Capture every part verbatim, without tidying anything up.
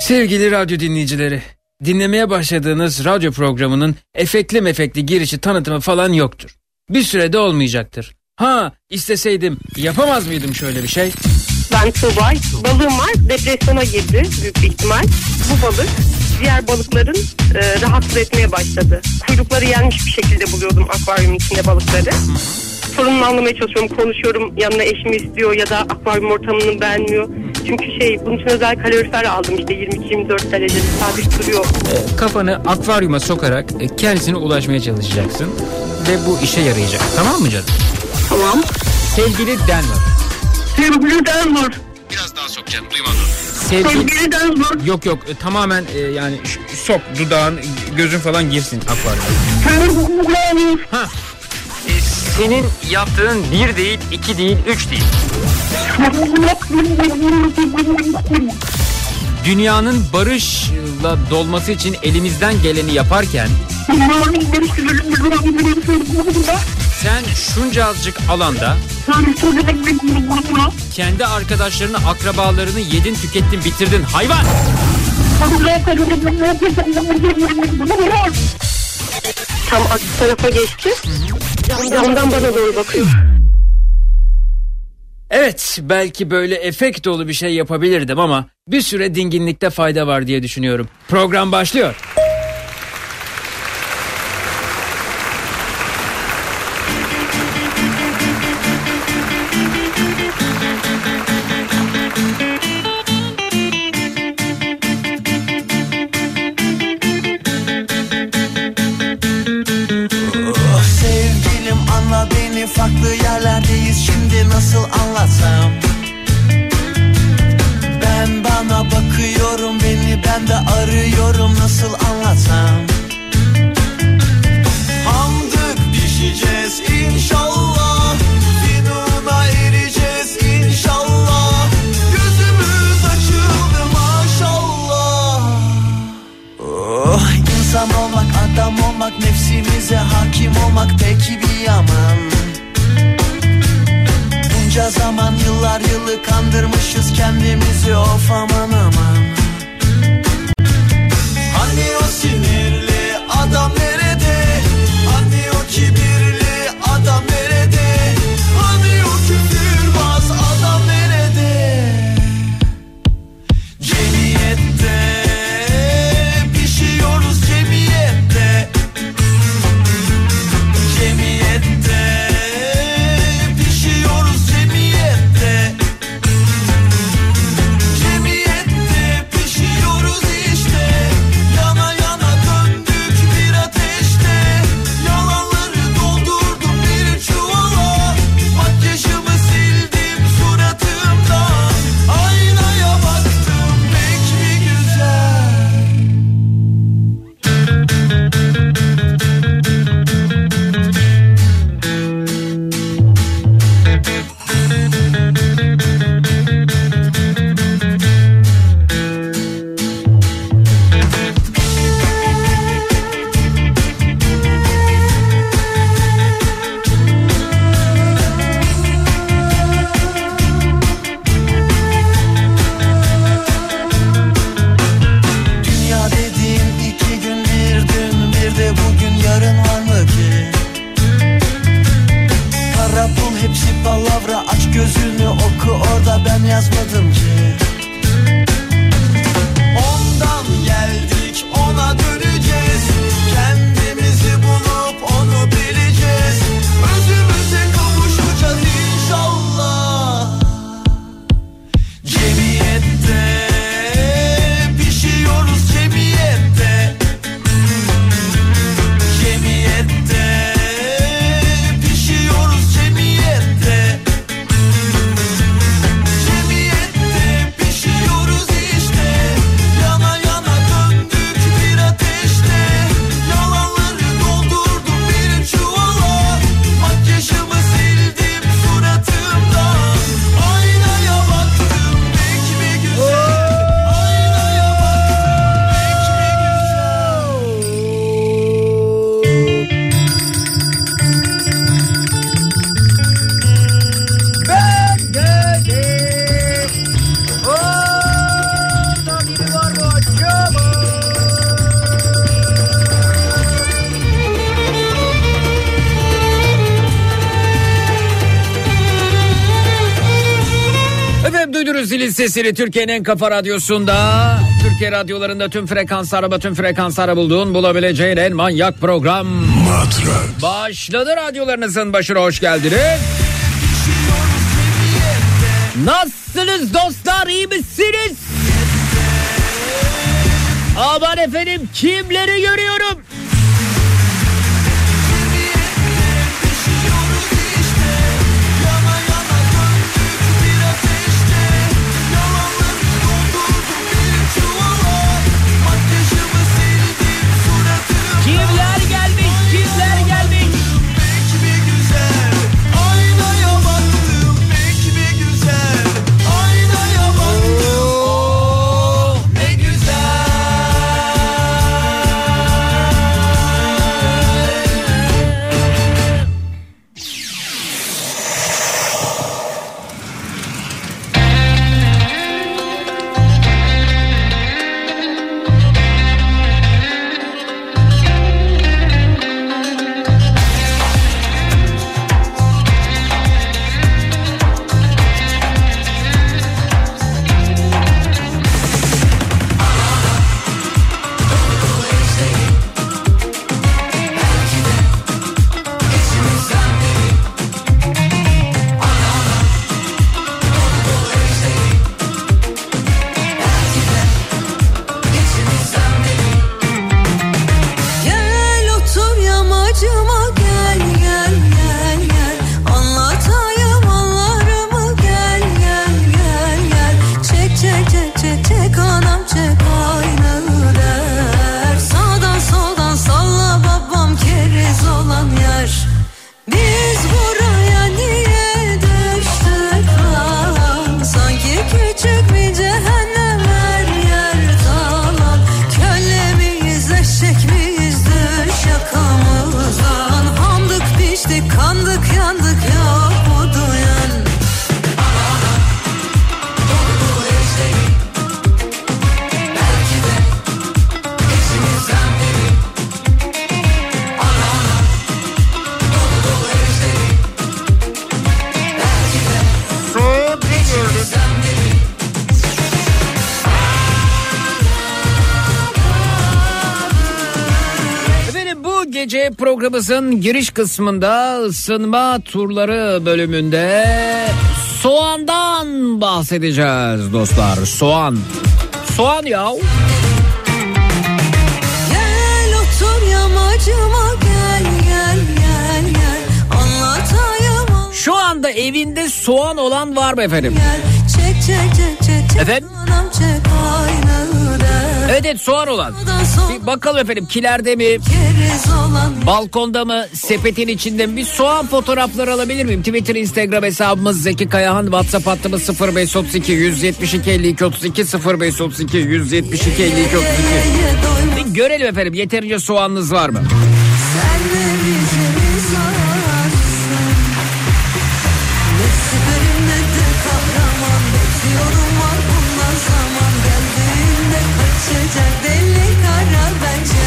Sevgili radyo dinleyicileri, dinlemeye başladığınız radyo programının efektli mefekli girişi tanıtımı falan yoktur. Bir sürede olmayacaktır. Ha, isteseydim yapamaz mıydım şöyle bir şey? Ben Tuğba, balığım var, depresyona girdi büyük bir ihtimal. Bu balık diğer balıkların e, rahatsız etmeye başladı. Kuyrukları yenmiş bir şekilde buluyordum akvaryumun içinde balıkları. Sorununu anlamaya çalışıyorum, konuşuyorum, yanına eşimi istiyor ya da akvaryum ortamını beğenmiyor. Çünkü şey, bunun için özel kalorifer aldım, işte yirmi iki yirmi dört derecede sabit duruyor. E, kafanı akvaryuma sokarak e, kendisine ulaşmaya çalışacaksın ve bu işe yarayacak. Tamam mı canım? Tamam. Sevgili Denver. Sevgili Denver. Biraz daha sok canım, duymadım. Sevgili, Sevgili Denver. Yok yok, e, tamamen e, yani ş- sok, dudağın, gözün falan girsin akvaryuma. Ha. E, senin yaptığın bir değil, iki değil, üç değil. Dünyanın barışla dolması için elimizden geleni yaparken sen şunca azıcık alanda kendi arkadaşlarını, akrabalarını yedin, tükettin, bitirdin hayvan. Tam aksi tarafa geçti. Camdan bana doğru bakıyor. Evet, belki böyle efekt dolu bir şey yapabilirdim ama bir süre dinginlikte fayda var diye düşünüyorum. Program başlıyor. Oh, sevgilim anla beni, farklı yerlerdeyiz şimdi, nasıl anlatsam? Ben bana bakıyorum, beni ben de arıyorum, nasıl anlatsam? Hamdık pişeceğiz inşallah, finuna ereceğiz inşallah, gözümüz açıldı maşallah. Oh, insan olmak, adam olmak, nefsimize hakim olmak peki bir yaman. Bunca zaman, yıllar yılı kandırmışız kendimizi, of aman aman. Hani o sinirli adam nerede? Hani o kibirli adam nerede? Hani o küfürbaz adam nerede? Cemiyette pişiyoruz, cemiyette. Cemiyette pişiyoruz, cemiyette. Cemiyette pişiyoruz işte. Yana yana döndük bir ateşte. Yalanları doldurdum bir çuvala. Makyajımı sildim suratımdan. Aynaya baktım pek mi güzel. Dünya dediğin iki gün bir dün, bir de bugün yarın var mı ki? Kara pul hepsi palavra, aç gözünü oku, orada ben yazmadım ki. Ondan geldik, ona döneceğiz. Kendimizi bulup onu bileceğiz. Özümüze kavuşacağız inşallah. Cemiyette pişiyoruz, cemiyette. Cemiyette pişiyoruz, cemiyette. Cemiyette pişiyoruz işte. Yana yana döndük bir ateşte. Yalanları doldurdum bir çuvala. Makyajımı sildim suratımdan. Aynaya baktım pek mi güzel. Aynaya baktım pek mi Ben geldim. Orada biri var mı Efendim duydunuz zilin sesini Türkiye'nin en kafa radyosunda. Türkiye radyolarında tüm frekanslara, tüm frekanslara bulduğun, bulabileceğin en manyak program Matrax başladı. Radyolarınızın başına hoş geldiniz. Nasılsınız dostlar, iyi misiniz? Aman efendim, kimleri görüyorum? Kimler gelmiş, kimler gelmiş? Pek mi güzel, aynaya baktım. Pek mi güzel, aynaya baktım. Oh, ne güzel. Gel otur yamacıma gel gel gel gel anlatayım anlarımı gel gel gel gel çek çek çek çek çek anam çek aynı der sağdan soldan salla babam keriz olan yer biz buraya niye düştük lan sanki küçük bir cehennem her yer talan köle miyiz eşek miyiz düş yakamızdan handık piştik kandık yandık yok bu duyan. Efendim bu gece programımızın giriş kısmında ısınma turları bölümünde soğandan bahsedeceğiz dostlar. Soğan. Soğan ya. Gel otur yamacıma gel gel gel gel anlatayım Şu anda evinde soğan olan var mı efendim? gel çek çek çek çek çek Efendim? anam çek aynı der Evet evet, soğan olan. sağdan soldan Bir bakalım efendim, kilerde mi? keriz olan Balkonda mı, sepetin içinde mi? Bir soğan fotoğrafları alabilir miyim? Twitter, Instagram hesabımız Zeki Kayahan, WhatsApp hattımız sıfır beş otuz iki yüz yetmiş iki elli iki otuz iki sıfır beş otuz iki yüz yetmiş iki elli iki otuz iki. Bir görelim efendim, yeterince soğanınız var mı? Sen de bizi sararsın ne süperim ne de kahraman bekliyorum var bundan zaman geldiğinde kaçacak deli kara bence.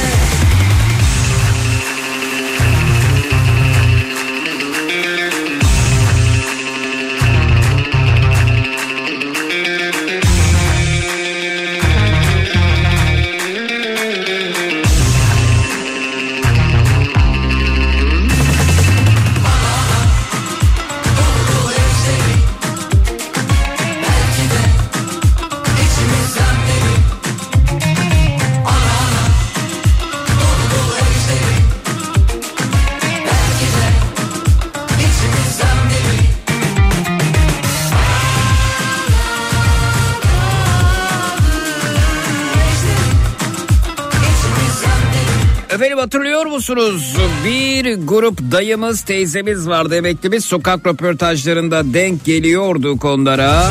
Efendim hatırlıyor musunuz? Bir grup dayımız, teyzemiz vardı, emeklimiz, sokak röportajlarında denk geliyorduk onlara.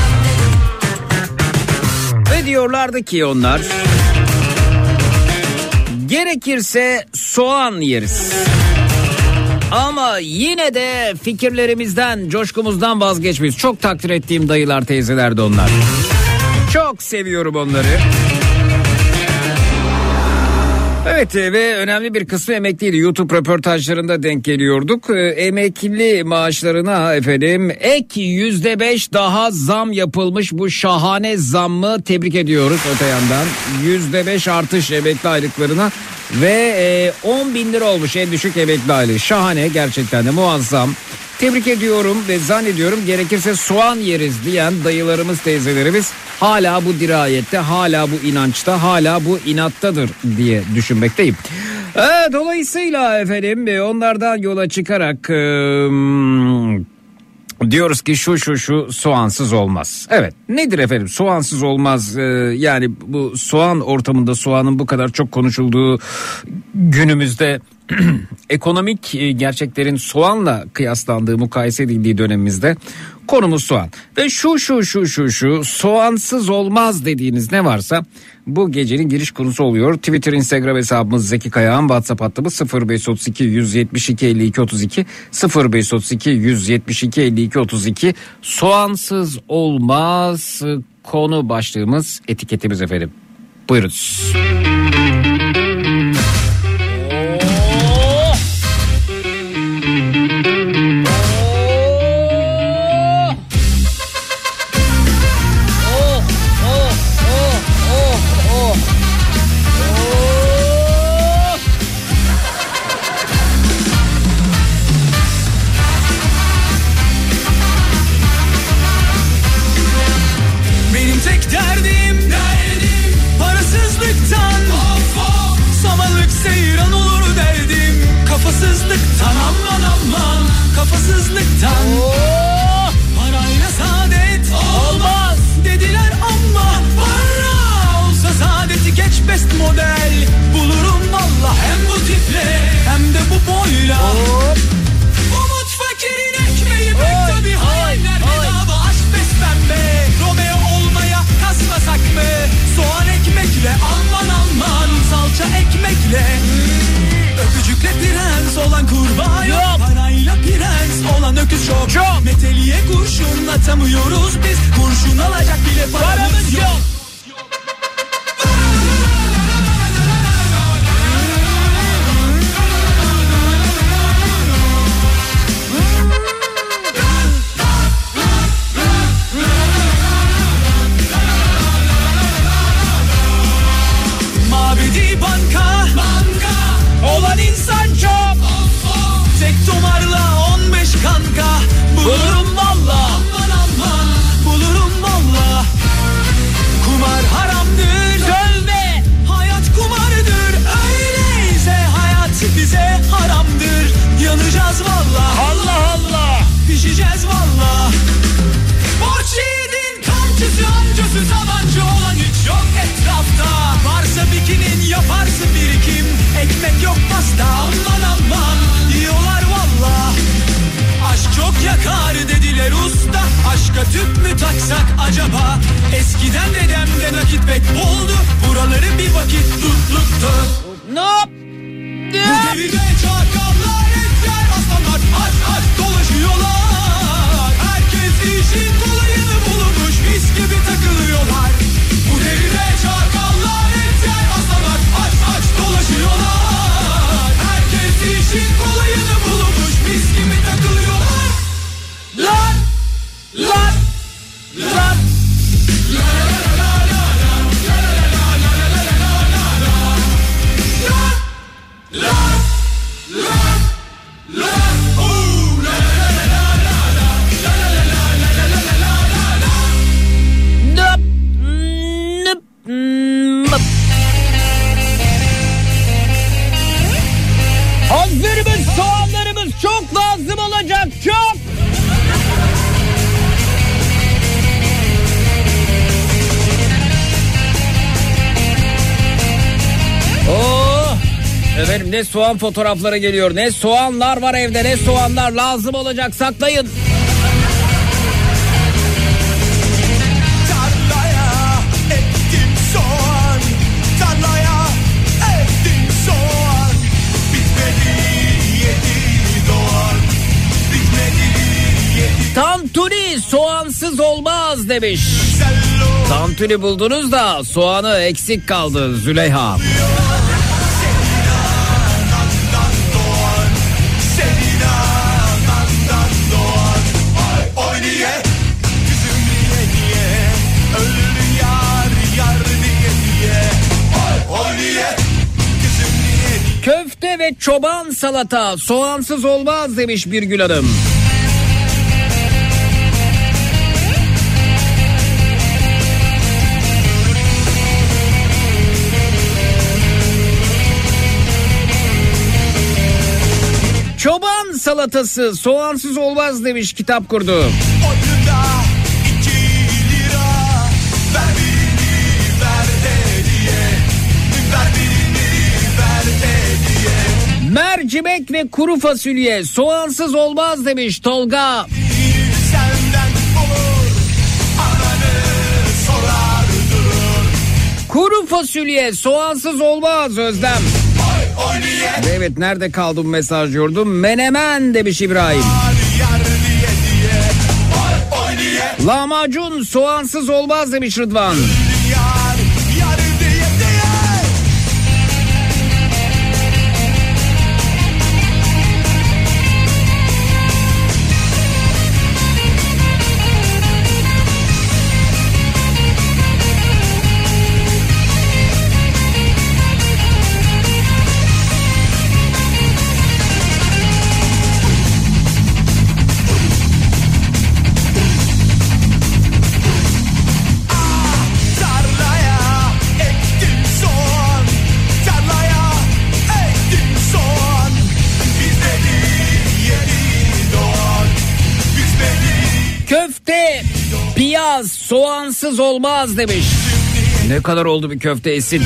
Ve diyorlardı ki onlar, gerekirse soğan yeriz. Ama yine de fikirlerimizden, coşkumuzdan vazgeçmeyiz. Çok takdir ettiğim dayılar, teyzeler de onlar. Çok seviyorum onları. Evet ve önemli bir kısmı emekliydi. YouTube röportajlarında denk geliyorduk. Emekli maaşlarına efendim ek yüzde beş daha zam yapılmış. Bu şahane zammı tebrik ediyoruz öte yandan. Yüzde beş artış emekli aylıklarına ve on bin lira olmuş en düşük emekli aylığı. Şahane, gerçekten de muazzam. Tebrik ediyorum ve zannediyorum gerekirse soğan yeriz diyen dayılarımız, teyzelerimiz hala bu dirayette, hala bu inançta, hala bu inattadır diye düşünmekteyim. Ee, dolayısıyla efendim onlardan yola çıkarak e, diyoruz ki şu şu şu soğansız olmaz. Evet, nedir efendim soğansız olmaz? Ee, yani bu soğan ortamında soğanın bu kadar çok konuşulduğu günümüzde ekonomik gerçeklerin soğanla kıyaslandığı, mukayese edildiği dönemimizde konumuz soğan. Ve şu şu şu şu şu soğansız olmaz dediğiniz ne varsa bu gecenin giriş konusu oluyor. Twitter, Instagram hesabımız Zeki Kayağan, WhatsApp hattımız sıfır beş otuz iki yüz yetmiş iki elli iki otuz iki sıfır beş otuz iki yüz yetmiş iki elli iki otuz iki. Soğansız olmaz konu başlığımız, etiketimiz efendim. Buyurunuz. Kafasızlıktan aman aman, kafasızlıktan oh! Parayla saadet olmaz dediler ama para olsa saadeti geç best model bulurum valla, hem bu tiple hem de bu boyla oh! Umut fakirin ekmeği pek tabi hayaller bedava, aşk best pembe Romeo olmaya kasmasak mı? Soğan ekmekle aman aman, salça ekmekle öpücükle prens olan kurbağa yok, yok. Parayla prens olan öküz çok, çok. Meteliğe kurşun atamıyoruz biz, kurşun alacak bile paramız, paramız yok, yok. Mabedi banka, banka olan insan çok, tek tomarla on beş kanka bulurum valla, aman aman bulurum valla. Kumar haramdır, sövme, hayat kumardır, öyleyse hayat bize haramdır. Yanacağız valla, Allah Allah, pişeceğiz valla. Borç yiğidin kamçısı, amcası, tabanca olan hiç yok etrafta. Varsa bikinin yaparsın birikim, ekmek yok pasta aman aman diyorlar valla. Aşk çok yakar dediler usta, aşka tüp mü taksak acaba? Eskiden dedemde nakit pek boldu, buraları bir vakit tutluktu. Nop! Bu devirde çakallar, etler, aslanlar aç aç dolaşıyorlar. Herkes işin kolayını bulmuş, mis gibi takılıyorlar. Bu devirde çakallar, etler, aslanlar aç aç dolaşıyorlar. Herkes işin kolayını bulmuş, mis gibi takılıyorlar. Lan! Lan! Lan! Hazırımız, soğanlarımız çok lazım olacak, çok. Oh! Efendim ne soğan fotoğrafları geliyor, ne soğanlar var evde, ne soğanlar lazım olacak, saklayın. Tarlaya ektim soğan, tarlaya ektim soğan, bitmedi yedi doğan, bitmedi yedi. Tantuni soğansız olmaz demiş. Tantuni buldunuz da soğanı eksik kaldı Züleyha. Köfte ve çoban salata soğansız olmaz demiş Birgül Hanım. Çoban salatası soğansız olmaz demiş Kitap Kurdu. Oyunda iki lira, ver birini ver de diye, ver birini ver de diye. Mercimek ve kuru fasulye soğansız olmaz demiş Tolga. Senden olur, ananı sorar durur. Kuru fasulye soğansız olmaz Özlem. Oy oy niye? Evet, nerede kaldı bu mesaj yordum? Menemen demiş İbrahim. Yar diye diye, oy oy niye? Lahmacun soğansız olmaz demiş Rıdvan. Yar yar diye diye. Köfte, piyaz soğansız olmaz demiş. Ne kadar oldu bir köfte Esin?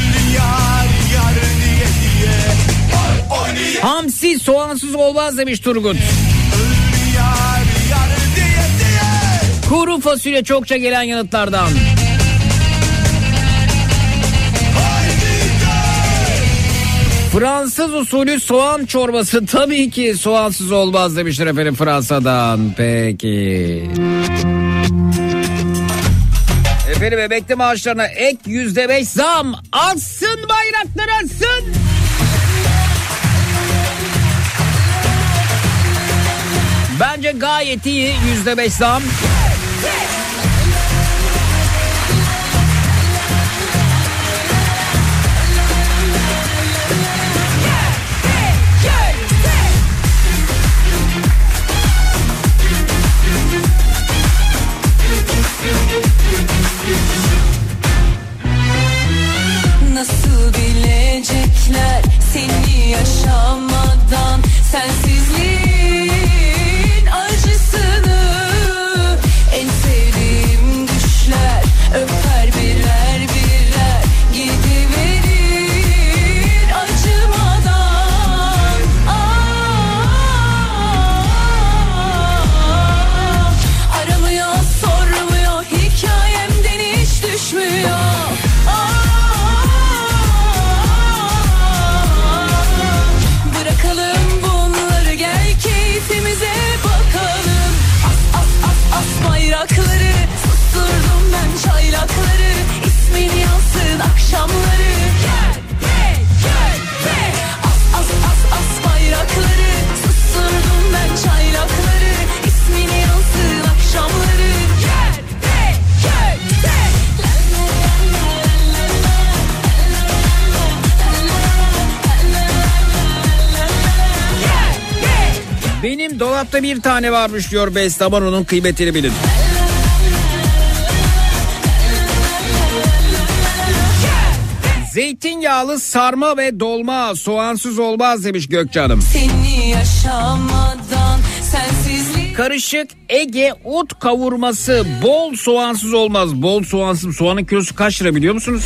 Hamsi soğansız olmaz demiş Turgut. Kuru fasulye çokça gelen yanıtlardan. Fransız usulü soğan çorbası tabii ki soğansız olmaz demişler efendim Fransa'dan. Peki. Efendim emekli maaşlarına ek yüzde beş zam. Alsın bayrakları, alsın. Bence gayet iyi yüzde beş zam. Nasıl bilecekler seni yaşamadan, sensizliğin acısını. En sevdiğim düşler öper birer birer, gidiverir acımadan. Aa, aramıyor sormuyor, hikayemden hiç düşmüyor. Bayrakları susturdum ben, çaylakları, ismin yansın akşamları. Gel hey gel hey, as as as as bayrakları susturdum ben, çaylakları, ismin yansın akşamları. Gel hey gel hey. Benim dolapta bir tane varmış diyor Bestaban, onun kıymetini bilin. Zeytinyağlı sarma ve dolma soğansız olmaz demiş Gökçe Hanım. Seni yaşamadan, sensizlik. Karışık Ege ot kavurması bol soğansız olmaz. Bol soğansız, soğanın kilosu kaç lira biliyor musunuz?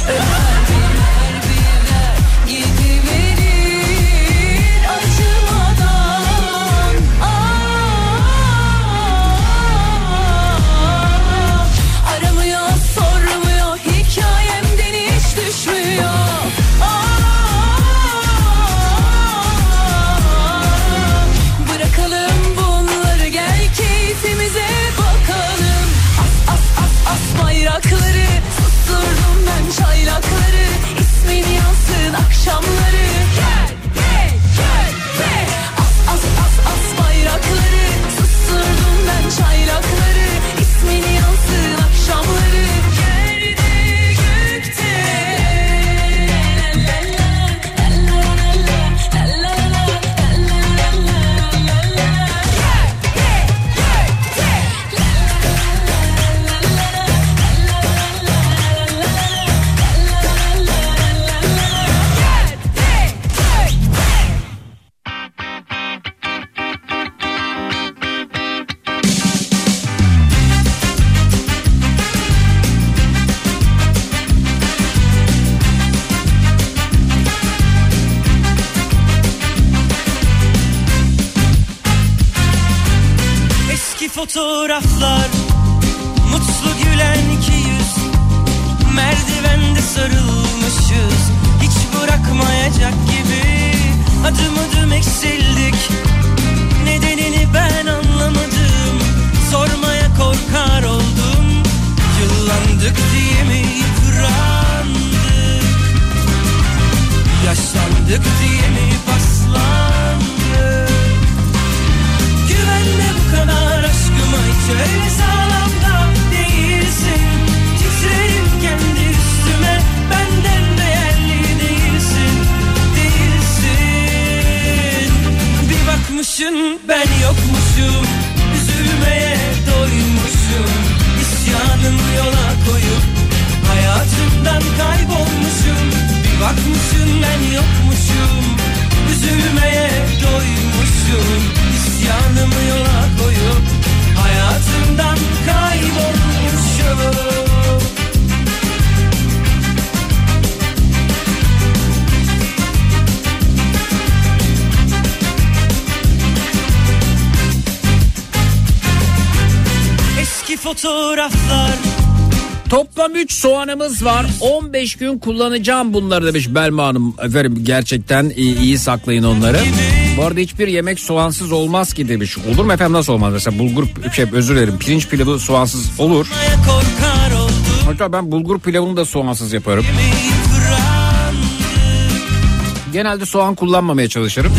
Bayrakları susturdum ben, çaylakları, fotoğraflar, mutlu gülen iki yüz, merdivende sarılmışız, hiç bırakmayacak gibi, adım adım eksildik, nedenini ben anlamadım, sormaya korkar oldum, yıllandık diye mi yıprandık, yaşlandık diye mi paslandık, güvenme bu kadar aşkıma, hiç öyle sağlam da değilsin, titrerim kendi üstüme, benden değerli değilsin, değilsin, bir bakmışsın ben yokmuşum, üzülmeye doymuşum, isyanımı yola koyup hayatımdan kaybolmuşum, bir bakmışsın ben yokmuşum, üzülmeye doymuşum, isyanımı yola koyup hayatımdan kaybolmuşum. Eski fotoğraflar. Toplam üç soğanımız var. on beş gün kullanacağım bunları demiş Belma Hanım. Efendim gerçekten iyi, iyi saklayın onları. Bu arada hiçbir yemek soğansız olmaz ki demiş. Olur mu efendim, nasıl olmaz? Mesela bulgur şey özür dilerim pirinç pilavı soğansız olur. Hatta ben bulgur pilavını da soğansız yaparım. Genelde soğan kullanmamaya çalışırım.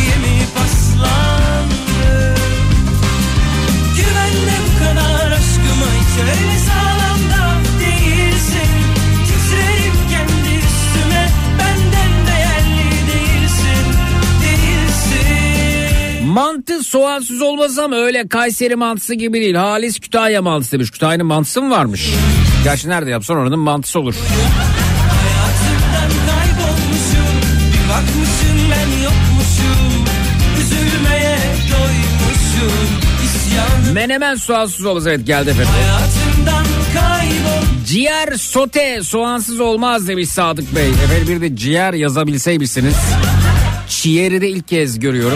Mantı soğansız olmaz ama öyle Kayseri mantısı gibi değil. Halis Kütahya mantısı demiş. Kütahya'nın mantısı mı varmış? Gerçi nerede yapsan oranın mantısı olur. Hayatımdan kaybolmuşum, bir bakmışım ben yokmuşum, üzülmeye doymuşum, isyanım. Menemen soğansız olmaz, evet geldi efendim. Hayatımdan kaybol. Ciğer sote soğansız olmaz demiş Sadık Bey. Efendim bir de ciğer yazabilseymişsiniz. Ciğeri de ilk kez görüyorum.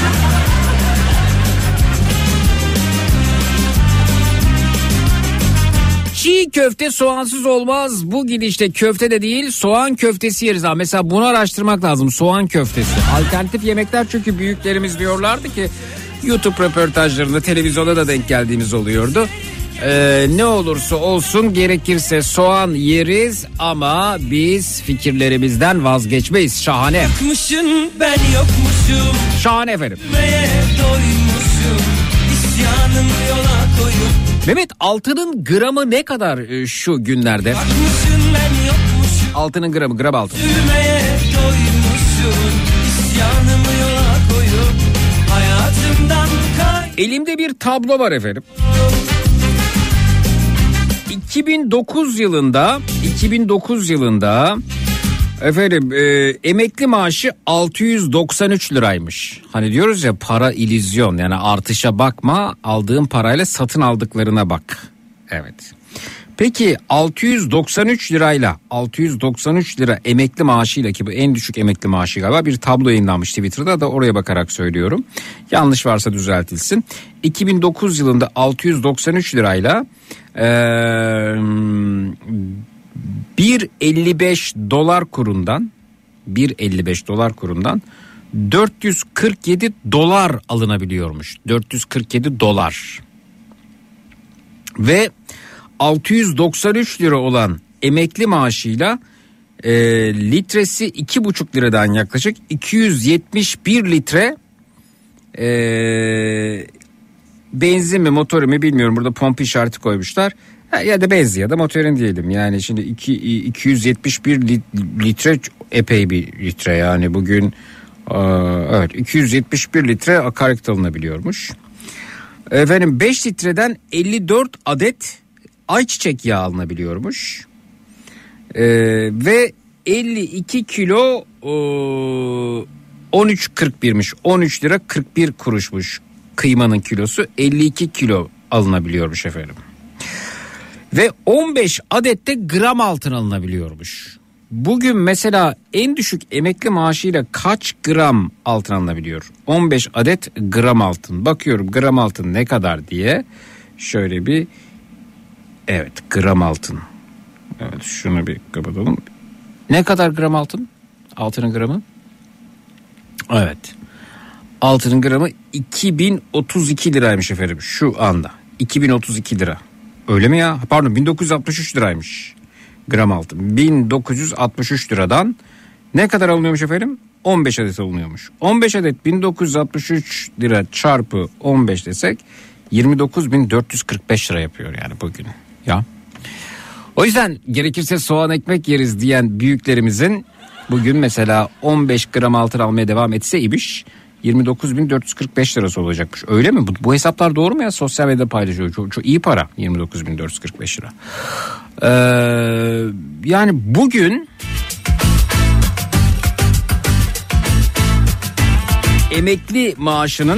Çiğ köfte soğansız olmaz. Bu gidişte köfte de değil, soğan köftesi yeriz. Ha, mesela bunu araştırmak lazım, soğan köftesi. Alternatif yemekler, çünkü büyüklerimiz diyorlardı ki YouTube röportajlarında, televizyonda da denk geldiğimiz oluyordu. Ee, ne olursa olsun gerekirse soğan yeriz ama biz fikirlerimizden vazgeçmeyiz. Şahane. Yokmuşum, ben yokmuşum. Şahane efendim. Doymuşum, isyanımı yola koyup. Mehmet, altının gramı ne kadar e, şu günlerde? Bakmışım, ben yokmuşum. Altının gramı, gram altın. Üzülmeye doymuşum, isyanımı yola koyup hayatımdan kay. Elimde bir tablo var efendim. iki bin dokuz yılında iki bin dokuz yılında efendim e, emekli maaşı altı yüz doksan üç liraymış. Hani diyoruz ya, para illüzyon, yani artışa bakma, aldığın parayla satın aldıklarına bak. Evet. Peki altı yüz doksan üç lirayla altı yüz doksan üç lira emekli maaşıyla, ki bu en düşük emekli maaşı galiba, bir tablo yayınlanmış Twitter'da, da oraya bakarak söylüyorum. Yanlış varsa düzeltilsin. iki bin dokuz yılında altı yüz doksan üç lirayla ee, bir virgül elli beş dolar kurundan bir virgül elli beş dolar kurundan dört yüz kırk yedi dolar alınabiliyormuş. dört yüz kırk yedi dolar. Ve altı yüz doksan üç lira olan emekli maaşıyla e, litresi iki buçuk liradan yaklaşık iki yüz yetmiş bir litre e, benzin mi motoru mu bilmiyorum, burada pompa işareti koymuşlar. Ha, ya da benzin ya da motorun diyelim. Yani şimdi iki, iki yüz yetmiş bir litre epey bir litre, yani bugün e, evet iki yüz yetmiş bir litre akaryakıt alınabiliyormuş. Efendim beş litreden elli dört adet ayçiçek yağı alınabiliyormuş. Ee, ve elli iki kilo e, on üç kırk birmiş. on üç lira kırk bir kuruşmuş kıymanın kilosu. elli iki kilo alınabiliyormuş efendim. Ve on beş adette gram altın alınabiliyormuş. Bugün mesela en düşük emekli maaşıyla kaç gram altın alınabiliyor? on beş adet gram altın. Bakıyorum gram altın ne kadar diye. Şöyle bir, evet, gram altın. Evet, şunu bir kapatalım. Ne kadar gram altın? Altının gramı? Evet. Altının gramı iki bin otuz iki liraymış efendim şu anda. iki bin otuz iki lira. Öyle mi ya? Pardon, bin dokuz yüz altmış üç liraymış gram altın. bin dokuz yüz altmış üç liradan ne kadar alınıyormuş efendim? on beş adet alınıyormuş. on beş adet bin dokuz yüz altmış üç lira çarpı on beş desek yirmi dokuz bin dört yüz kırk beş lira yapıyor yani bugün. Ya. O yüzden gerekirse soğan ekmek yeriz diyen büyüklerimizin bugün mesela on beş gram altın almaya devam etse imiş yirmi dokuz bin dört yüz kırk beş lirası olacakmış. Öyle mi? Bu, bu hesaplar doğru mu ya? Sosyal medyada paylaşıyor. Çok, çok iyi para. yirmi dokuz bin dört yüz kırk beş lira. Ee, yani bugün emekli maaşının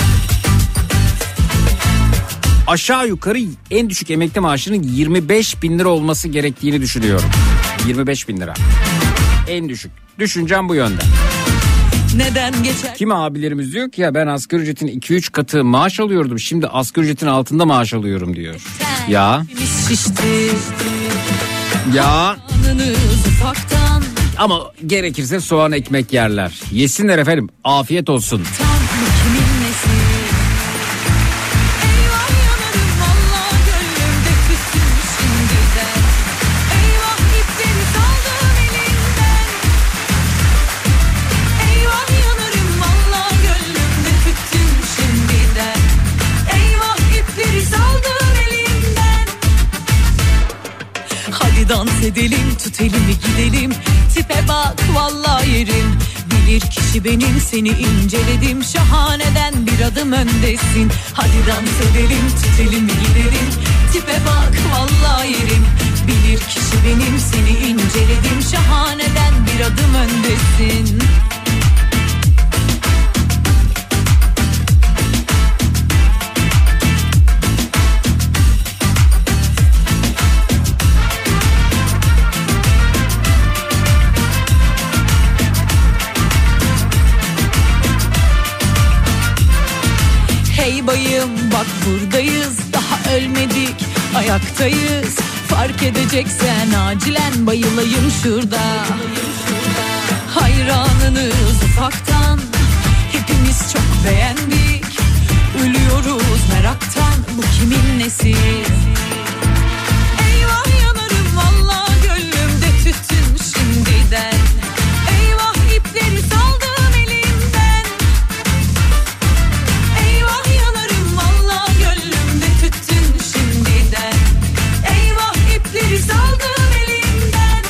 aşağı yukarı en düşük emekli maaşının yirmi beş bin lira olması gerektiğini düşünüyorum. yirmi beş bin lira. En düşük. Düşüncem bu yönde. Neden geçer? Kimi abilerimiz diyor ki ya ben asgari ücretin iki üç katı maaş alıyordum. Şimdi asgari ücretin altında maaş alıyorum diyor. Ya. Ya. Ama gerekirse soğan ekmek yerler. Yesinler efendim. Afiyet olsun. Dans edelim, tut elimi gidelim. Tipe bak vallahi yerim. Bilir kişi benim, seni inceledim. Şahaneden bir adım öndesin. Hadi dans edelim, tut elimi gidelim. Tipe bak vallahi yerim. Bilir kişi benim, seni inceledim. Şahaneden bir adım öndesin. Hey bayım bak buradayız, daha ölmedik, ayaktayız. Fark edeceksen acilen bayılayım şurada. Hayranınız ufaktan, hepimiz çok beğendik. Ölüyoruz meraktan, bu kimin nesi? Eyvah yanarım valla, gönlümde tütün şimdiden. Eyvah ipleri saldım elimden. Eyvah yanarım valla, gönlümde tütün şimdiden. Eyvah ipleri saldım elimden.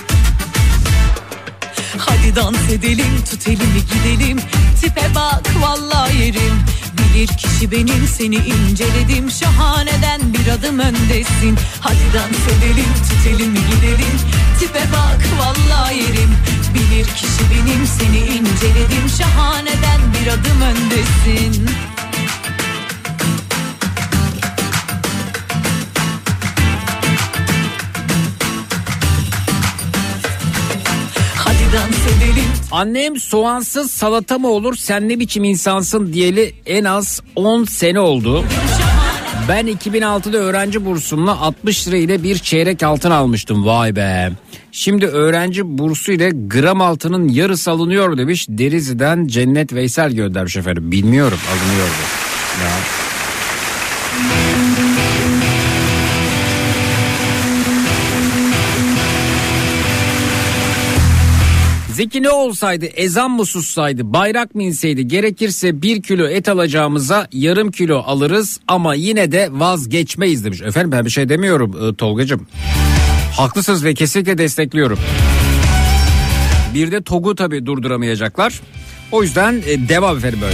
Hadi dans edelim, tut elimi gidelim. Tipe bak vallahi yerim. Bilir kişi benim, seni inceledim. Şahaneden bir adım öndesin. Hadi dans edelim, tut elimi gidelim. Tipe bak vallahi yerim. Bilir kişi benim, seni inceledim. Şahaneden bir adım öndesin. Annem soğansız salata mı olur, sen ne biçim insansın diyeli en az on sene oldu. Ben iki bin altıda öğrenci bursumla altmış lira ile bir çeyrek altın almıştım, vay be. Şimdi öğrenci bursu ile gram altının yarısı alınıyor demiş. Denizli'den Cennet Veysel göndermiş efendim. Bilmiyorum, alınıyordu. Ya. Zeki ne olsaydı, ezan mı sussaydı, bayrak mı inseydi, gerekirse bir kilo et alacağımıza yarım kilo alırız ama yine de vazgeçmeyiz demiş. Efendim ben bir şey demiyorum Tolgacığım. Haklısınız ve kesinlikle destekliyorum. Bir de TOG'u tabii durduramayacaklar. O yüzden devam efendim böyle.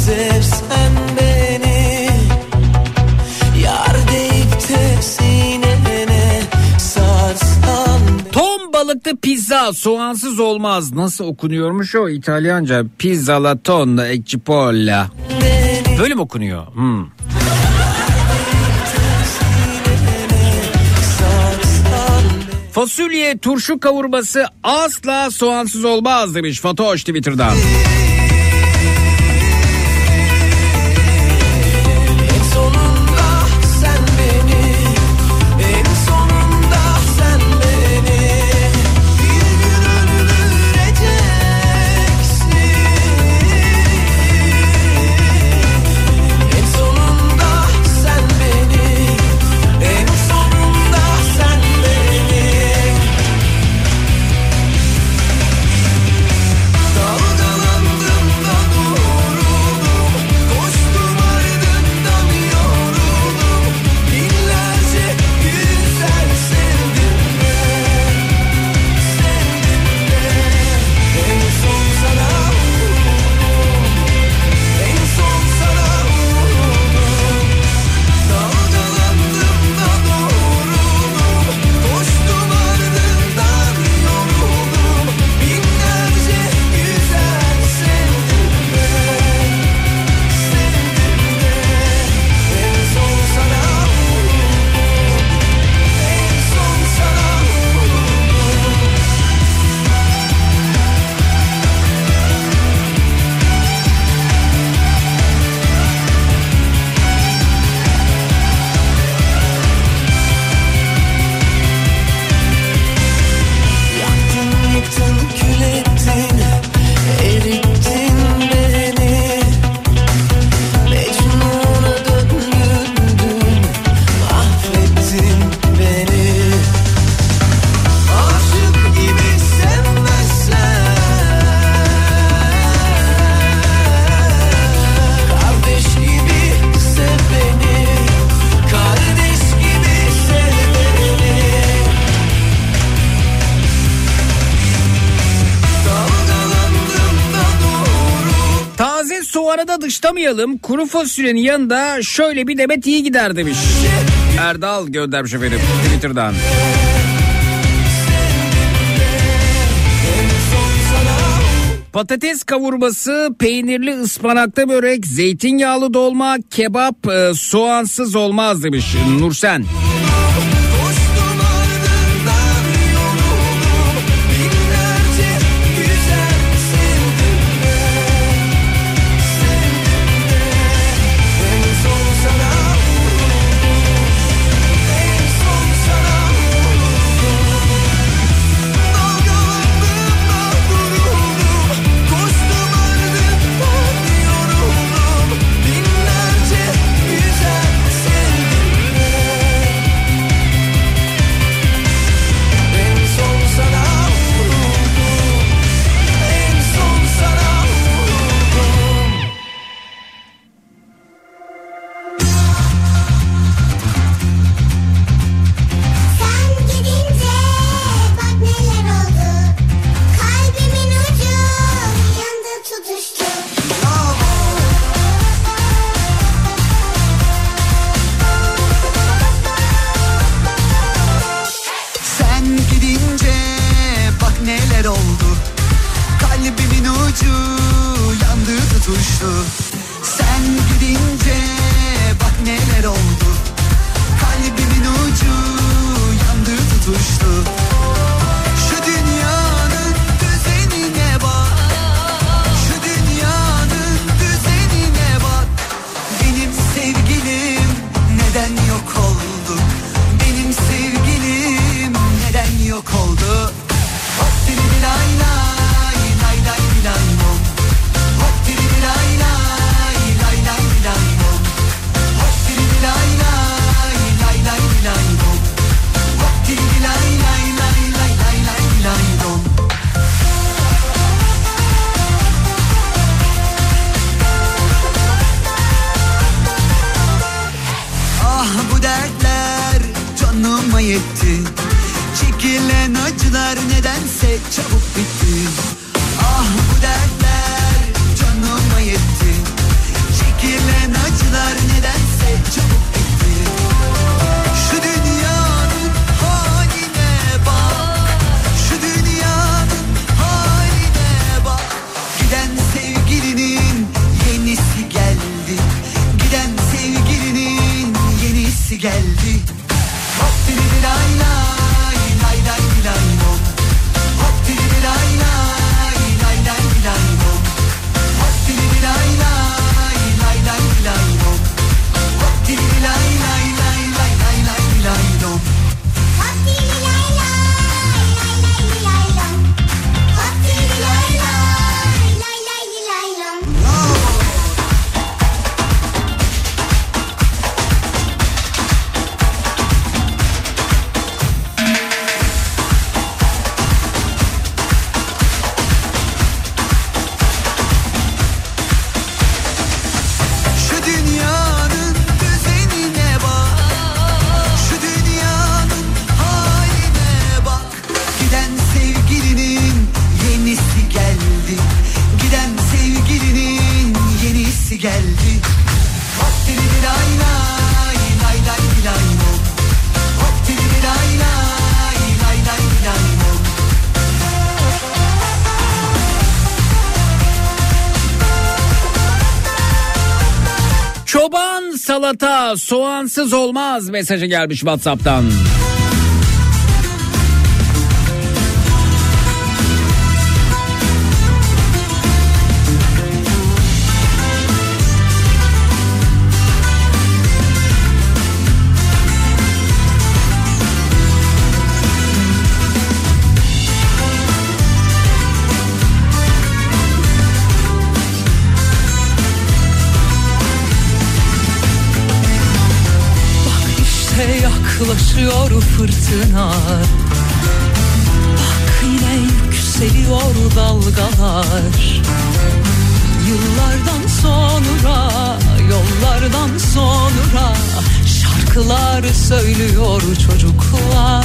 Sevsen beni, yar deyip de sine Altı pizza soğansız olmaz. Nasıl okunuyormuş o İtalyanca? Pizza la tonda e cipolla. Böyle mi okunuyor? Hmm. Fasulye turşu kavurması asla soğansız olmaz demiş Fatoş Twitter'dan. Soğanı dışlamayalım. Kuru fasulyenin yanında şöyle bir demet iyi gider demiş. Erdal göndermiş efendim Twitter'dan. Patates kavurması, peynirli ıspanaklı börek, zeytinyağlı dolma, kebap e, soğansız olmaz demiş Nursen. Şu salata soğansız olmaz mesajı gelmiş WhatsApp'tan. Yaklaşıyor fırtına, bak yine yükseliyor dalgalar. Yıllardan sonra, yollardan sonra şarkılar söylüyor çocuklar.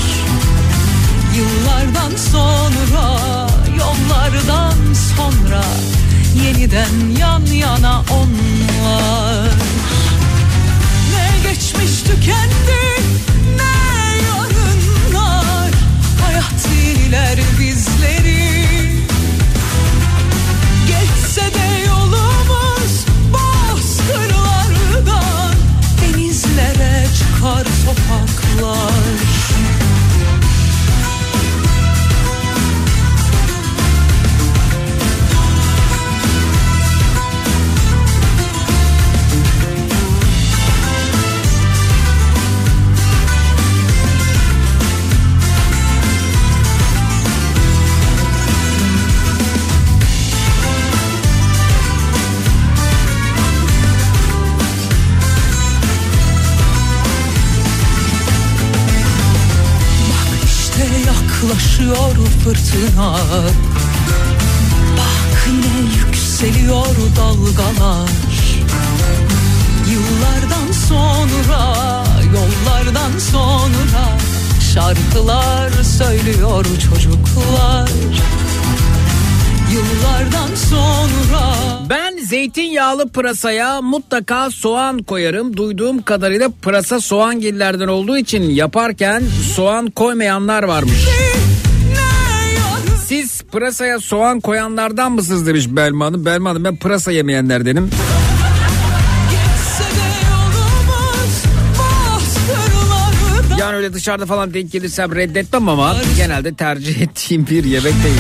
Yıllardan sonra, yollardan sonra yeniden yan yana onlar. Ne geçmiş tükendi, ne yarınlar, hayat iler bizleri. Geçse de yolumuz bozkırlardan, denizlere çıkar sokaklar. Yaklaşıyor fırtına, bak yine yükseliyor dalgalar. Yıllardan sonra, yollardan sonra şarkılar söylüyor çocuklar. Yıllardan sonra. Ben zeytinyağlı pırasaya mutlaka soğan koyarım. Duyduğum kadarıyla pırasa soğangillerden olduğu için yaparken soğan koymayanlar varmış. Siz pırasaya soğan koyanlardan mısınız demiş Belma Hanım. Belma Hanım, ben pırasa yemeyenlerdenim. Yani öyle dışarıda falan denk gelirsem reddetmem ama genelde tercih ettiğim bir yemek değil.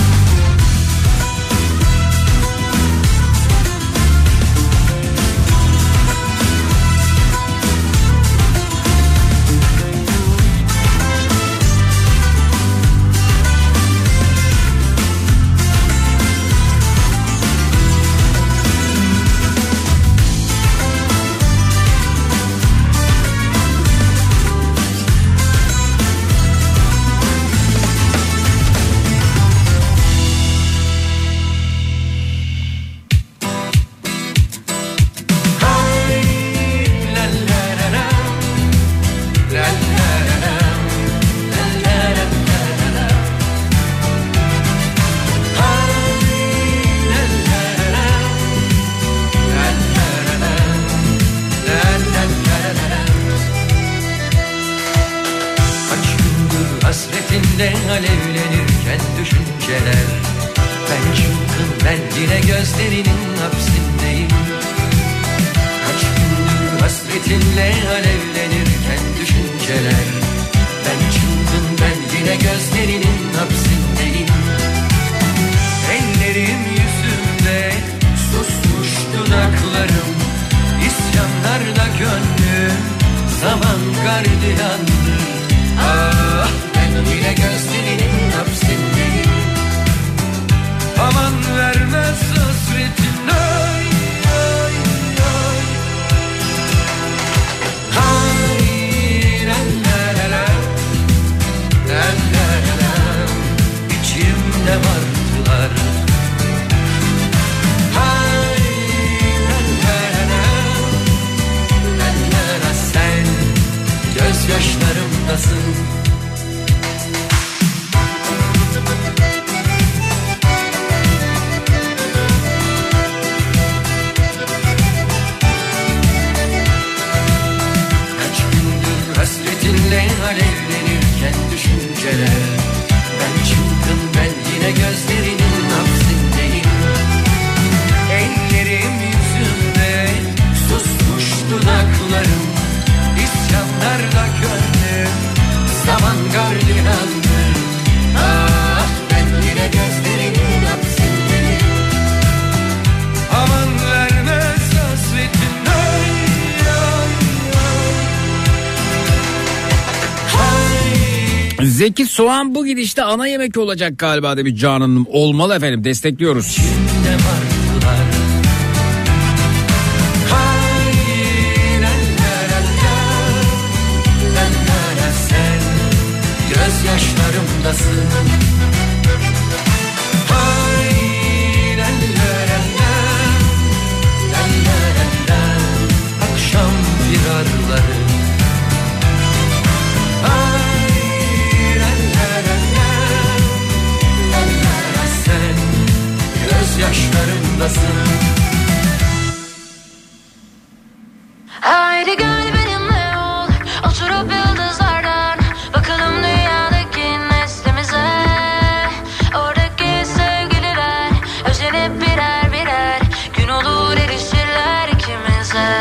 Alevlenirken düşünceler, ben çılgın, ben yine gözlerinin hapsindeyim. Kaç gündür hasretinle alevlenirken düşünceler, ben çılgın, ben yine gözlerinin hapsindeyim. Ellerim yüzümde, susmuş dudaklarım, isyanlarda gönlüm, zaman gardiyandır. Ah, ben yine gözlerinin hapsindeyim. Aman vermez hasretin, ay ay ay. Hay la la la la, la la la la. İçimde martılar. Hay la la la la, la la la. Sen gözyaşlarımdasın. Alevlenirken düşünceler, ben çılgın, ben yine gözlerinin hapsindeyim. Ellerim yüzümde, susmuş dudak Zeki soğan bu gidişte ana yemek olacak galiba demiş Canan Hanım. Olmalı efendim, destekliyoruz. İçinde vardılar. Hayır, la la la, la la la, sen gözyaşlarımdasın. Hayır, la la la, la la la, akşam firarları. Hayır, la la la, la la la, sen gözyaşlarımdasın. Haydi gel benimle ol, oturup yıldızlardan bakalım dünyadaki neslimize. Oradaki sevgililer özenip birer birer gün olur erişirler ikimize.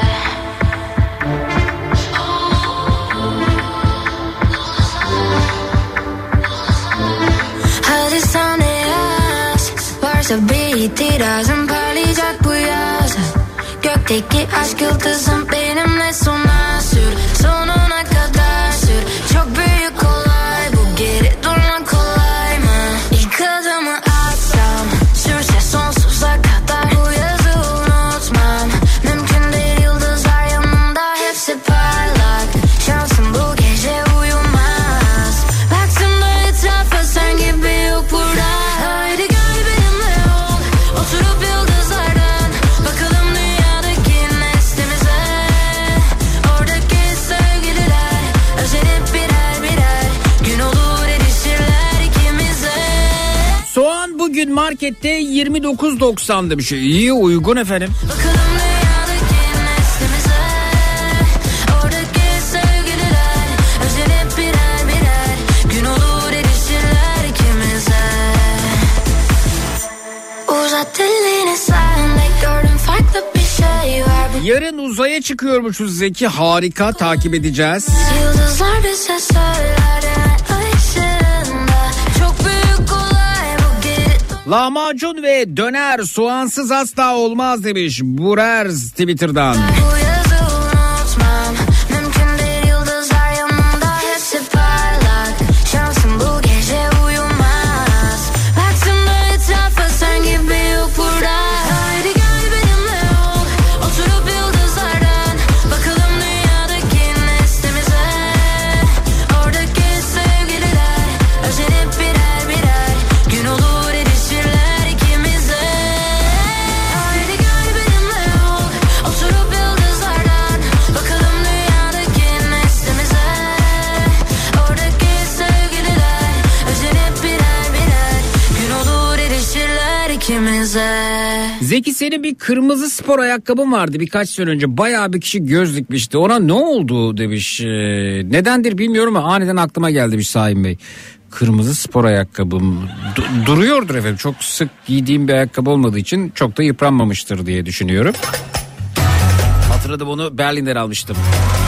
Hadi sen de yaz, varsa bir itirazın parlayacak bu yaz. Gökteki aşk yıldızım benimle sona sür, sonuna kadar sür. Çok büyük olay bu, geri durmak kolay mı? İlk adımı atsam sürse sonsuza kadar, bu yazı unutmam. Mümkün değil, yıldızlar yanımda hepsi parlak. Şansım bu gece uyumaz. Baktığımda etrafa sen gibi yok burada. Haydi gel benimle ol, oturup yıldızlardan bakalım dünyadaki neslimize. Oradaki sevgililer özenip birer birer gün olur erişirler ikimize. Soğan bugün markette yirmi dokuz doksan demiş. İyi, uygun efendim. Bakalım dünyadaki neslimize. Oradaki sevgililer özenip birer birer gün olur erişirler ikimize. Uzat elini, sen de gördüm farklı bir şey var. Bu Yarın uzaya çıkıyormuşuz Zeki, harika, takip edeceğiz. yıldızlar bize söyler ay ışığında. Çok büyük olay bu, geri Lahmacun ve döner soğansız asla olmaz demiş Burers Twitter'dan. bu yazı unutmam. Mümkün değil, yıldızlar yanımda hepsi parlak. Şansım bu gece uyumaz. Baktığımda etrafa sen gibi yok burada. Haydi gel benimle ol, oturup yıldızlardan bakalım dünyadaki neslimize. Oradaki sevgililer özenip birer birer gün olur erişirler ikimize. Haydi gel benimle ol, oturup yıldızlardan bakalım dünyadaki neslimize. Oradaki sevgililer özenip birer birer gün olur erişirler ikimize. Zeki, senin bir kırmızı spor ayakkabın vardı birkaç sene önce, bayağı bir kişi göz dikmişti, ona ne oldu demiş. Ee, nedendir bilmiyorum ama aniden aklıma geldi demiş Saim Bey. Kırmızı spor ayakkabım Du- duruyordur efendim, çok sık giydiğim bir ayakkabı olmadığı için çok da yıpranmamıştır diye düşünüyorum. Hatırladım, onu Berlin'den almıştım.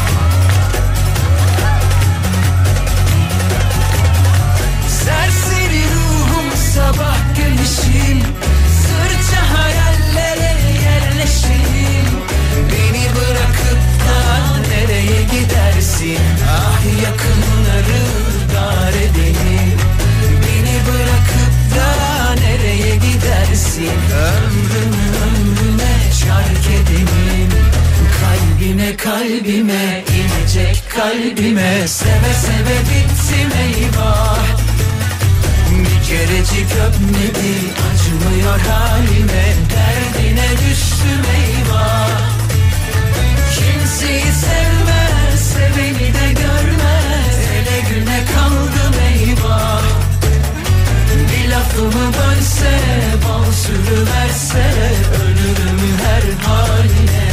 Serseri ruhum, sabah güneşim, sırça hayallere yerleşim. Beni bırakıp da nereye gidersin? Ah, yakınları dar edelim. Beni bırakıp da nereye gidersin? Ömrümü ömrüne şark edelim. Kalbime kalbime inecek kalbime, seve seve bittim eyvah. Bir kerecik öpmedi, acımıyor halime, derdine düştüm eyvah. Kimseyi sevmez, seveni de görmez, ele güne kaldım eyvah. Bir lafımı bölse, bal sürüverse, ölürüm her haline.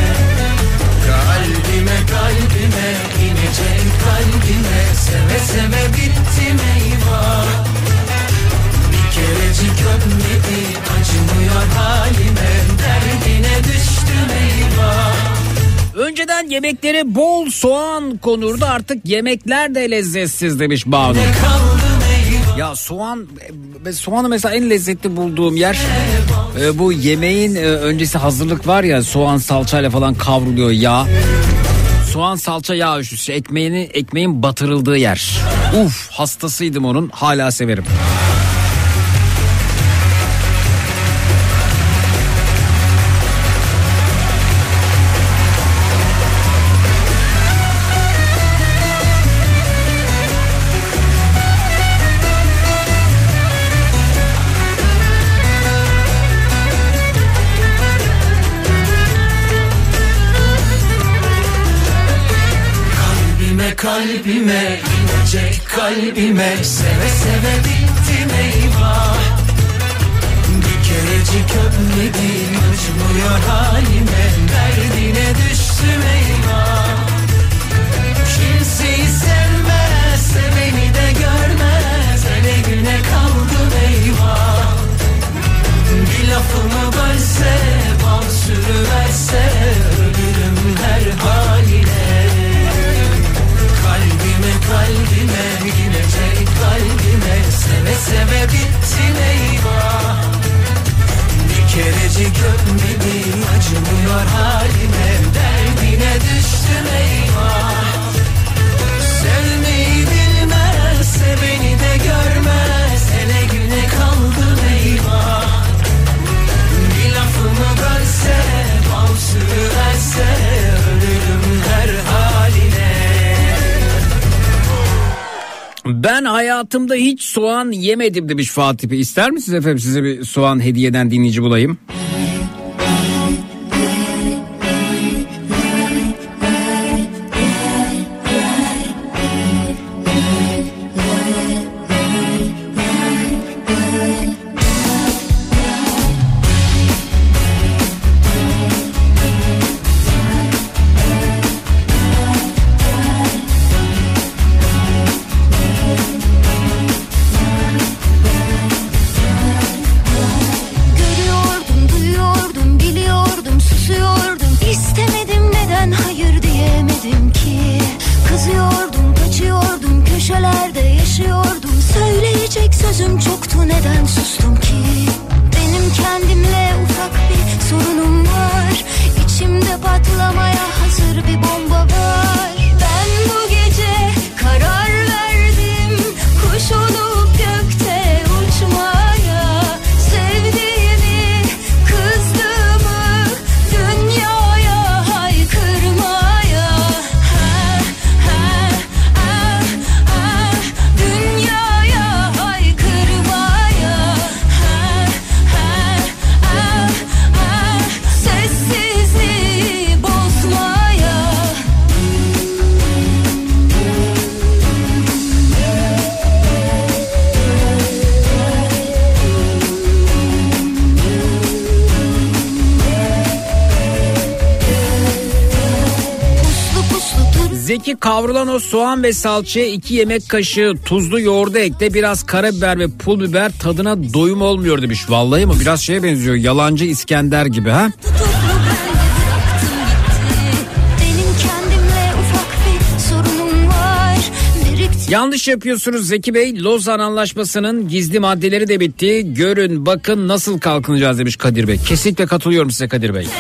Kalbime kalbime inecek kalbime, seve seve bittim eyvah. Bir kerecik öpmedi, acımıyor halime, derdine düştüm eyvah. Önceden yemeklere bol soğan konurdu, artık yemekler de lezzetsiz demiş Banu. Ya soğan, ben soğanı mesela en lezzetli bulduğum yer e, bu yemeğin e, öncesi hazırlık var ya, soğan salçayla falan kavruluyor, yağ. Soğan, salça, yağ üçlüsü. Ekmeğini, ekmeğin batırıldığı yer. Uf, hastasıydım onun. Hala severim. Kalbime inecek kalbime seve seve bittim eyvah. Bir kerecik öpmedim acımıyor halime, derdine düştüm eyvah. Kimseyi sevmezse beni de görmez, ele güne kaldım eyvah. Bir lafımı bölse bal sürüverse ölürüm her haline. Kalbime kalbime inecek kalbime seve seve bittim eyvah. Bir kerecik öpmedim acımıyor halime, derdine düştüm eyvah. Sevmeyi bilmezse beni de görmez, hele güne kaldım eyvah. Bir lafımı bölse bal sürüverse ölürüm her haline. Ben hayatımda hiç soğan yemedim demiş Fatih Bey. İster misiniz efendim size bir soğan hediyeden dinleyici bulayım? Zeki, kavrulan o soğan ve salçaya iki yemek kaşığı tuzlu yoğurdu ekle, biraz karabiber ve pul biber, tadına doyum olmuyor demiş. Vallahi mi? Biraz şeye benziyor, Yalancı İskender gibi ha? Yanlış yapıyorsunuz Zeki Bey. Lozan Anlaşması'nın gizli maddeleri de bitti. Görün bakın nasıl kalkınacağız demiş Kadir Bey. Kesinlikle katılıyorum size Kadir Bey.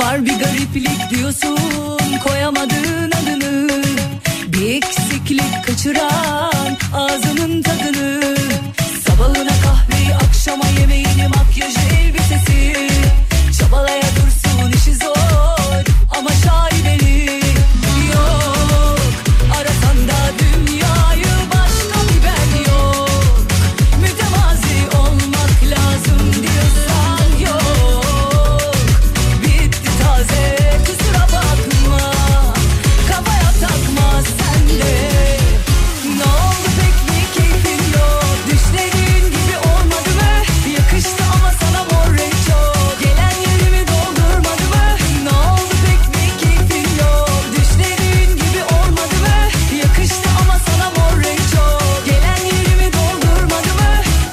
Var bir gariplik diyorsun, koyamadığın adını. Bir eksiklik kaçıran ağzının tadını. Sabahına kahveyi, akşama yemeğini, makyajı, elbisesi. Çabalaya dursun işi zor ama şaibeli. Yok arasan da dünyayı, başka bir ben yok. Mütevazi olmak lazım diyorsan yok. Bitti taze, kusura bakma, kafaya takma sen de. Ne oldu pek mi, keyfin yok? Düşlediğin gibi olmadı mı? Yakıştı ama sana mor renk çok. Gelen yerimi doldurmadı mı? Ne oldu pek mi, keyfin yok? Düşlediğin gibi olmadı mı? Yakıştı ama sana mor renk çok. Gelen yerimi doldurmadı mı?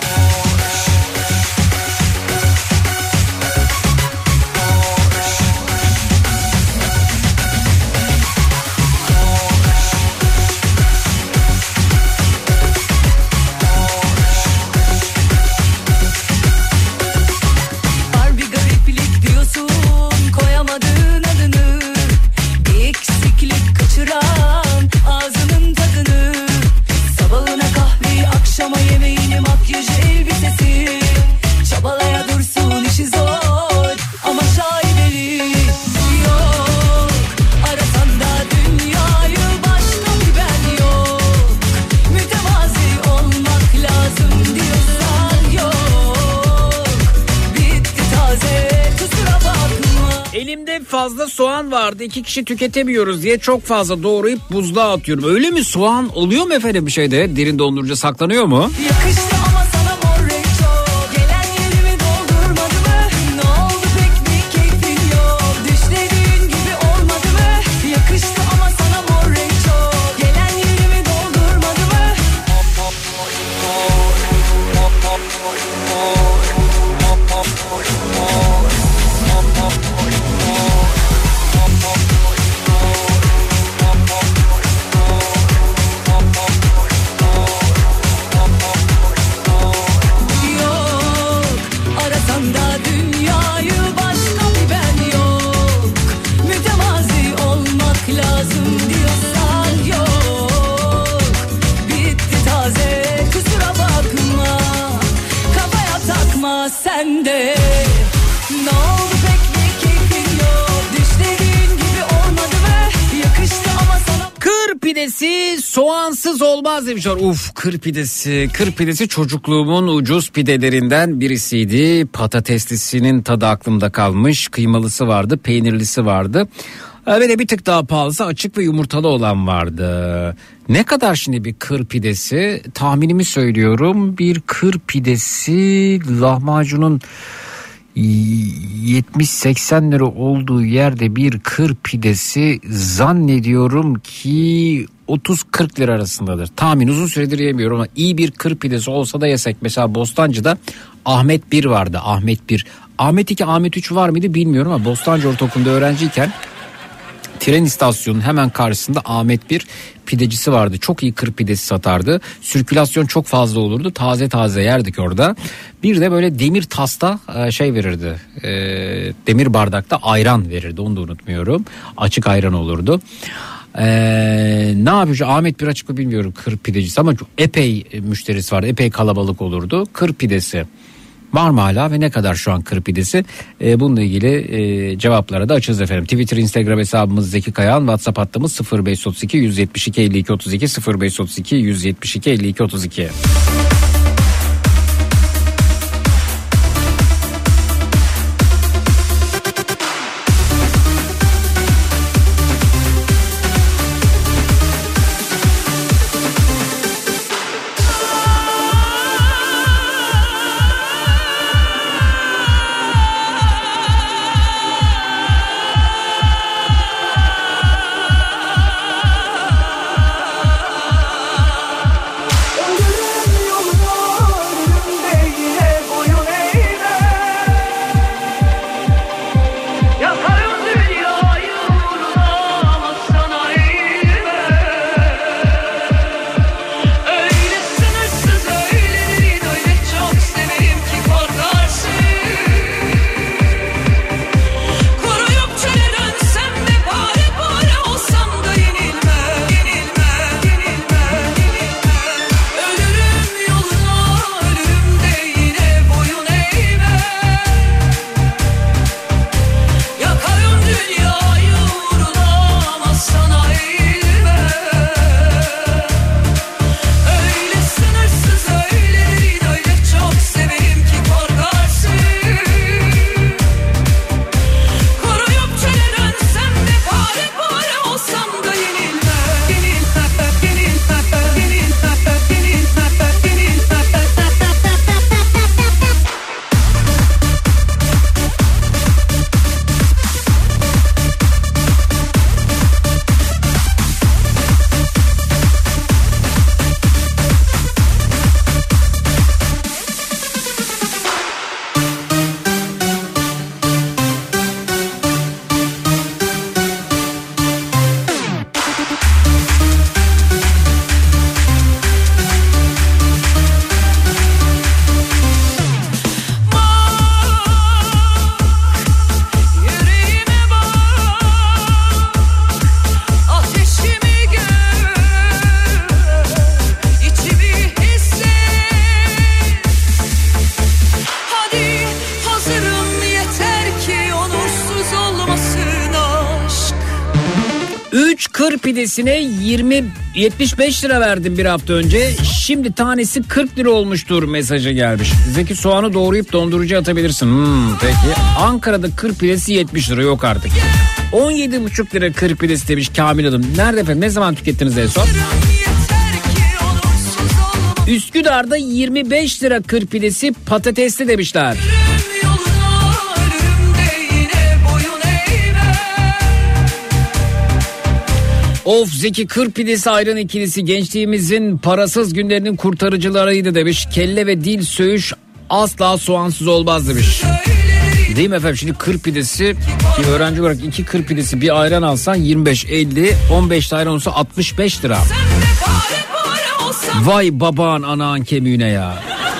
Var bir gariplik diyorsun, koyamadığın adını. Bir eksiklik kaçıran ağzının tadını. Sabahına kahveyi, akşama yemeğini, makyajı, elbisesi. Çabalaya dursun işi zor ama şaibeli. Yok arasan da dünyayı, başka bir ben yok. Mütevazi olmak lazım diyorsan yok. Bitti taze, kusura bakma. Elimde fazla soğan vardı, iki kişi tüketemiyoruz diye çok fazla doğrayıp buzluğa atıyorum. Öyle mi, soğan oluyor mu efendim bir şeyde? Derin dondurucuda saklanıyor mu? Yakıştı ama sana mor renk çok. Gelen yerimi doldurmadı mı? Ne oldu pek mi, keyfin yok? Düşlediğin gibi olmadı mı? Yakıştı ama sana mor renk çok. Gelen yerimi doldurmadı mı? Yok arasan da dünyayı, başka bir ben yok. Mütevazi olmak lazım diyorsan yok. Bitti taze, kusura bakma, kafaya takma sen de. Ne oldu pek mi, keyfin yok? Düşlediğin gibi olmadı mı? Yakıştı ama sana. Kır pidesi soğansız olmaz demişler. Uf, kır pidesi. Kır pidesi çocukluğumun ucuz pidelerinden birisiydi. Patateslisinin tadı aklımda kalmış. Kıymalısı vardı, peynirlisi vardı. Ve de bir tık daha pahalısı açık ve yumurtalı olan vardı. Ne kadar şimdi bir kır pidesi? Tahminimi söylüyorum. Bir kır pidesi lahmacunun yetmiş seksen lira olduğu yerde bir kır pidesi zannediyorum ki otuz kırk lira arasındadır. Tahmin, uzun süredir yemiyorum ama iyi bir kır pidesi olsa da yesek. Mesela Bostancı'da Ahmet bir vardı. Ahmet bir. Ahmet iki, Ahmet üç var mıydı bilmiyorum ama Bostancı Ortaokulu'nda öğrenciyken tren istasyonunun hemen karşısında Ahmet bir pidecisi vardı. Çok iyi kır pidesi satardı. Sirkülasyon çok fazla olurdu. Taze taze yerdik orada. Bir de böyle demir tasta şey verirdi. E, demir bardakta ayran verirdi. Onu da unutmuyorum. Açık ayran olurdu. Ee, ne yapıyor? Ahmet bir açık mı bilmiyorum kır pidecisi ama epey müşterisi vardı. Epey kalabalık olurdu. Kır pidesi var mı hala ve ne kadar şu an kır pidesi? Ee, bununla ilgili e, cevaplara da açığız efendim. Twitter, Instagram hesabımız Zeki Kayağan, WhatsApp hattımız sıfır beş otuz iki yüz yetmiş iki elli iki otuz iki sıfır beş otuz iki yüz yetmiş iki elli iki otuz iki. Öldüremiyorum Kır pidesine yirmi yetmiş beş lira verdim bir hafta önce. Şimdi tanesi kırk lira olmuştur mesajı gelmiş. Zeki soğanı doğrayıp dondurucuya atabilirsin. Hmm, peki. Ankara'da kır pidesi yetmiş lira, yok artık. on yedi buçuk lira kır pidesi demiş Kamil Hanım. Nerede efendim? Ne zaman tükettiniz en son? Üsküdar'da yirmi beş lira kır pidesi patatesli demişler. Of Zeki, kır pidesi ayran ikilisi gençliğimizin parasız günlerinin kurtarıcılarıydı demiş. Kelle ve dil söğüş asla soğansız olmaz demiş. Değil mi efendim? Şimdi kır pidesi, ki öğrenci olarak iki kır pidesi bir ayran alsan yirmi beş elli, on beş ayran olsa altmış beş lira. Vay baban anağın kemiğine ya.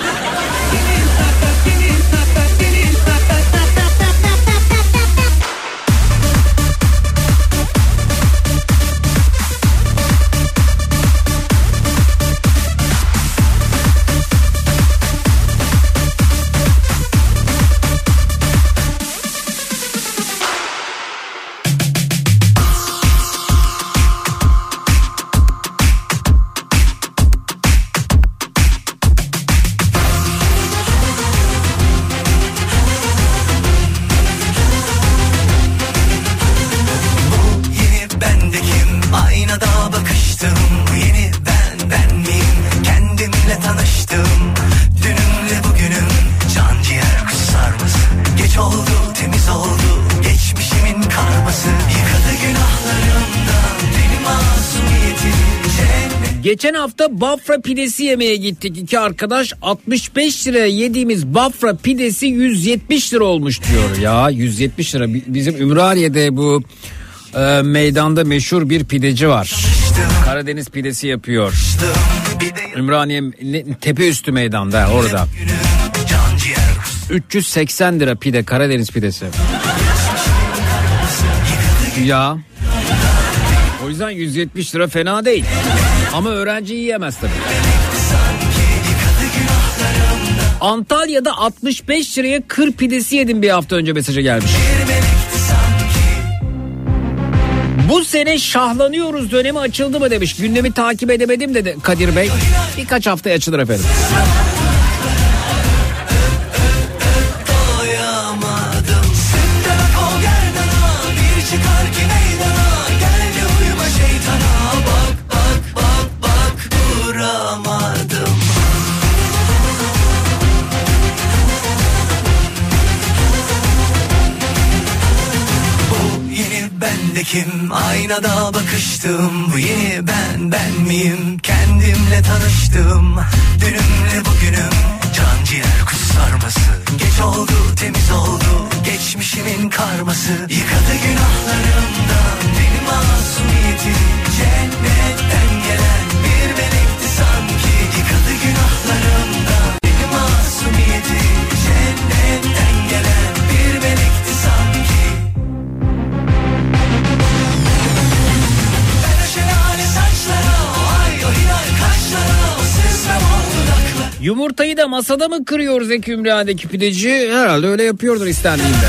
Geçen hafta Bafra pidesi yemeye gittik iki arkadaş, altmış beş liraya yediğimiz Bafra pidesi yüz yetmiş lira olmuş diyor. Ya yüz yetmiş lira. Bizim Ümraniye'de bu e, meydanda meşhur bir pideci var. Karadeniz pidesi yapıyor. Ümraniye tepe üstü meydanda orada. üç yüz seksen lira pide, Karadeniz pidesi. Ya. O yüzden yüz yetmiş lira fena değil. Ama öğrenci yiyemez tabii. Antalya'da altmış beş liraya kır pidesi yedim bir hafta önce mesajı gelmiş. Bu sene şahlanıyoruz dönemi açıldı mı demiş. Gündemi takip edemedim dedi Kadir Bey. Birkaç haftaya açılır efendim. Kim aynada bakıştım, bu yeni ben ben miyim, kendimle tanıştım. Dünümle bugünüm can ciğer kuzu sarması. Geç oldu temiz oldu geçmişimin karması. Yıkadı günahlarımdan beni masumiyetim. Cennetten gelen bir melekti sanki. Yıkadı günahlarımdan beni masumiyetim. Cennetten gelen bir melekti sanki. Yumurtayı da masada mı kırıyoruz Zeki Ümraniye'deki pideci? Herhalde öyle yapıyordur istendiğinde.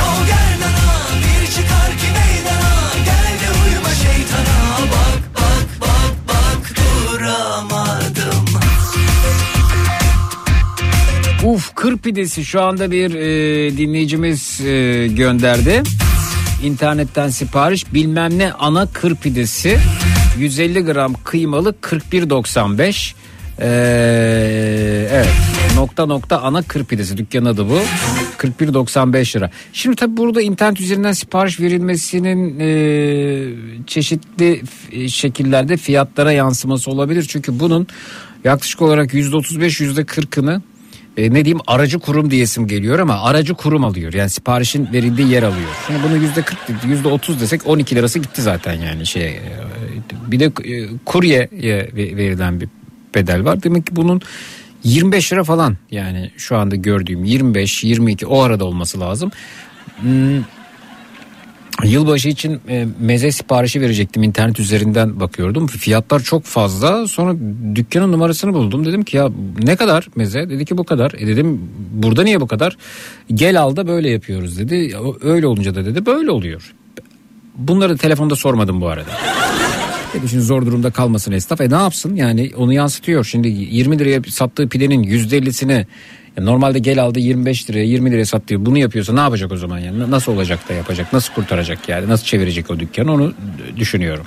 Uf, kır pidesi şu anda bir e, dinleyicimiz e, gönderdi. İnternetten sipariş, bilmem ne ana kır pidesi, yüz elli gram kıymalı, kırk bir doksan beş. Ee, evet, nokta nokta ana kır pidesi, dükkanın adı bu. kırk bir doksan beş lira. Şimdi tabi burada internet üzerinden sipariş verilmesinin e, çeşitli şekillerde fiyatlara yansıması olabilir. Çünkü bunun yaklaşık olarak yüzde otuz beş yüzde kırkını e, ne diyeyim aracı kurum diyesim geliyor ama aracı kurum alıyor. Yani siparişin verildiği yer alıyor. Şimdi bunu yüzde kırk yüzde otuz desek on iki lirası gitti zaten yani şey. Bir de e, kuryeye verilen bir bedel var. Demek ki bunun yirmi beş lira falan, yani şu anda gördüğüm yirmi beş yirmi iki o arada olması lazım. Hmm, yılbaşı için e, meze siparişi verecektim, internet üzerinden bakıyordum. Fiyatlar çok fazla. Sonra dükkanın numarasını buldum. Dedim ki ya ne kadar meze? Dedi ki bu kadar. E dedim burada niye bu kadar? Gel al da böyle yapıyoruz dedi. Öyle olunca da dedi böyle oluyor. Bunları telefonda sormadım bu arada. E düşün, zor durumda kalmasın esnaf. E ne yapsın yani, onu yansıtıyor. Şimdi yirmi liraya sattığı pidenin yüzde ellisini normalde gel aldı yirmi beş liraya yirmi liraya satıyor. Bunu yapıyorsa ne yapacak o zaman yani? Nasıl olacak da yapacak? Nasıl kurtaracak yani? Nasıl çevirecek o dükkanı? Onu düşünüyorum.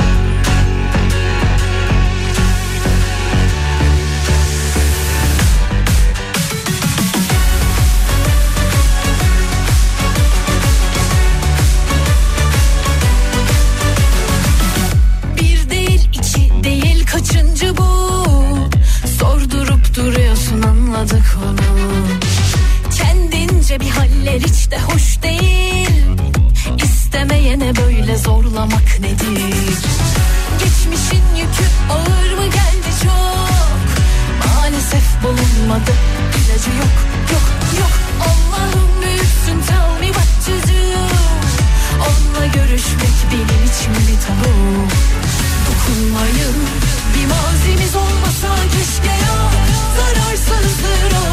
Bir değil, iki değil, kaçıncı bu? Sordurup duruyorsun, anladık onu. Kendince bir haller hiç de hoş değil. İstemeyene böyle zorlamak nedir? Geçmişin yükü ağır mı geldi çok? Maalesef bulunmadı, ilacı yok, yok, yok. Allah'ım büyüksün, tell me what to do. Onunla görüşmek benim için bir tabu. Dokunmayın, bir mazimiz olmasa keşke ya. Zararsızdır o.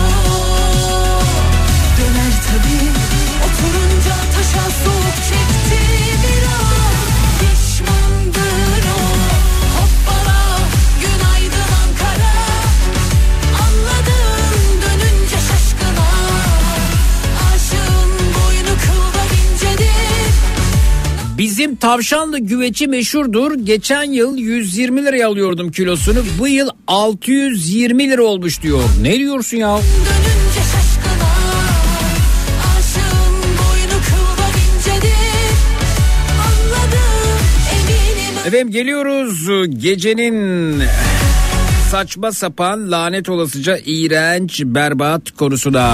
Döner tabii, oturunca taşa soğuk çekti bir an. Pişmandır o. Hoppala, günaydın Ankara. Anladım dönünce şaşkına. Aşığın boynu kıldan incedir. Bizim tavşanlı güveci meşhurdur. Geçen yıl yüz yirmi liraya alıyordum kilosunu. Bu yıl altı yüz yirmi lira olmuş diyor. Ne diyorsun ya? Dönünce şaşkına. Aşığın boynu kıldan incedir. Anladım, eminim. Efendim geliyoruz gecenin saçma sapan, lanet olasıca iğrenç, berbat konusuna.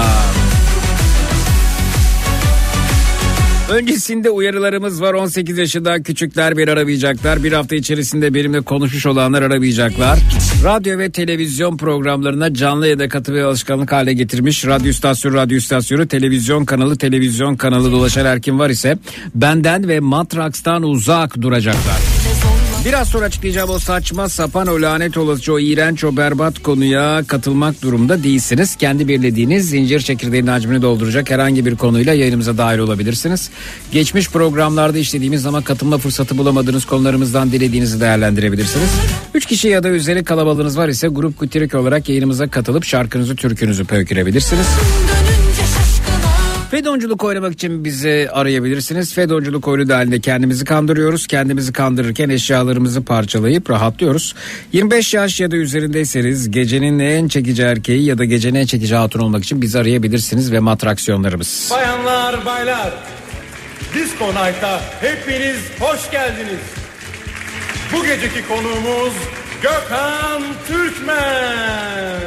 Öncesinde uyarılarımız var. on sekiz yaşından küçükler beni aramayacaklar. Bir hafta içerisinde benimle konuşmuş olanlar aramayacaklar. Radyo ve televizyon programlarına canlı ya da katı ve alışkanlık hale getirmiş radyo istasyonu, radyo istasyonu, televizyon kanalı, televizyon kanalı dolaşan her kim var ise benden ve Matraks'tan uzak duracaklar. Biraz sonra açıklayacağım o saçma sapan, o lanet olası, o iğrenç, o berbat konuya katılmak durumda değilsiniz. Kendi belirlediğiniz zincir çekirdeğinin hacmini dolduracak herhangi bir konuyla yayınımıza dahil olabilirsiniz. Geçmiş programlarda işlediğimiz ama katılma fırsatı bulamadığınız konularımızdan dilediğinizi değerlendirebilirsiniz. Üç kişi ya da üzeri kalabalığınız var ise grup Kutirik olarak yayınımıza katılıp şarkınızı, türkünüzü pöykürebilirsiniz. Fedonculuk oynamak için bizi arayabilirsiniz. Fedonculuk oyunu dahilinde kendimizi kandırıyoruz. Kendimizi kandırırken eşyalarımızı parçalayıp rahatlıyoruz. yirmi beş yaş ya da üzerindeyseniz gecenin en çekici erkeği ya da gecenin en çekici hatun olmak için bizi arayabilirsiniz ve matraksiyonlarımız. Bayanlar, baylar, Disco Night'a hepiniz hoş geldiniz. Bu geceki konuğumuz Gökhan Türkmen.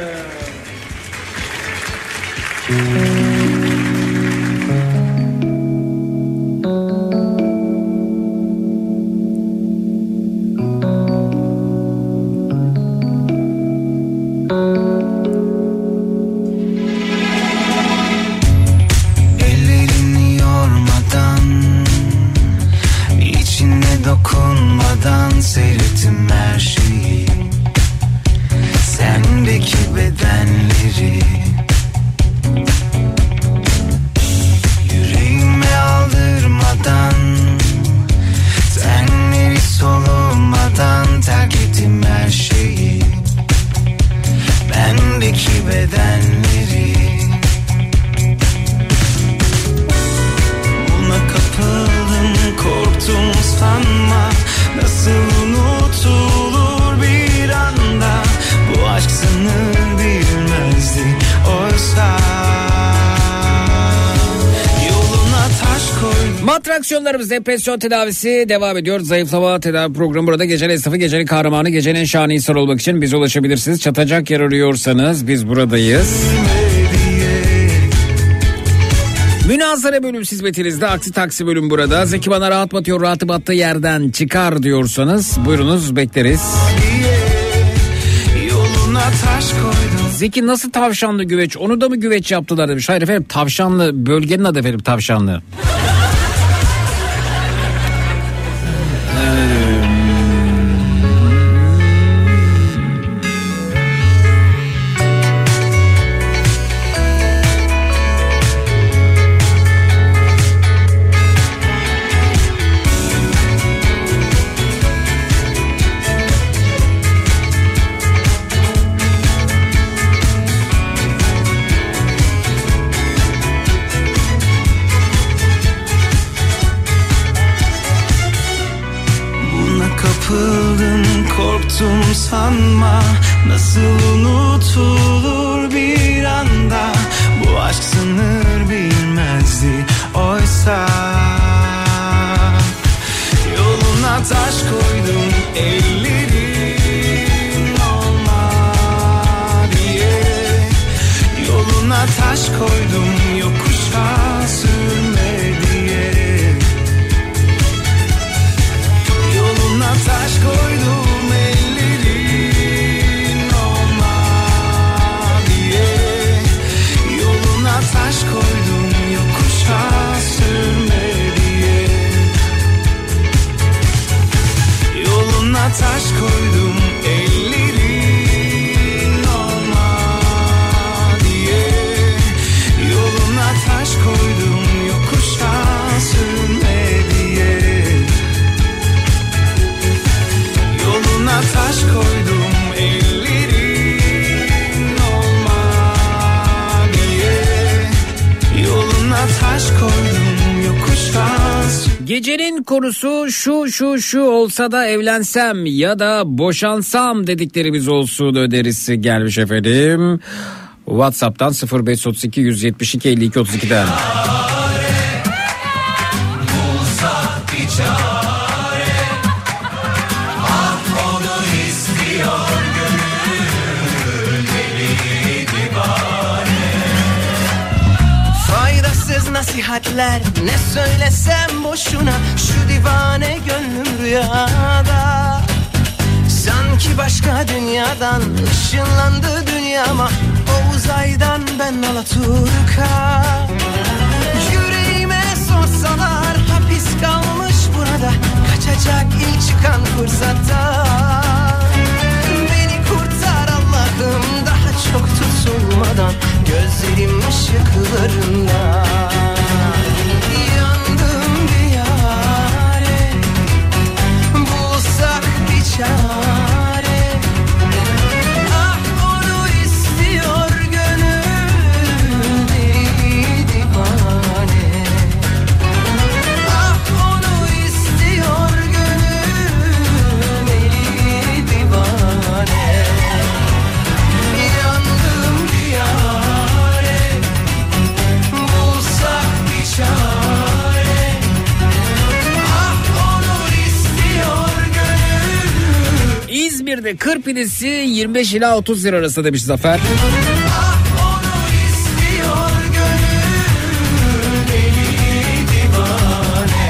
Ellerini yormadan, içine dokunmadan seyrettim her şeyi. Sendeki bedenleri yüreğime aldırmadan, tenleri solumadan terk ettim her şeyi. Bendeki bedenleri buna kapıldım, korktum sanma. Nasıl unutulur bir anda, bu aşk sınır bilmezdi oysa. Yoluna taş koydum. Matraksiyonlarımız, depresyon tedavisi devam ediyor. Zayıflama tedavi programı burada. Gecenin esnafı, gecenin kahramanı, gecenin en şahane insan olmak için bize ulaşabilirsiniz. Çatacak yer arıyorsanız biz buradayız. Münazara bölüm hizmetinizde, aksi taksi bölüm burada. Zeki bana rahat batıyor, rahatı battığı yerden çıkar diyorsanız buyurunuz, bekleriz. Yoluna taş koydum. Zeki nasıl tavşanlı güveç, onu da mı güveç yaptılar demiş. Hayır efendim, tavşanlı, bölgenin adı efendim, tavşanlı. unuttum sanma. Nasıl unutulur bir anda, bu aşk sınır bilmezdi oysa. Yoluna taş koydum ellerin olma diye. Yoluna taş koydum yokuşa sürme diye. Yoluna taş koydum ellerin olma diye. Yoluna taş koydum yokuşa sürme diye. Yoluna taş koydum ellerin olma diye. Yoluna taş koydum yokuşa sürme diye. Yoluna taş koydum ellerin olma diye. Yoluna taş koydum yokuşa. Gecenin konusu şu şu şu olsa da evlensem ya da boşansam dediklerimiz olsun önerisi gelmiş efendim. WhatsApp'tan sıfır beş otuz iki yüz yetmiş iki elli iki otuz iki'den. Faydasız nasihatler ne söylesem boşuna, şu divane gönlüm rüyada. Sanki başka dünyadan ışınlandı dünyama, o uzaydan ben Alaturka. Yüreğime sorsalar hapis kalmış burada, kaçacak ilk çıkan fırsatta. Beni kurtar Allah'ım daha çok tutulmadan, gözlerim ışıklarında. Yandım diyare, bulsak bir çare. Ah onu istiyor gönül deli divane. Ah onu istiyor gönül deli divane. Yandım diyare, bulsak bir çare. Ah onu istiyor gönül. İzmir'de kır pidesi yirmi beş ila otuz lira arasında demiş Zafer. Ah onu istiyor gönül deli divane.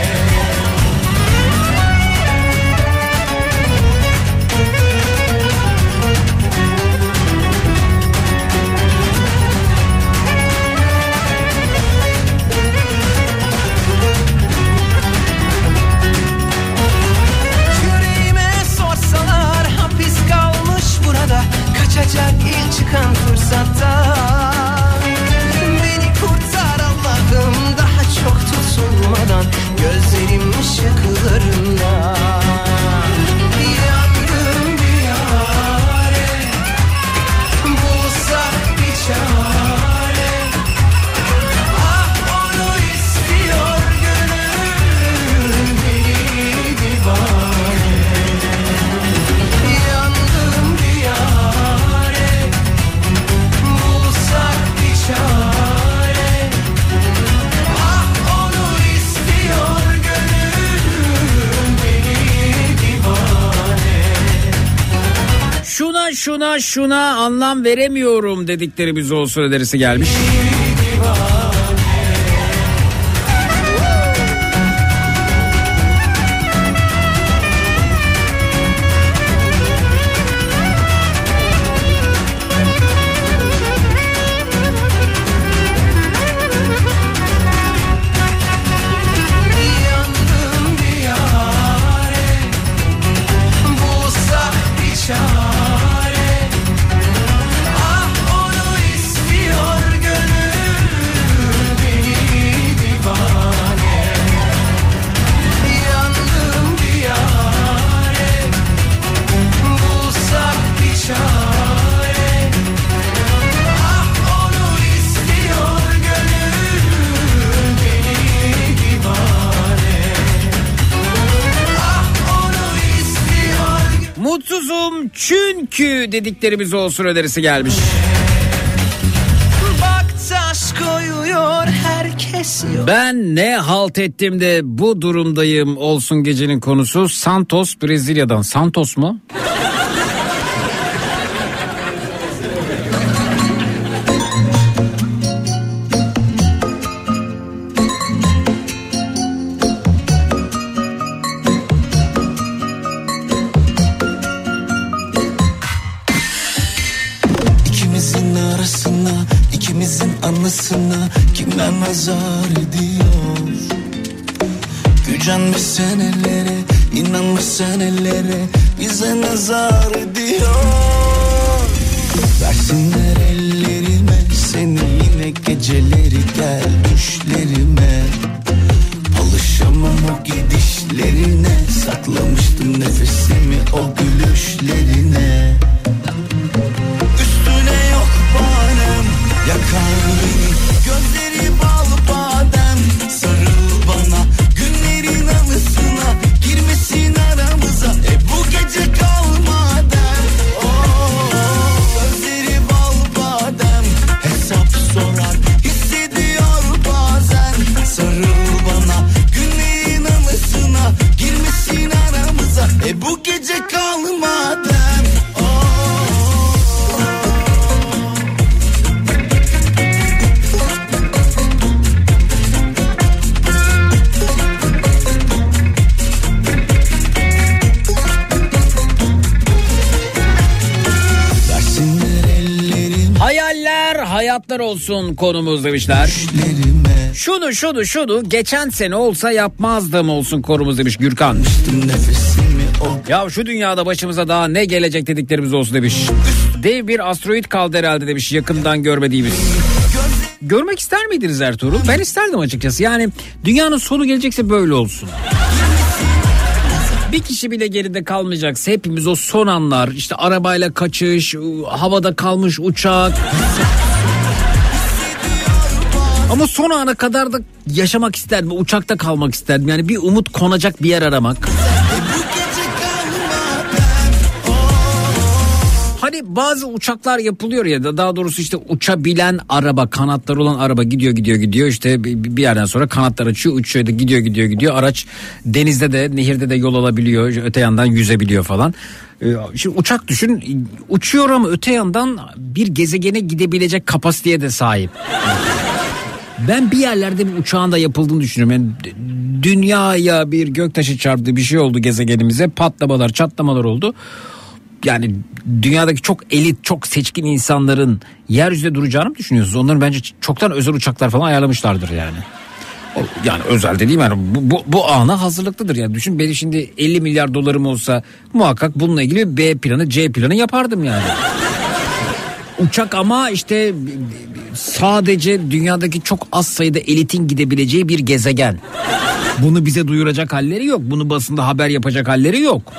Yüreğime sorsalar hapis kalmış burada, kaçacak ilk çıkan fırsatta. Beni kurtar Allah'ım daha çok tutulmadan, gözlerim ışıklarında. Yandım diyare, bulsak bir çare. Ah onu istiyor gönül deli divane. Yandım diyare, bulsak bir çare. Ah onu istiyor gönül deli divane. Şuna şuna şuna anlam veremiyorum dediklerimiz olsun önerisi gelmiş. Yandım diyare, bulsak bir çare. Ah onu istiyor gönül çünkü dediklerimiz olsun önerisi gelmiş. Bak taş koyuyor herkes yok. Ben ne halt ettim de bu durumdayım olsun gecenin konusu. Santos Brezilya'dan. Santos mu? Anlasına kimler nazar ediyor? Gücenmiş senelere, inanmış senelere, bize nazar ediyor. Versinler ellerime, seni yine geceleri gel düşlerime. Alışamam o gidişlerine, saklamıştım nefesimi o gülüşlerine. Üstüne yok banem, yakar beni, gözleri bal badem. Sarıl bana, günlerin anısına, girmesin aramıza, e bu gece kalmadan. Oh, gözleri bal badem, hesap sorar, hissediyor bazen. Sarıl bana, günlerin anısına, girmesin aramıza, e bu gece kalmadan. Hayaller hayatlar olsun konumuz demişler. Şunu şunu şunu geçen sene olsa yapmazdım olsun konumuz demiş Gürkan. Ya şu dünyada başımıza daha ne gelecek dediklerimiz olsun demiş. Dev bir asteroid kaldı herhalde demiş yakından görmediğimiz. Görmek ister miydiniz Ertuğrul? Ben isterdim açıkçası. Yani dünyanın sonu gelecekse böyle olsun. Bir kişi bile geride kalmayacaksa hepimiz o son anlar, işte arabayla kaçış, havada kalmış uçak. Ama son ana kadar da yaşamak isterdim, uçakta kalmak isterdim. Yani bir umut konacak bir yer aramak. Hani bazı uçaklar yapılıyor ya da daha doğrusu işte uçabilen araba, kanatları olan araba gidiyor gidiyor gidiyor işte bir yerden sonra kanatlar açıyor, uçuyor da gidiyor gidiyor gidiyor. Araç denizde de nehirde de yol alabiliyor, öte yandan yüzebiliyor falan. Şimdi uçak düşün, uçuyor ama öte yandan bir gezegene gidebilecek kapasiteye de sahip. Ben bir yerlerde bir uçağın da yapıldığını düşünüyorum. Yani dünyaya bir göktaşı çarptı, bir şey oldu gezegenimize, patlamalar çatlamalar oldu. Yani dünyadaki çok elit, çok seçkin insanların yeryüzünde duracağını mı düşünüyorsunuz? Onların bence çoktan özel uçaklar falan ayarlamışlardır yani. Yani özel dediğim yani bu, bu, bu ana hazırlıklıdır. Yani düşün, benim şimdi elli milyar dolarım olsa muhakkak bununla ilgili B planı, C planı yapardım yani. Uçak ama işte sadece dünyadaki çok az sayıda elitin gidebileceği bir gezegen. Bunu bize duyuracak halleri yok. Bunu basında haber yapacak halleri yok.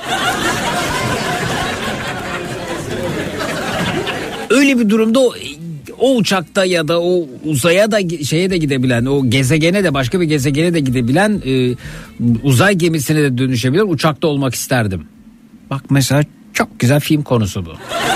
Öyle bir durumda o, o uçakta ya da o uzaya da şeye de gidebilen, o gezegene de başka bir gezegene de gidebilen e, uzay gemisine de dönüşebilen uçakta olmak isterdim. Bak mesela çok güzel film konusu bu.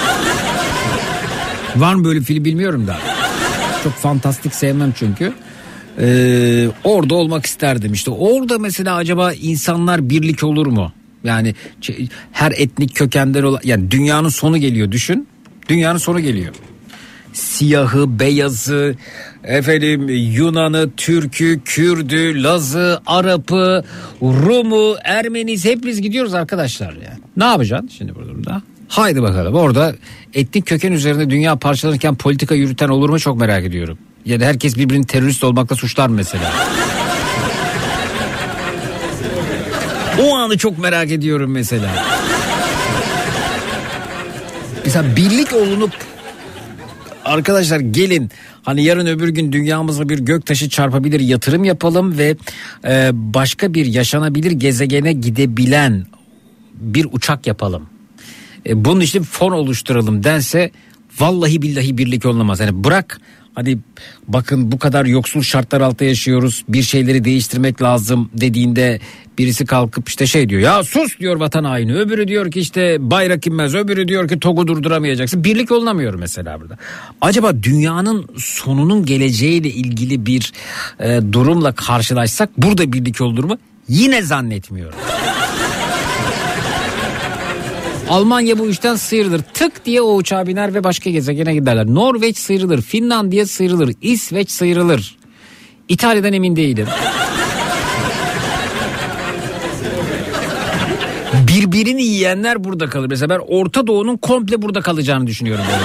Var mı böyle film bilmiyorum da. Çok fantastik sevmem çünkü. Ee, orada olmak isterdim işte. Orada mesela acaba insanlar birlik olur mu? Yani her etnik kökenden olan, yani dünyanın sonu geliyor düşün. Dünyanın sonu geliyor. Siyahı, beyazı, efendim Yunan'ı, Türk'ü, Kürd'ü, Laz'ı, Arap'ı, Rum'u, Ermenisi hepimiz gidiyoruz arkadaşlar yani. Ne yapacaksın şimdi bu durumda? Haydi bakalım, orada etnik köken üzerinde dünya parçalanırken politika yürüten olur mu çok merak ediyorum. Ya da herkes birbirini terörist olmakla suçlar mesela. O anı çok merak ediyorum mesela. Mesela birlik olunup arkadaşlar gelin hani yarın öbür gün dünyamıza bir göktaşı çarpabilir, yatırım yapalım ve e, başka bir yaşanabilir gezegene gidebilen bir uçak yapalım. E, bunun için fon oluşturalım dense Vallahi billahi birlik olunamaz. Yani bırak hani bakın bu kadar yoksul şartlar altında yaşıyoruz. Bir şeyleri değiştirmek lazım dediğinde birisi kalkıp işte şey diyor. Ya sus diyor vatan haini. Öbürü diyor ki işte bayrak inmez. Öbürü diyor ki TOG'u durduramayacaksın. Birlik olunamıyor mesela burada. Acaba dünyanın sonunun geleceğiyle ilgili bir e, durumla karşılaşsak burada birlik olur mu? Yine zannetmiyorum. Almanya bu işten sıyrılır. Tık diye o uçağa biner ve başka gezegene giderler. Norveç sıyrılır. Finlandiya sıyrılır. İsveç sıyrılır. İtalya'dan emin değilim. Birbirini yiyenler burada kalır. Mesela ben Orta Doğu'nun komple burada kalacağını düşünüyorum. Böyle.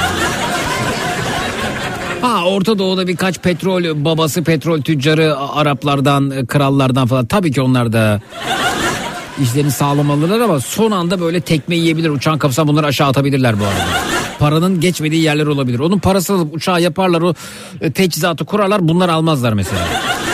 Ha Orta Doğu'da birkaç petrol babası, petrol tüccarı, Araplardan, krallardan falan. Tabii ki onlar da işlerini sağlam alırlar ama son anda böyle tekme yiyebilir. Uçağın kapısından bunları aşağı atabilirler bu arada. Paranın geçmediği yerler olabilir. Onun parasını alıp uçağı yaparlar, o teçhizatı kurarlar, bunlar almazlar mesela.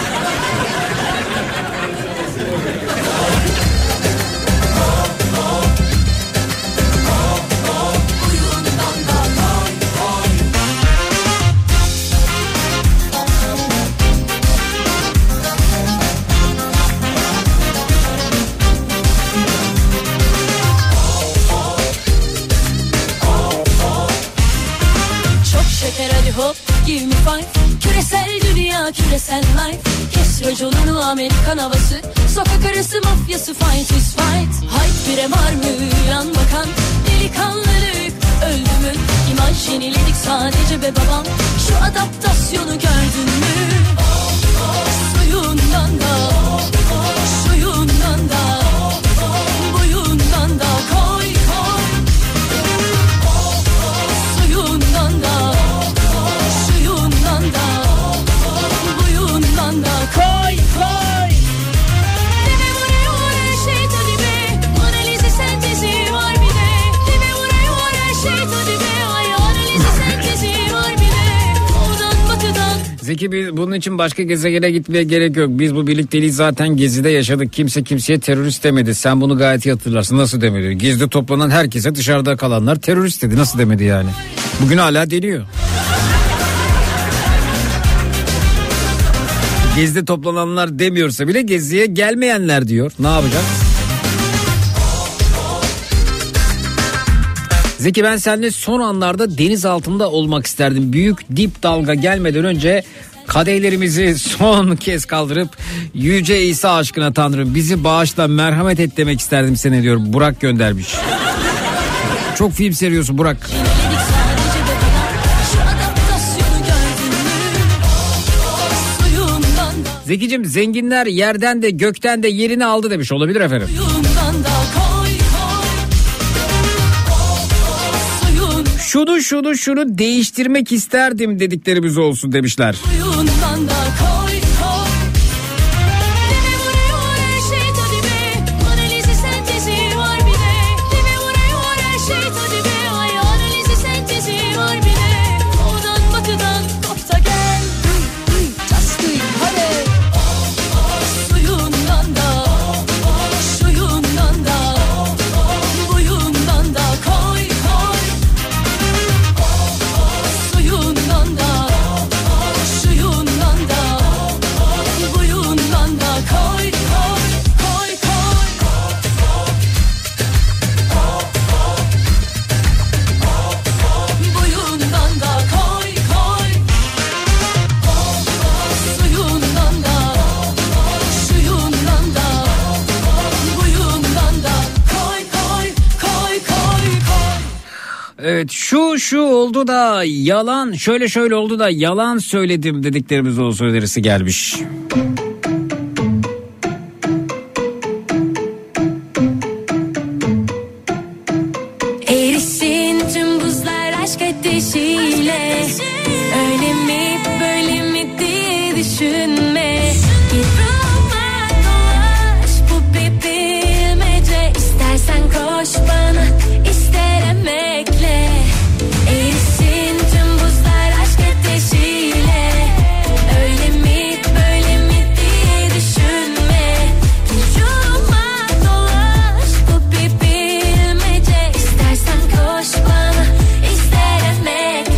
Küresel life, kes raconunu Amerikan havası, sokak arası mafyası, fight is fight. Hayt bire var mı yan bakan, delikanlılık öldü mü? İmaj yeniledik sadece be babam, şu adaptasyonu gördün mü? Suyundan da, suyundan da, buyundan da koy koy. Suyundan da, suyundan da, da koy koy. Deme buraya var her şey tadı be, analizi sentezi var bir de. Deme buraya var her şey tadı be, ay analizi sentezi var bir de. Oradan batıdan. Zeki, biz bunun için başka gezegene gitmeye gerek yok. Biz bu birlikteliği zaten Gezi'de yaşadık. Kimse kimseye terörist demedi. Sen bunu gayet iyi hatırlarsın. Nasıl demedi? Gezi'de toplanan herkese dışarıda kalanlar terörist dedi. Nasıl demedi yani? Bugün hala deniyor. Gezi'de toplananlar demiyorsa bile Gezi'ye gelmeyenler diyor. Ne yapacağız? Zeki, ben seninle son anlarda deniz altında olmak isterdim. Büyük dip dalga gelmeden önce kadehlerimizi son kez kaldırıp Yüce İsa aşkına Tanrım bizi bağışla, merhamet et demek isterdim seni diyor. Burak göndermiş. Çok film seviyorsun Burak. Zekicim, zenginler yerden de gökten de yerini aldı demiş. Olabilir efendim. Şunu şunu şunu değiştirmek isterdim dediklerimiz olsun demişler. Evet, şu şu oldu da yalan, şöyle şöyle oldu da yalan söyledim dediklerimiz olsun önerisi gelmiş. Erisin tüm buzlar aşk ateşiyle, öyle mi böyle mi diye düşünme. Git Roma dolaş, bu bir bilmece. İstersen koş bana, ister emekle. Erisin tüm buzlar aşk ateşiyle, öyle mi böyle mi diye düşünme. Git Roma dolaş, bu bir bilmece. İstersen koş bana, ister emekle.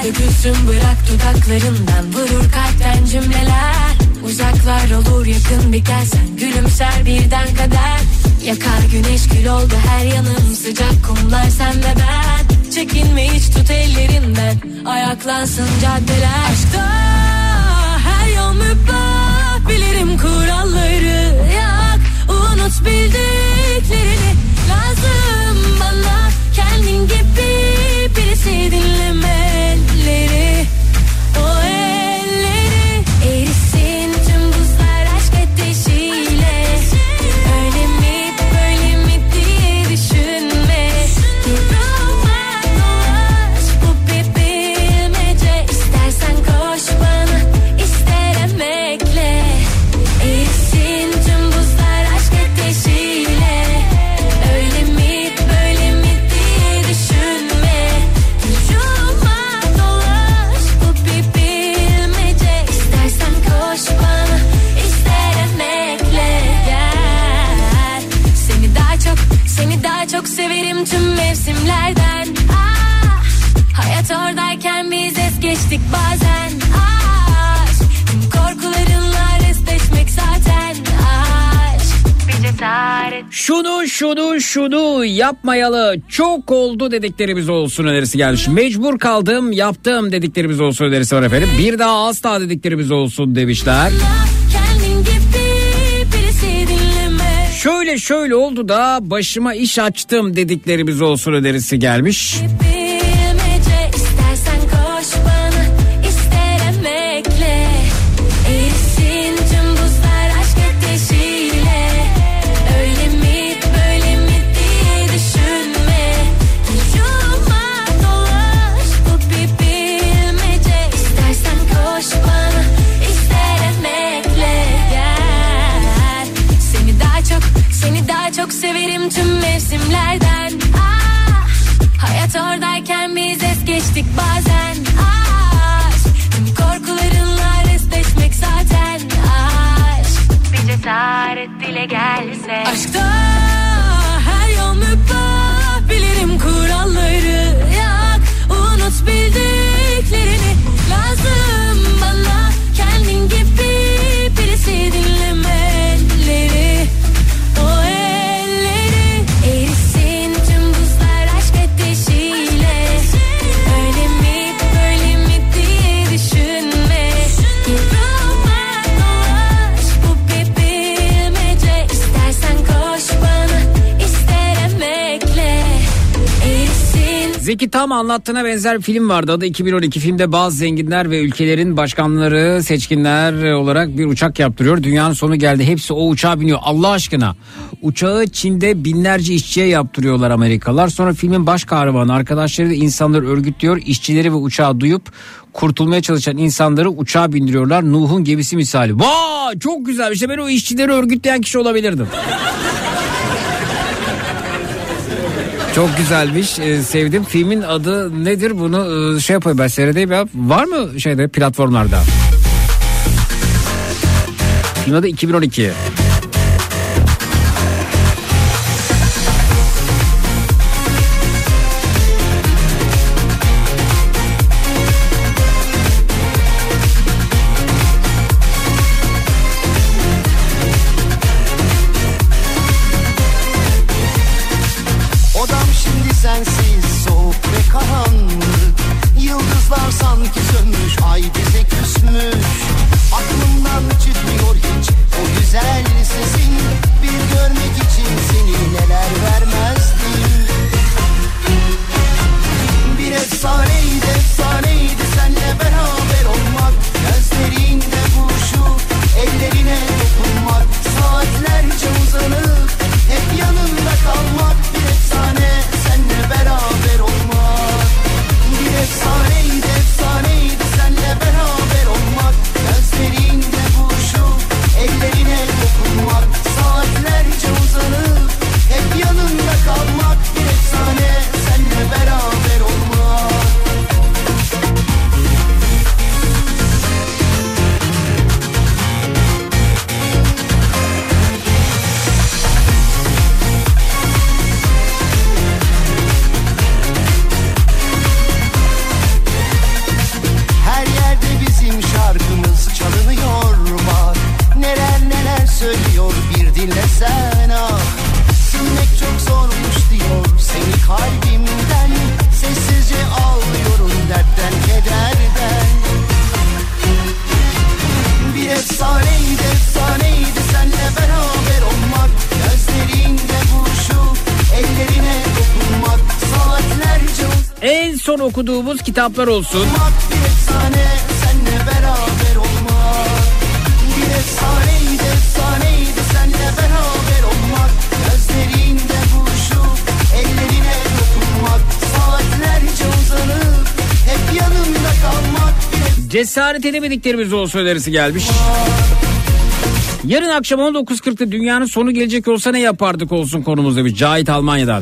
dökülsün bırak dudaklarından, vurur kalpten cümleler. Uzaklar olur yakın bir gelsen, gülümser birden kader. Yakar güneş kül oldu her yanım, sıcak kumlar sen ve ben. Çekinme hiç tut ellerinden, ayaklansın caddeler. Aşkta her yol mübah, bilirim kuralları. Yak unut bildiklerini, lazım bana kendin gibi birisi, dinlemeleri. O elleri erisin tüm buzlar aşk ateşiyle. Öyle mi böyle mi diye düşünme. Yorulma dolaş bu bir bilmece. İstersen koş bana, ister emekle. Erisin tüm buzlar aşk ateşiyle. Öyle mi böyle mi diye düşünme. Yorulma dolaş bu bir bilmece. İstersen koş bana, ister emekle. Gel seni daha çok, seni daha çok severim tüm mevsimlerden. Ah, hayat oradayken biz es geçtik bazen. Aşk tüm korkularınla restleşmek zaten. Aşk bir cesaret. Şunu şunu şunu yapmayalı çok oldu dediklerimiz olsun önerisi gelmiş. Mecbur kaldım yaptım dediklerimiz olsun önerisi var efendim. Bir daha asla dediklerimiz olsun demişler. Kendin gibi birisi, dinleme. Şöyle şöyle oldu da başıma iş açtım dediklerimiz olsun önerisi gelmiş. Bilmece, istersen koş bana, ister emekle. Erisin tüm buzlar aşk ateşiyle. Öyle mi böyle mi diye düşünme. Yorulma dolaş bu bir bilmece. İstersen koş bana, ister emekle. Gel seni daha çok, seni daha çok severim tüm mevsimlerden. Ah, hayat oradayken biz es geçtik bazen. Aşk tüm korkularınla restleşmek zaten. Aşk bir cesaret dile gelse. Aşkta her yol mübah, bilirim kuralları. Yak unut bildiklerini, lazım bana kendin gibi birisi, dinlemeleri. O elleri erisin tüm buzlar aşk ateşiyle. Öyle mi böyle mi diye düşünme. Yorulma dolaş bu bir bilmece. İstersen koş bana, ister emekle. Erisin. Zeki Tam anlattığına benzer bir film vardı. Adı iki bin on iki. Filmde bazı zenginler ve ülkelerin başkanları seçkinler olarak bir uçak yaptırıyor. Dünyanın sonu geldi. Hepsi o uçağa biniyor. Allah aşkına. Uçağı Çin'de binlerce işçiye yaptırıyorlar Amerikalılar. Sonra filmin baş kahramanı arkadaşları da insanları örgütlüyor. İşçileri ve uçağı duyup kurtulmaya çalışan insanları uçağa bindiriyorlar. Nuh'un gemisi misali. Vay çok güzel. İşte ben o işçileri örgütleyen kişi olabilirdim. Çok güzelmiş, ee, sevdim. Filmin adı nedir, bunu e, şey yapayım ben seyredeyim ya. Var mı şeyde platformlarda? Film adı iki bin on iki. Odam şimdi sensiz, soğuk ve karanlık. Yıldızlar sanki sönmüş, ay bize küsmüş. Aklımdan çıkmıyor hiç o güzel sesin. Bir görmek için seni neler vermezdim. Bir efsaneydi, efsaneydi senle beraber olmak. Gözlerinde buluşup ellerine dokunmak. Saatlerce uzanıp hep yanında kalmak. Bir efsane senle beraber olmak. Bir efsaneydi, efsaneydi senle beraber olmak. Gözlerinde buluşup ellerine dokunmak. Saatlerce uzanıp hep yanında kalmak. Bir efsane senle beraber olmak. son okuduğumuz kitaplar olsun. Bir efsane senle beraber olmak. Bir efsaneydi efsaneydi senle beraber olmak. Gözlerinde buluşup ellerine dokunmak. Saatlerce uzanıp hep yanında kalmak. Cesaret edemediklerimiz olsun önerisi gelmiş. Yarın akşam on dokuz kırkta dünyanın sonu gelecek olsa ne yapardık olsun konumuz demiş Cahit Almanya'dan.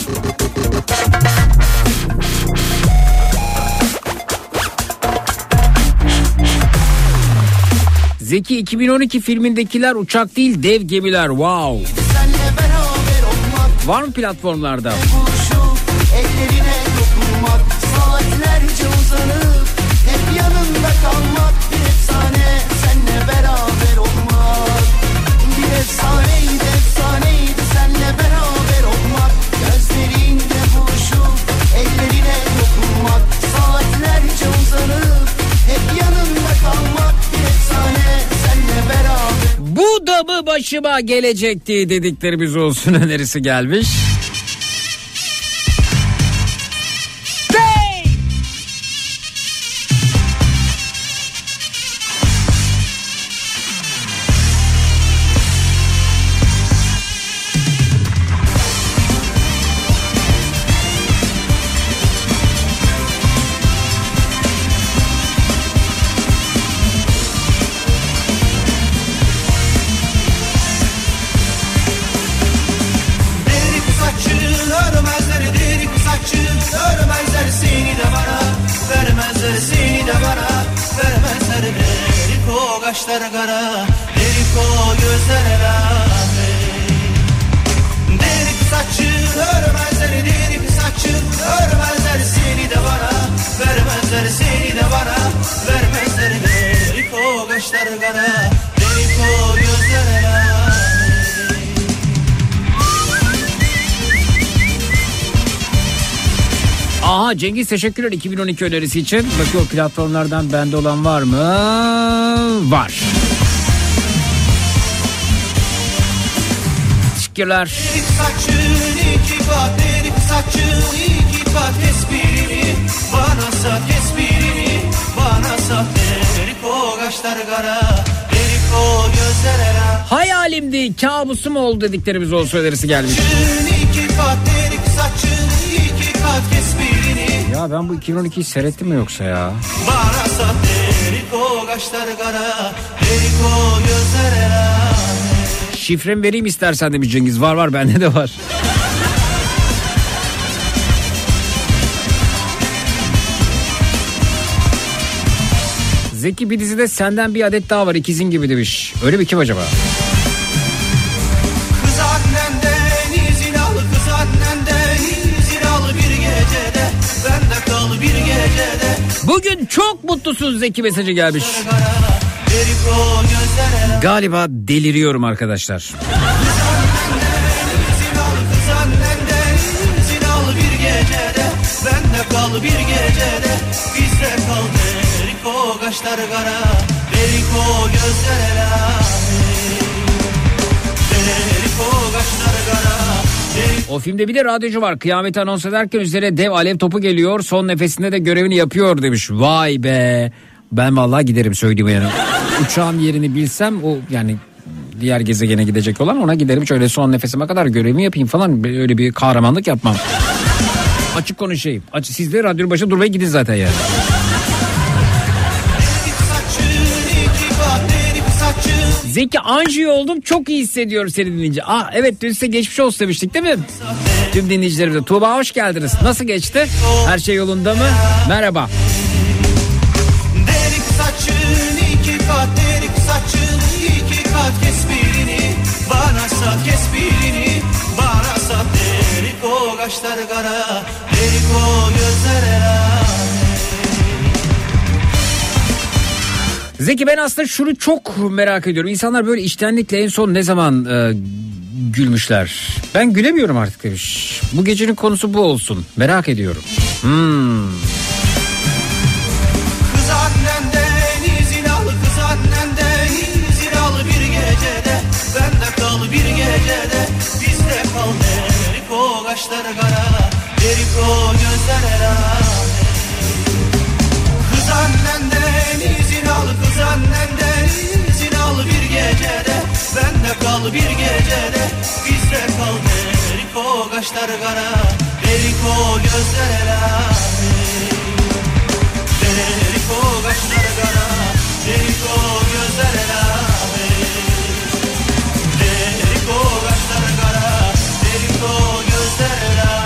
Zeki iki bin on iki filmindekiler uçak değil dev gemiler. Wow. Var mı platformlarda? Ellerine dokunmak, saatlerce uzanıp hep yanında kalmak. Bir efsane senle beraber olmak. Bir efsaneydi efsaneydi senle beraber olmak. Gözlerinde buluşup ellerine dokunmak. Saatlerce uzanıp hep yanında kalmak. Bir efsane senle beraber. Bu da mı başıma gelecekti dediklerimiz olsun önerisi gelmiş. Aha Cengiz teşekkürler iki bin on iki önerisi için. Bakıyor platformlardan bende olan var mı? Var. Teşekkürler. Saçın iki kat, derik saçın iki kat esprini bana sat esprini bana sat derik o kaşlar kara derik o gözler ela. Hayalimdi kabusum oldu dediklerimiz olsun önerisi gelmiş. Saçın iki kat, derik saçın iki kat esprini. Ya ben bu iki bin on ikiyi seyrettim mi yoksa ya? Bana sat derik o kaşlar kara derik o gözler ela. Şifremi vereyim istersen demiş Cengiz. Var var bende de var. Zeki bir dizide senden bir adet daha var ikizin gibi demiş. Öyle mi kim acaba? Kız annenden izin al, kız annenden izin al bir gecede. Bende kal bir gecede. Bugün çok mutlusun Zeki mesajı gelmiş. Galiba deliriyorum arkadaşlar. Kız annenden izin al, kız annenden izin al bir gecede. Bende kal bir gecede. Bizde kal derik o kaşlar kara, derik o gözler ela. Derik o kaşlar kara. O filmde bir de radyocu var. Kıyameti anons ederken üzerine dev alev topu geliyor. Son nefesinde de görevini yapıyor demiş. Vay be. Ben vallahi giderim söyleyeyim yani. Uçağın yerini bilsem o yani diğer gezegene gidecek olan ona giderim. Şöyle son nefesime kadar görevimi yapayım falan. Öyle bir kahramanlık yapmam. Açık konuşayım. Açık, siz de radyonun başına durmaya gidin zaten yani. Zeki anjiyo oldum çok iyi hissediyorum seni dinleyince. Ah evet dün size geçmiş olsun demiştik değil mi? Tüm dinleyicilerimize. Tuğba hoş geldiniz. Nasıl geçti? Her şey yolunda mı? Merhaba. Derik saçın iki kat, derik saçın iki kat kes birini. Bana sat kes birini. Bana sat derik o kaşlar kara, derik o gözler ela. Zeki ben aslında şunu çok merak ediyorum. İnsanlar böyle içtenlikle en son ne zaman e, gülmüşler? Ben gülemiyorum artık demiş. Bu gecenin konusu bu olsun. Merak ediyorum. Hmm. Kız annenden izin al, kız annenden izin al bir gecede. Bende kal bir gecede. Bizde kal derik o kaşlar kara, derik o gözler ela. kaşlar kara, delik o gözler helali. Delik o kaşlar kara, delik o gözler helali. Delik o kaşlar kara, delik o gözler helali.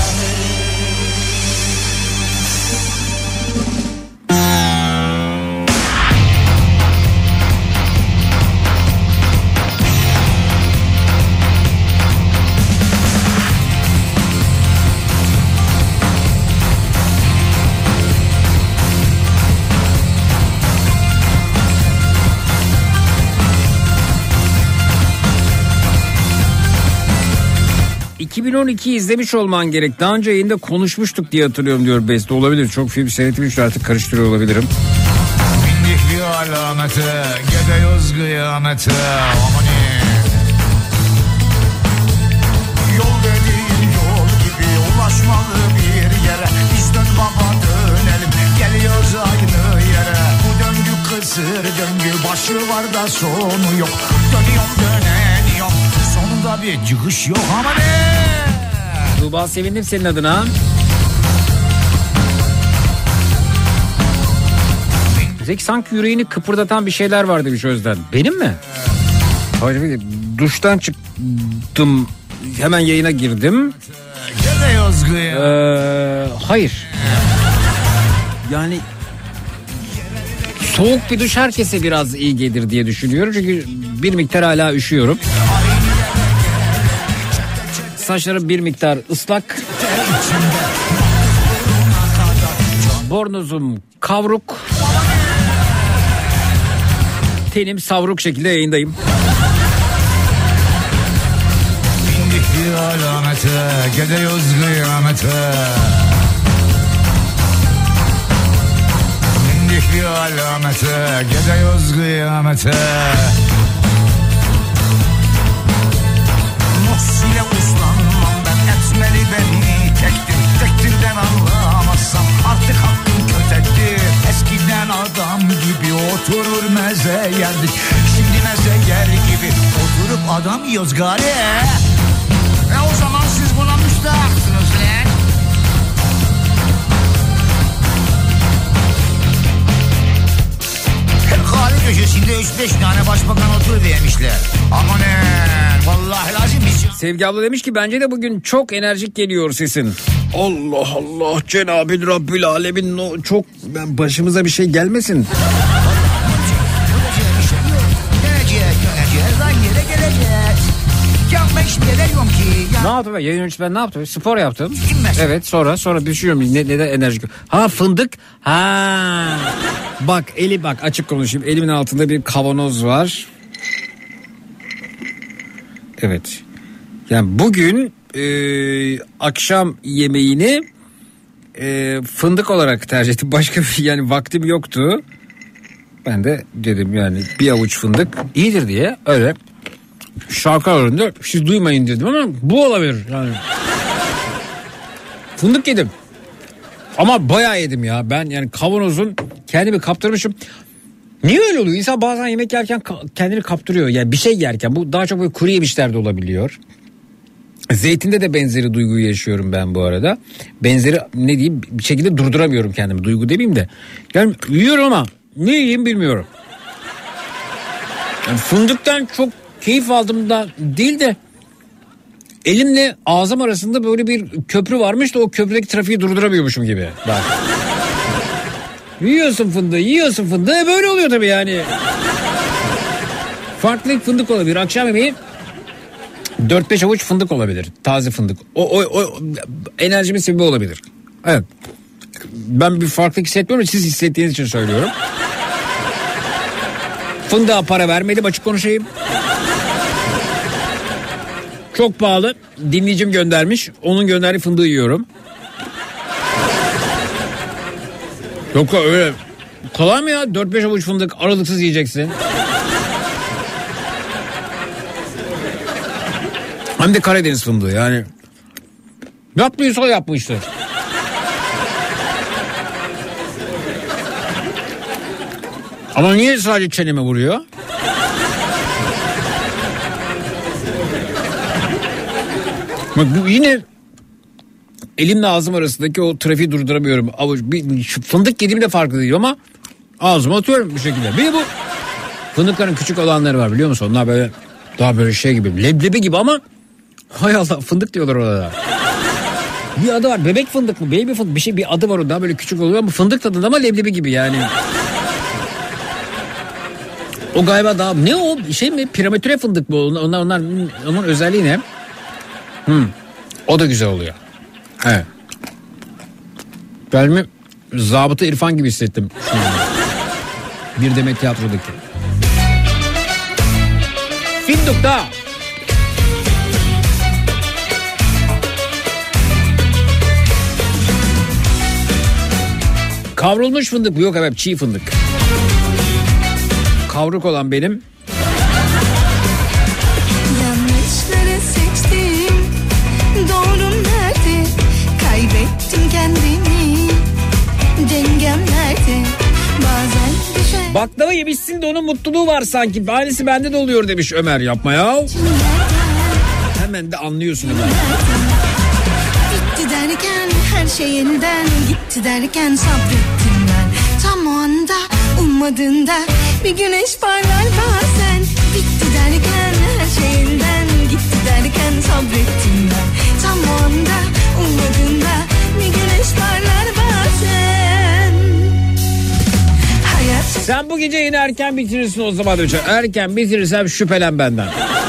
iki bin on iki izlemiş olman gerek. Daha önce yayında konuşmuştuk diye hatırlıyorum diyor Beste. Olabilir. Çok film seyretmiş, artık karıştırıyor olabilirim. Bindik bir alamete, gidiyoruz kıyamete. Amani. Yol dediğin yol gibi ulaşmalı bir yere. Biz dön baba dönelim, geliyoruz aynı yere. Bu döngü kısır döngü, başı var da sonu yok. Dönüyorum döneniyorum, sonunda bir çıkış yok. Amani. Tuğba, sevindim senin adına. Zeki, sanki yüreğini kıpırdatan bir şeyler var demiş Özden. Benim mi? Hayır, duştan çıktım, hemen yayına girdim. Ee, hayır. Yani soğuk bir duş herkese biraz iyi gelir diye düşünüyorum. Çünkü bir miktar hala üşüyorum. Saçlarım bir miktar ıslak. Bornozum kavruk. Tenim savruk şekilde yayındayım. Bindik bir alamete, gidiyoruz kıyamete. Bindik bir alamete, gidiyoruz kıyamete. Nasile uslanmam ben, etmeli beni tektir. Tektirden anlamazsam artık hakkım kötektir. Eskiden adam gibi oturur meze yerdik. Şimdi meze yer gibi oturup adam yiyoruz gari. E o zaman siz buna müstahaksınız lan. Kahve köşesinde üç beş tane başbakan oturuvermişler. Amanın vallahi lazım biz. Sevgi abla demiş ki bence de bugün çok enerjik geliyor sesin. Allah Allah, Cenab-ı Rabbül Alemin, no, çok ben başımıza bir şey gelmesin. Ne yaptım ben? Yayın öncesi ben ne yaptım? Spor yaptım. Evet, sonra sonra düşünüyorum ne, neden enerjik. Ha, fındık. Ha. Bak eli bak açık konuşayım. Elimin altında bir kavanoz var. Evet. Yani bugün e, akşam yemeğini e, fındık olarak tercih ettim. Başka bir yani vaktim yoktu. Ben de dedim yani bir avuç fındık iyidir diye öyle şarkı arasında siz duymayın dedim ama bu olabilir yani. Fındık yedim. Ama bayağı yedim ya. Ben yani kavanozun kendimi kaptırmışım. Niye öyle oluyor? İnsan bazen yemek yerken kendini kaptırıyor. Yani bir şey yerken, bu daha çok böyle kuru yemişlerde olabiliyor. Zeytinde de benzeri duyguyu yaşıyorum ben bu arada. Benzeri ne diyeyim, bir şekilde durduramıyorum kendimi. Duygu demeyeyim de. Yani yiyorum ama ne yiyeyim bilmiyorum. Yani fındıktan çok keyif aldığımda değil de elimle ağzım arasında böyle bir köprü varmış da o köprüdeki trafiği durduramıyormuşum gibi. Bak. Yiyorsun fındığı, yiyorsun fındığı, böyle oluyor tabii yani. Farklı fındık olabilir. Akşam yemeği dört beş avuç fındık olabilir. Taze fındık. O, o, o enerjimin sebebi olabilir. Evet. Ben bir farklılık hissetmiyorum. Siz hissettiğiniz için söylüyorum. Fındığa para vermedim, açık konuşayım. Çok pahalı. Dinleyicim göndermiş. Onun gönderdiği fındığı yiyorum. Yok öyle. Kolay mı ya? dört beş avuç fındık aralıksız yiyeceksin. Hem de Karadeniz fındığı yani. Yapmıyorsa yapmıştır. Ama niye sadece çeneme vuruyor? Bak bu yine elimle ağzım arasındaki o trafiği durduramıyorum. Avuç, bir, şu fındık yediğim de farklı değil ama ağzıma atıyorum bu şekilde. Bir de bu fındıkların küçük olanları var biliyor musun? Onlar böyle daha böyle şey gibi, leblebi gibi ama hay Allah, fındık diyorlar orada. Bir adı var, bebek fındık mı, baby fındık, bir şey, bir adı var o, daha böyle küçük oluyor ama fındık tadında ama leblebi gibi yani. O galiba daha ne o şey mi, prematüre fındık bu, onlar onlar onun özelliği ne? Hmm. O da güzel oluyor. Evet. Kendimi Zabıta İrfan gibi hissettim. Bir Demet Tiyatro'daki. Fındıkta. Kavrulmuş fındık bu, yok evet, çiğ fındık. Kavruk olan benim. Yanlışları seçtim, doğru nerede? Kaybettim kendimi, dengem nerede? Bazen düşer. Baklava yemişsin de onun mutluluğu var sanki. Aynısı bende de oluyor demiş Ömer, yapma ya. Hemen de anlıyorsun Ömer. Bitti derken her şey yeniden gitti derken sabrettim ben. Tam o anda ummadığında bir güneş parlar bazen. Bitti derken her şey yeniden gitti derken sabrettim ben. Tam o anda ummadığında bir güneş parlar bazen. Hayat... Sen bu gece yine erken bitirirsin o zaman. Erken bitirirsem şüphelen benden.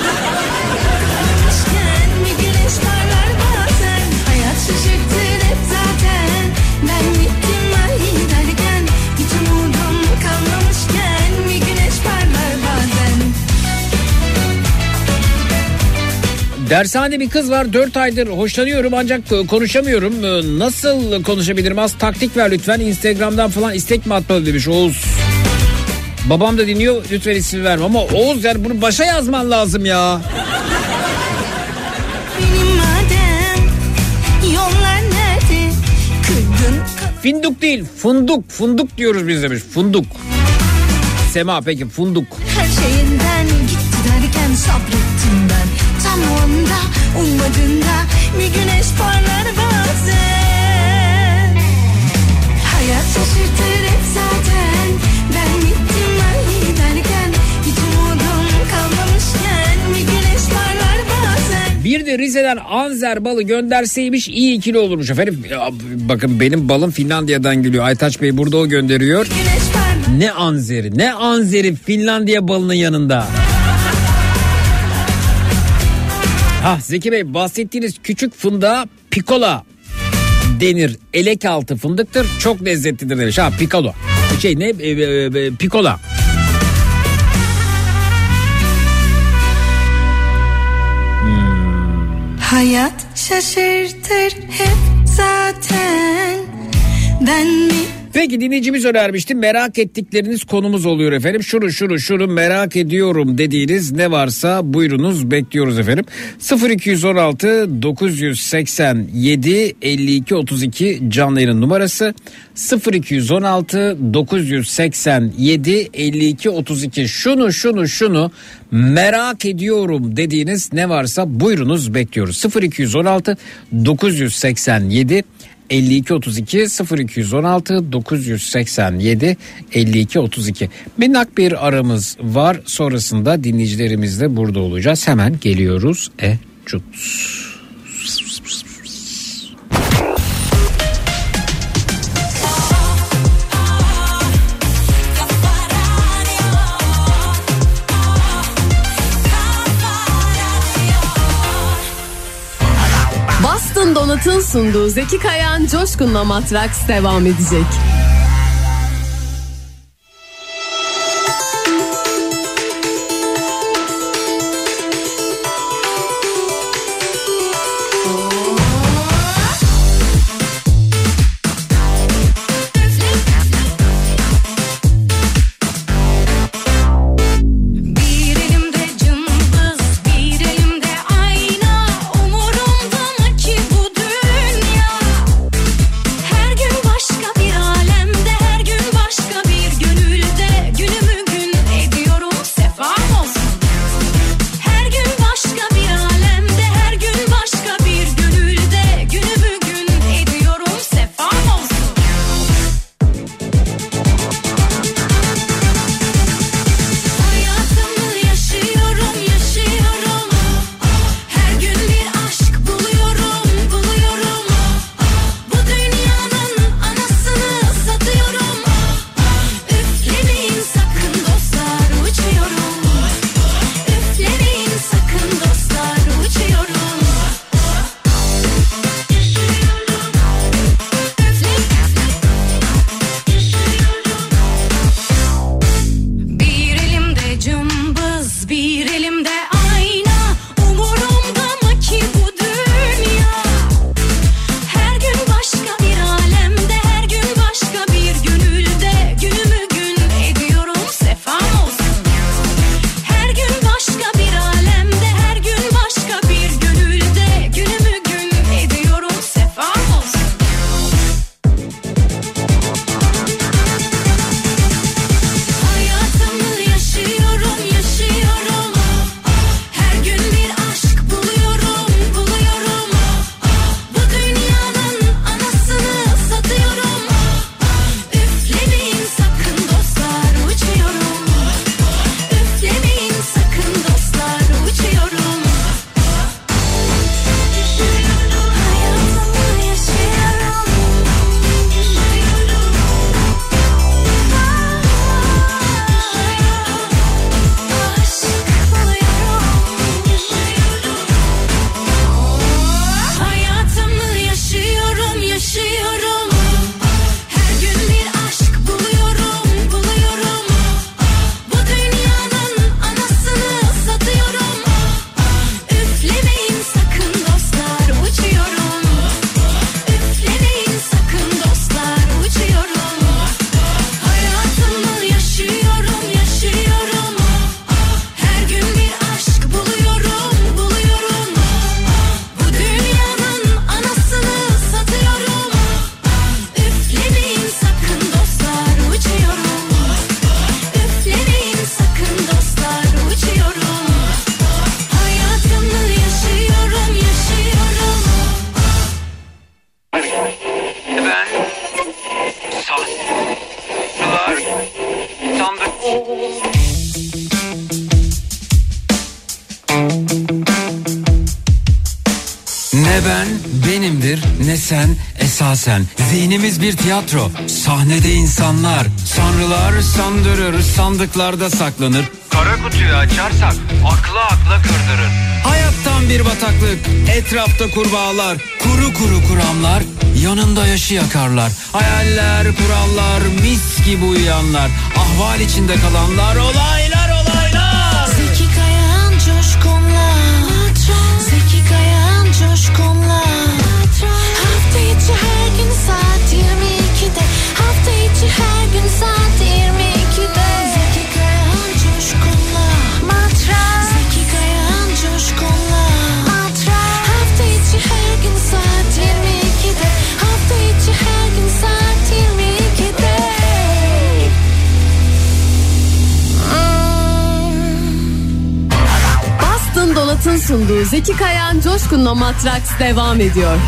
Dershanede bir kız var, dört aydır hoşlanıyorum ancak konuşamıyorum. Nasıl konuşabilirim? Az taktik ver lütfen. Instagram'dan falan istek mi atmalı demiş Oğuz. Babam da dinliyor, lütfen isim verme ama Oğuz, yani bunu başa yazman lazım ya. Benim madem yollar nerede? Kırgın... Finduk değil, funduk. Funduk diyoruz biz demiş. Funduk. Sema peki, funduk. Her şeyinden gitti derken sabrettim ben. Tam o anda ummadığında bir güneş parlar bazen. Hayat şaşırtır hep zaten. Ben gittim ben derken hiç umudum kalmamışken bir güneş parlar bazen. Bir de Rize'den Anzer balı gönderseymiş iyi ikili olurmuş efendim. Ya, bakın benim balım Finlandiya'dan geliyor. Aytaç Bey burada o gönderiyor. Ne Anzer'i, ne Anzer'i Finlandiya balının yanında. Ah Zeki Bey, bahsettiğiniz küçük fındığa pikola denir. Elek altı fındıktır. Çok lezzetlidir demiş. Ha pikolo. Şey ne? E, e, e, pikola. Hmm. Hayat şaşırtır hep zaten. Ben mi? Peki dinleyicimiz önermişti, merak ettikleriniz konumuz oluyor efendim. Şunu şunu şunu merak ediyorum dediğiniz ne varsa buyurunuz, bekliyoruz efendim. sıfır iki on altı dokuz seksen yedi elli iki otuz iki canlı yayın numarası. sıfır iki on altı dokuz seksen yedi elli iki otuz iki. Şunu şunu şunu merak ediyorum dediğiniz ne varsa buyurunuz, bekliyoruz. sıfır iki on altı dokuz seksen yedi elli iki otuz iki sıfır iki on altı dokuz seksen yedi elli iki otuz iki. Minnak bir aramız var, sonrasında dinleyicilerimizle burada olacağız. Hemen geliyoruz. E cut. Boston Donut'un sunduğu Zeki Kayan Coşkun'la Matraks devam edecek. Her gün başka bir alem. Ne ben benimdir ne sen esasen. Zihnimiz bir tiyatro, sahnede insanlar. Sanrılar sandırır, sandıklarda saklanır. Kara kutuyu açarsak akla akla kırdırır. Hayattan bir bataklık, etrafta kurbağalar. Kuru kuru kuramlar, yanında yaşı yakarlar. Hayaller kurallar, mis gibi uyuyanlar. Ahval içinde kalanlar, olaylar olaylar. Zeki Kayan Coşkun'la Zeki Kayan Coşkun'la hafta içi her gün saat yirmi ikide hafta içi her gün saat yirmi ikide Zeki Kayan Coşkun'la Matras Zeki Kayan Coşkun'la Matras hafta içi her gün saat yirmi ikide hafta içi her gün saat yirmi ikide. Bastın Donat'ın sunduğu Zeki Kayan Coşkun'la Matraks devam ediyor.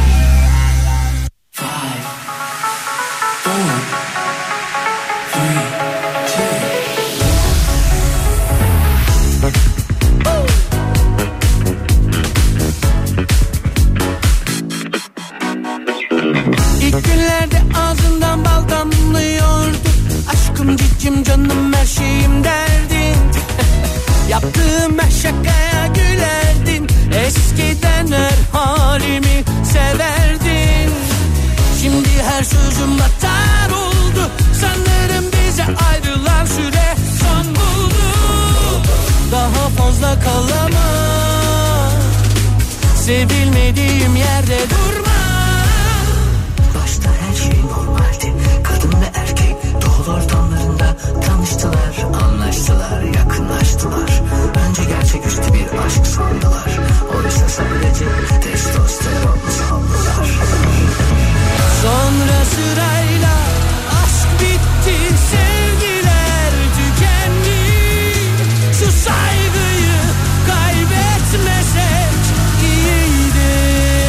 İlk günlerde ağzından bal damlıyordu. Aşkım cicim canım her şeyim derdin. Yaptığım her şakaya gülerdin. Eskiden her halimi severdin. Şimdi her sözüm batar oldu. Sanırım bize ayrılan süre son buldu. Daha fazla kalamam. Sevilmediğim yerde durma. Başta her şey normaldi. Kadın ve erkek doğal ortamlarında tanıştılar, anlaştılar, yakınlaştılar. Önce gerçeküstü bir aşk sandılar. Oysa sadece testosteron sandılar. Sonra sırayla aşk bitti, sevgiler tükendi. Şu saygıyı kaybetmesek iyiydi.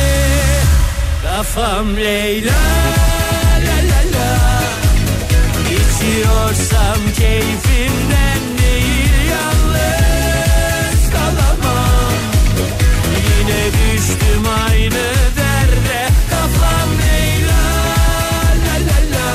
Kafam Leyla la la la. İçiyorsam keyfimden değil, yalnız kalamam. Yine düştüm aynı derde. Kafam Leyla la la la.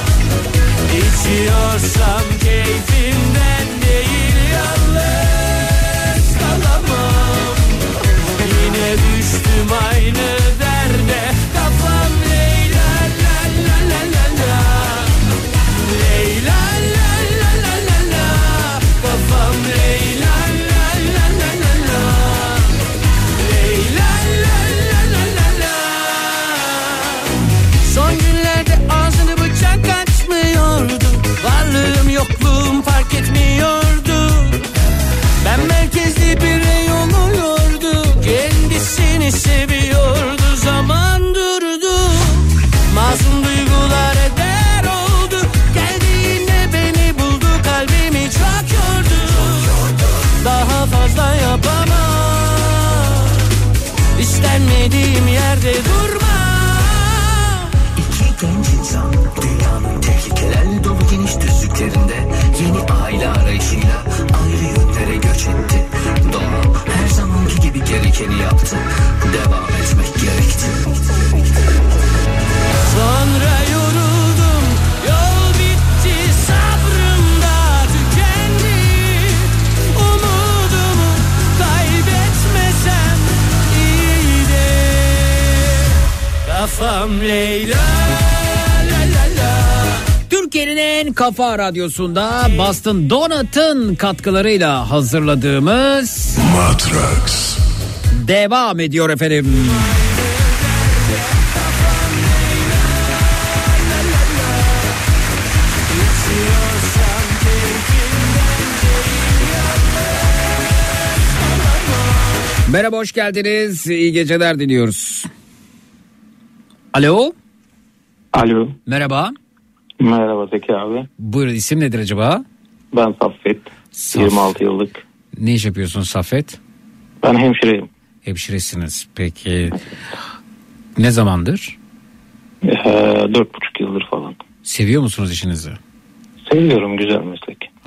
İçiyorsam keyfimden değil, yalnız kalamam. Yine düştüm aynı derde. Kafam Leyla la la la la la. Leyla la la la la la. Kafam Leyla la la la la la. Leyla la la la la la. Son günlerde ağzını bıçak açmıyordu. Varlığım yokluğum fark etmiyordu. Ben merkezli bir reyon oluyordu. Kendisini seviyordu. Zaman durdu. Masum duygular eder oldu. Geldi yine beni buldu. Kalbimi çok yordu. Daha fazla yapamam. İstenmediğim yerde durma. İki genç insan dünyanın tehlikelerle dolu geniş düzlüklerinde yeni aile arayışıyla ayrı yönlere göç etti. Doğa her zamanki gibi gerekeni yaptı. Devam etmek gerekti. Sonra yoruldum, yol bitti, sabrım da tükendi. Umudumu kaybetmesem iyiydi. Kafam Leyla la la la. Türkiye'nin en kafa radyosunda Boston Donut'ın katkılarıyla hazırladığımız Matraks devam ediyor efendim. Merhaba, hoş geldiniz. İyi geceler diliyoruz. Alo. Alo. Merhaba. Merhaba Zeki abi. Buyurun, isim nedir acaba? Ben Saffet. Saf. yirmi altı yıllık. Ne iş yapıyorsun Saffet? Ben hemşireyim. Hemşiresiniz. Peki ne zamandır? Ee, dört buçuk yıldır falan. Seviyor musunuz işinizi? Seviyorum, güzel meslek. Aa,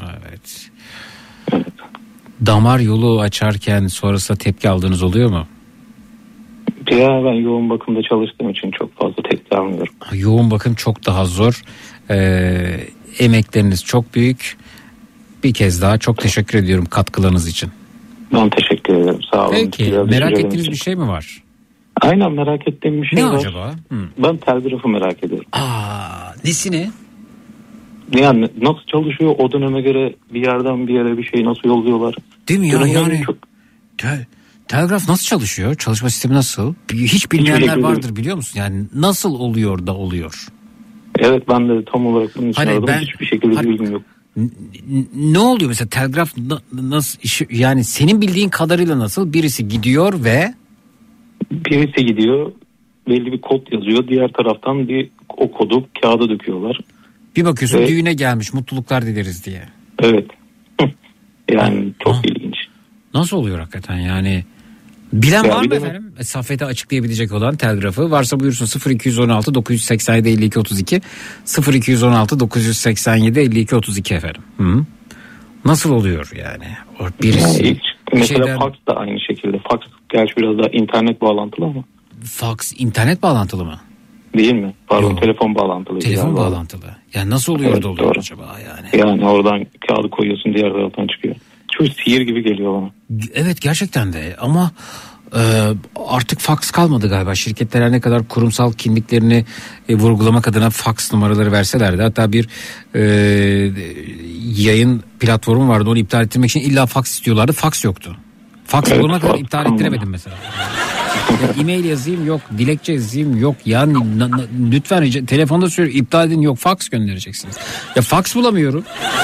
Evet. evet. Damar yolu açarken sonrasında tepki aldığınız oluyor mu? Ya ben yoğun bakımda çalıştığım için çok fazla tepki almıyorum. Yoğun bakım çok daha zor. Ee, emekleriniz çok büyük. Bir kez daha çok teşekkür ediyorum katkılarınız için. Ben teşekkür ederim. Sağ olun. Peki Biraz merak ettiğiniz için. bir şey mi var? Aynen merak ettiğim bir şey ne var. Ne acaba? Hı. Ben telgrafı merak ediyorum. Aa, nesini? Yani nasıl çalışıyor o döneme göre bir yerden bir yere bir şey nasıl yolluyorlar? Değil mi ya Dönemden yani? Çok... Tel, telgraf nasıl çalışıyor? Çalışma sistemi nasıl? Hiç bilmeyenler vardır biliyor musun? Yani nasıl oluyor da oluyor? Evet ben de tam olarak bunun için hani aradım. Ben, Hiçbir şekilde hani, bilgim yok. Ne oluyor mesela telgraf nasıl yani senin bildiğin kadarıyla nasıl birisi gidiyor ve birisi gidiyor belli bir kod yazıyor diğer taraftan bir o kodu kağıda döküyorlar. Bir bakıyorsun ve, düğüne gelmiş mutluluklar dileriz diye. Evet yani ha, çok ha. ilginç. Nasıl oluyor hakikaten yani bilen ya var mı efendim? De... Safete açıklayabilecek olan telgrafı varsa buyursun sıfır iki on altı dokuz seksen yedi elli iki otuz iki sıfır iki on altı dokuz seksen yedi elli iki otuz iki efendim. Hı. Nasıl oluyor yani? O birisi yani hiç, mesela şeyden... fax da aynı şekilde. Fax gerçi biraz daha internet bağlantılı ama. Fax internet bağlantılı mı? Değil mi? Pardon Yok. telefon bağlantılı. Telefon yani bağlantılı. Yani nasıl oluyor evet, da oluyor doğru. Acaba yani? Yani oradan kağıdı koyuyorsun diğer taraftan çıkıyor. Çok sihir gibi geliyor bana. Evet gerçekten de ama e, artık fax kalmadı galiba. Şirketler ne kadar kurumsal kimliklerini e, vurgulamak adına fax numaraları verselerdi. Hatta bir e, yayın platformu vardı onu iptal ettirmek için illa fax istiyorlardı. Fax yoktu. Fax evet, bulana kadar iptal ettiremedim mesela. Ya, e-mail yazayım yok, dilekçe yazayım yok. Yani na, na, lütfen rica, telefonda söylüyorum iptal edin yok fax göndereceksiniz. Ya fax bulamıyorum.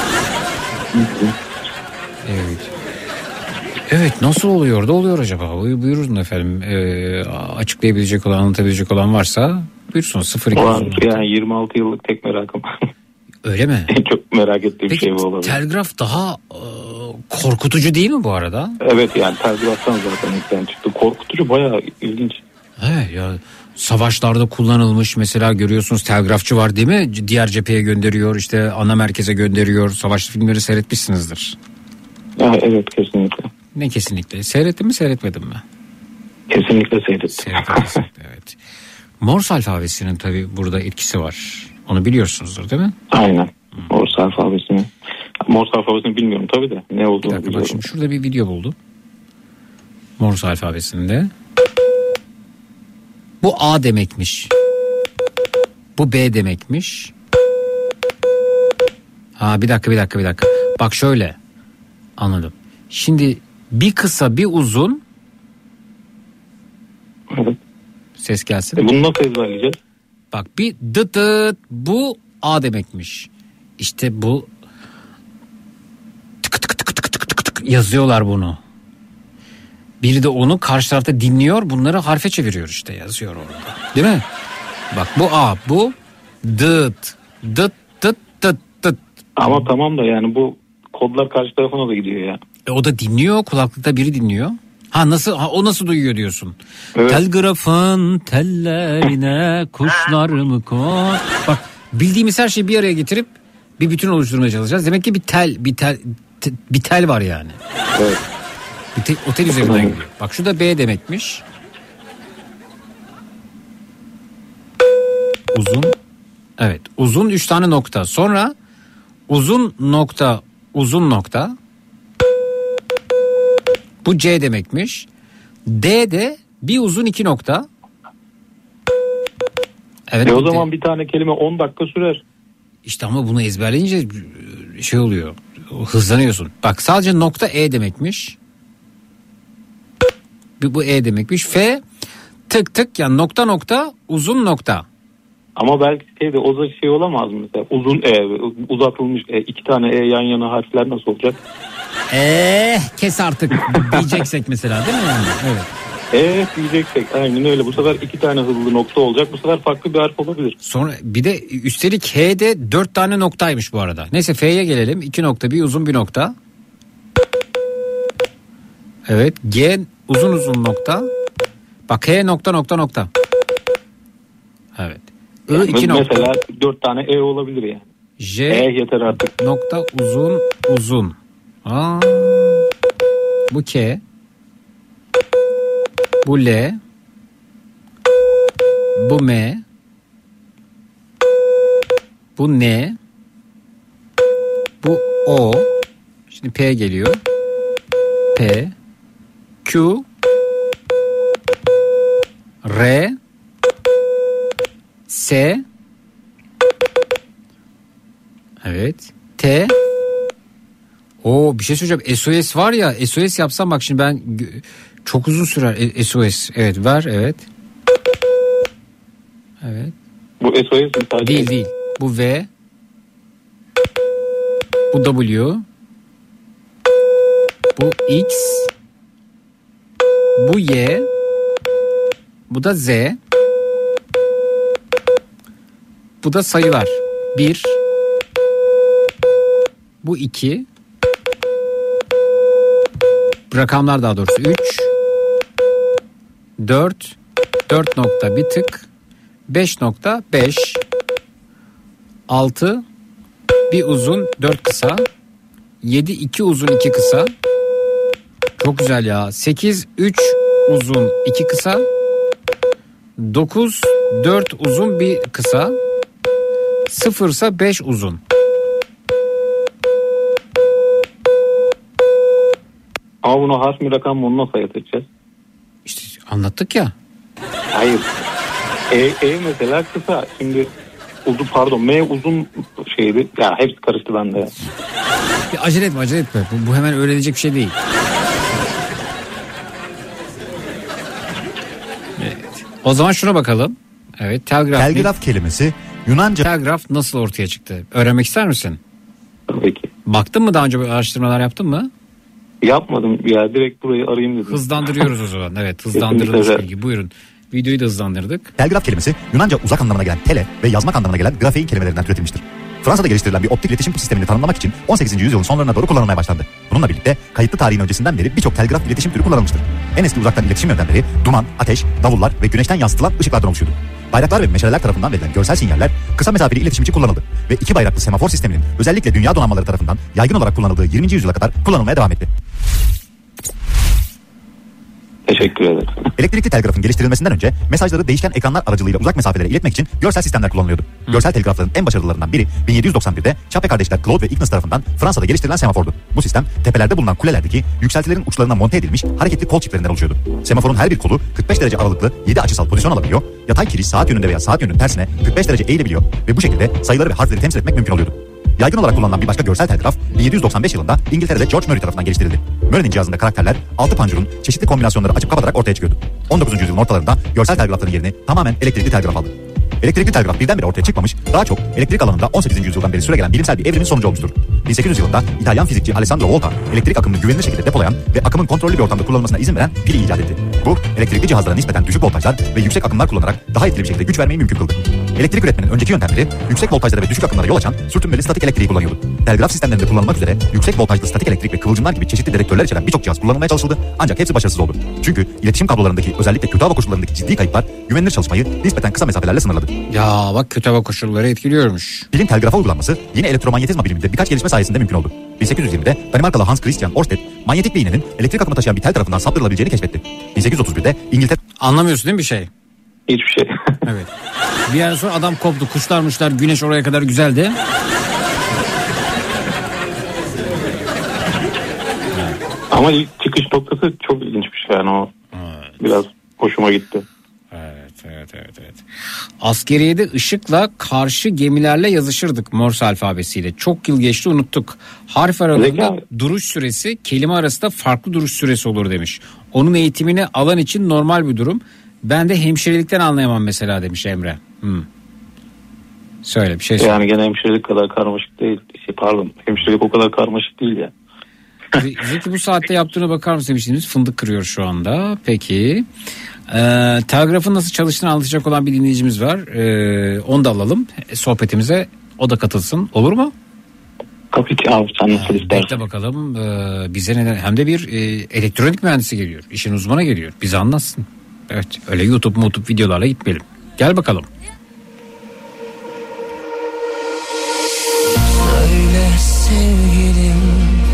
Evet. Evet nasıl oluyor da oluyor acaba? Buyurun efendim. Ee, açıklayabilecek olan, anlatabilecek olan varsa buyursun sıfır iki Yani yirmi altı yıllık tek merakım. Öyle mi? En çok merak ettiğim Peki, şey bu olabilir. Telgraf daha e, korkutucu değil mi bu arada? Evet yani telgraftan zaten ilkten çıktı. Korkutucu bayağı ilginç. Evet ya savaşlarda kullanılmış mesela görüyorsunuz telgrafçı var değil mi? Diğer cepheye gönderiyor işte ana merkeze gönderiyor. Savaş filmleri seyretmişsinizdir. Ha, evet kesinlikle. Ne kesinlikle? Seyrettin mi seyretmedin mi? Kesinlikle seyrettim. Seyrettim evet. Morse alfabesinin tabii burada etkisi var. Onu biliyorsunuzdur değil mi? Aynen. Morse alfabesini. Morse alfabesini bilmiyorum tabii de. Ne olduğunu bir dakika, biliyorum. Bak şimdi şurada bir video buldum. Morse alfabesinde. Bu A demekmiş. Bu B demekmiş. Ha bir dakika bir dakika bir dakika. Bak şöyle. Anladım. Şimdi bir kısa bir uzun. Evet. Ses gelsin. E bunu nasıl ezberleyeceğiz? Bak bir dıt dıt bu A demekmiş. İşte bu tık tık tık tık tık tık tık yazıyorlar bunu. Biri de onu karşı tarafta dinliyor bunları harfe çeviriyor işte yazıyor orada. Değil mi? Bak bu A bu dıt dıt dıt dıt dıt. Ama tamam da yani bu kodlar karşı tarafına da gidiyor ya. E o da dinliyor kulaklıkta biri dinliyor. Ha nasıl ha, o nasıl duyuyor diyorsun. Evet. Telgrafın tellerine kuşlar mı koy. Bak bildiğimiz her şeyi bir araya getirip bir bütün oluşturmaya çalışacağız. Demek ki bir tel bir tel te, bir tel var yani. Evet. Bir te, o tel üzerinden gidiyor. Bak şu da B demekmiş. Uzun. Evet uzun üç tane nokta. Sonra uzun nokta uzun nokta. Bu C demekmiş. D de bir uzun iki nokta. Evet. E o zaman D. Bir tane kelime on dakika sürer. İşte ama bunu ezberleyince şey oluyor. Hızlanıyorsun. Bak sadece nokta E demekmiş. Bu E demekmiş. F tık tık yani nokta nokta uzun nokta. Ama belki şeyde o da şey olamaz mı mesela uzun E uzatılmış E iki tane E yan yana harfler nasıl olacak? Eee kes artık diyeceksek mesela değil mi yani? Evet. Evet diyeceksek aynen öyle. Bu sefer iki tane hızlı nokta olacak. Bu sefer farklı bir harf olabilir. Sonra bir de üstelik H'de dört tane noktaymış bu arada. Neyse F'ye gelelim. iki nokta bir uzun bir nokta. Evet G uzun uzun nokta. Bak H nokta nokta nokta. Evet. I Yani iki mesela nokta. dört tane E olabilir yani. J E yeter artık. Nokta uzun uzun. Aa. Bu K. Bu L. Bu M. Bu N. Bu O. Şimdi P geliyor. P. Q. R. S. Evet. T. O bir şey söyleyeceğim. S O S var ya. S O S yapsam bak şimdi ben çok uzun sürer. E, S O S. Evet ver evet. Evet. Bu S O S mi sadece? Değil değil. Bu V. Bu W. Bu X. Bu Y. Bu da Z. Bu da sayılar. Bir. Bu iki. Rakamlar daha doğrusu üç. Dört. Dört nokta bir tık. Beş nokta beş. Altı. Bir uzun dört kısa. Yedi iki uzun iki kısa. Çok güzel ya. Sekiz üç uzun iki kısa. Dokuz dört uzun bir kısa. Sıfırsa beş uzun. Ama bunu harf mi rakam mı onu nasıl ayırt edeceğiz? İşte anlattık ya. Hayır. E, e mesela kısa. Şimdi uzun pardon M uzun şeydi. Ya hepsi karıştı bende. Bir acele etme acele etme. Bu, bu hemen öğrenecek bir şey değil. Evet. O zaman şuna bakalım. Evet telgraf. Telgraf ne? Kelimesi Yunanca. Telgraf nasıl ortaya çıktı? Öğrenmek ister misin? Tabii ki. Baktın mı daha önce böyle araştırmalar yaptın mı? Yapmadım ya, direkt burayı arayayım dedim. Hızlandırıyoruz o zaman. Evet, hızlandırılmış bilgi. Buyurun. Videoyu da hızlandırdık. Telgraf kelimesi Yunanca uzak anlamına gelen tele ve yazmak anlamına gelen grafein kelimelerinden türetilmiştir. Fransa'da geliştirilen bir optik iletişim sistemini tanımlamak için on sekizinci yüzyılın sonlarına doğru kullanılmaya başlandı. Bununla birlikte kayıtlı tarihin öncesinden beri birçok telgraf iletişim türü kullanılmıştır. En eski uzaktan iletişim yöntemleri duman, ateş, davullar ve güneşten yansıtılan ışıklardan oluşuyordu. Bayraklar ve meşaleler tarafından verilen görsel sinyaller kısa mesafeli iletişim için kullanıldı ve iki bayraklı semafor sisteminin özellikle dünya donanmaları tarafından yaygın olarak kullanıldığı yirminci yüzyıla kadar kullanılmaya devam etti. Teşekkür ederim. Elektrikli telgrafın geliştirilmesinden önce mesajları değişken ekranlar aracılığıyla uzak mesafelere iletmek için görsel sistemler kullanılıyordu. Hı. Görsel telgrafların en başarılılarından biri bin yedi yüz doksan birde Chappe kardeşler Claude ve Ignace tarafından Fransa'da geliştirilen semafordu. Bu sistem tepelerde bulunan kulelerdeki yükseltilerin uçlarına monte edilmiş hareketli kol çiplerinden oluşuyordu. Semaforun her bir kolu kırk beş derece aralıklı yedi açısal pozisyon alabiliyor, yatay kiriş saat yönünde veya saat yönünün tersine kırk beş derece eğilebiliyor ve bu şekilde sayıları ve harfleri temsil etmek mümkün oluyordu. Yaygın olarak kullanılan bir başka görsel telgraf bin yedi yüz doksan beş yılında İngiltere'de George Murray tarafından geliştirildi. Murray'nin cihazında karakterler altı pancurun çeşitli kombinasyonları açıp kapatarak ortaya çıkıyordu. on dokuzuncu yüzyılın ortalarında görsel telgrafların yerini tamamen elektrikli telgraf aldı. Elektrikli telgraf birdenbire ortaya çıkmamış, daha çok elektrik alanında on sekizinci yüzyıldan beri süregelen bilimsel bir evrimin sonucu olmuştur. bin sekiz yüz yılında İtalyan fizikçi Alessandro Volta elektrik akımını güvenilir şekilde depolayan ve akımın kontrollü bir ortamda kullanılmasına izin veren pili icat etti. Bu elektrikli cihazlara nispeten düşük voltajlar ve yüksek akımlar kullanarak daha etkili bir şekilde güç vermeyi mümkün kıldı. Elektrik üretmenin önceki yöntemleri yüksek voltajlara ve düşük akımlara yol açan sürtünmeli statik elektriği kullanıyordu. Telgraf sistemlerinde kullanılmak üzere yüksek voltajlı statik elektrik ve kıvılcımlar gibi çeşitli dedektörler içeren birçok cihaz kullanılmaya çalışıldı, ancak hepsi başarısız oldu. Çünkü iletişim kablolarındaki özellikle kötü hava koşullarındaki ciddi kayıplar güvenilir çalışmayı nispeten kısa mesafelerle sınırladı. Ya bak, kötü hava koşulları etkiliyormuş. Pilin telgrafa uygulanması yine elektromanyetizma biliminde birkaç gelişme sayesinde mümkün oldu. bin sekiz yüz yirmide Danimarkalı Hans Christian Ørsted manyetik bir iğnenin elektrik akımı taşıyan bir tel tarafından saptırılabileceğini keşfetti. bin sekiz yüz otuz birde İngiltere... Anlamıyorsun değil mi bir şey? Hiçbir şey. Evet. Bir yer sonra adam koptu. Kuşlarmışlar. Güneş oraya kadar güzeldi. Ama ilk çıkış noktası çok ilginç bir şey yani o. Evet. Biraz hoşuma gitti. Evet, evet, evet, evet. Askeriyede ışıkla karşı gemilerle yazışırdık Morse alfabesiyle. Çok yıl geçti, unuttuk. Harf aralığında duruş süresi, kelime arasında farklı duruş süresi olur demiş. Onun eğitimini alan için normal bir durum. Ben de hemşirelikten anlayamam mesela demiş Emre. Hmm. Söyle bir şey söyle. Yani gene hemşirelik kadar karmaşık değil. Şey, pardon, hemşirelik o kadar karmaşık değil ya. Zeki bu saatte yaptığına bakar mısın demiştiniz. Fındık kırıyor şu anda. Peki. Ee, telgrafın nasıl çalıştığını anlatacak olan bir dinleyicimiz var. Ee, onu da alalım sohbetimize. O da katılsın. Olur mu? Tabii ki abi, sen nasıl istersin. Bekle bakalım. Ee, bize neden? Hem de bir e, elektronik mühendisi geliyor. İşin uzmanı geliyor. Bize anlatsın. Evet. Öyle YouTube, YouTube videolarla gitmeyelim. Gel bakalım. sevgilim.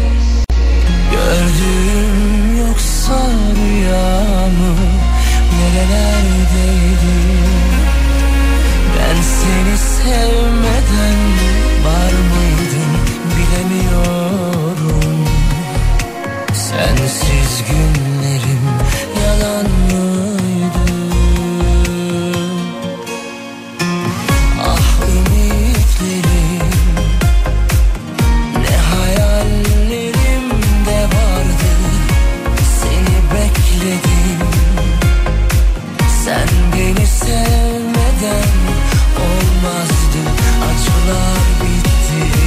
Gördüğüm yoksa rüyamı, nerelerdeydin? Ben seni sevmeden var mıydın bilemiyorum. Sensiz günlerim yalan mıydı? Ah ümitlerim, ne hayallerim de vardı. Seni bekledim, sen beni sevmeden olmazdı. Acılar bitti,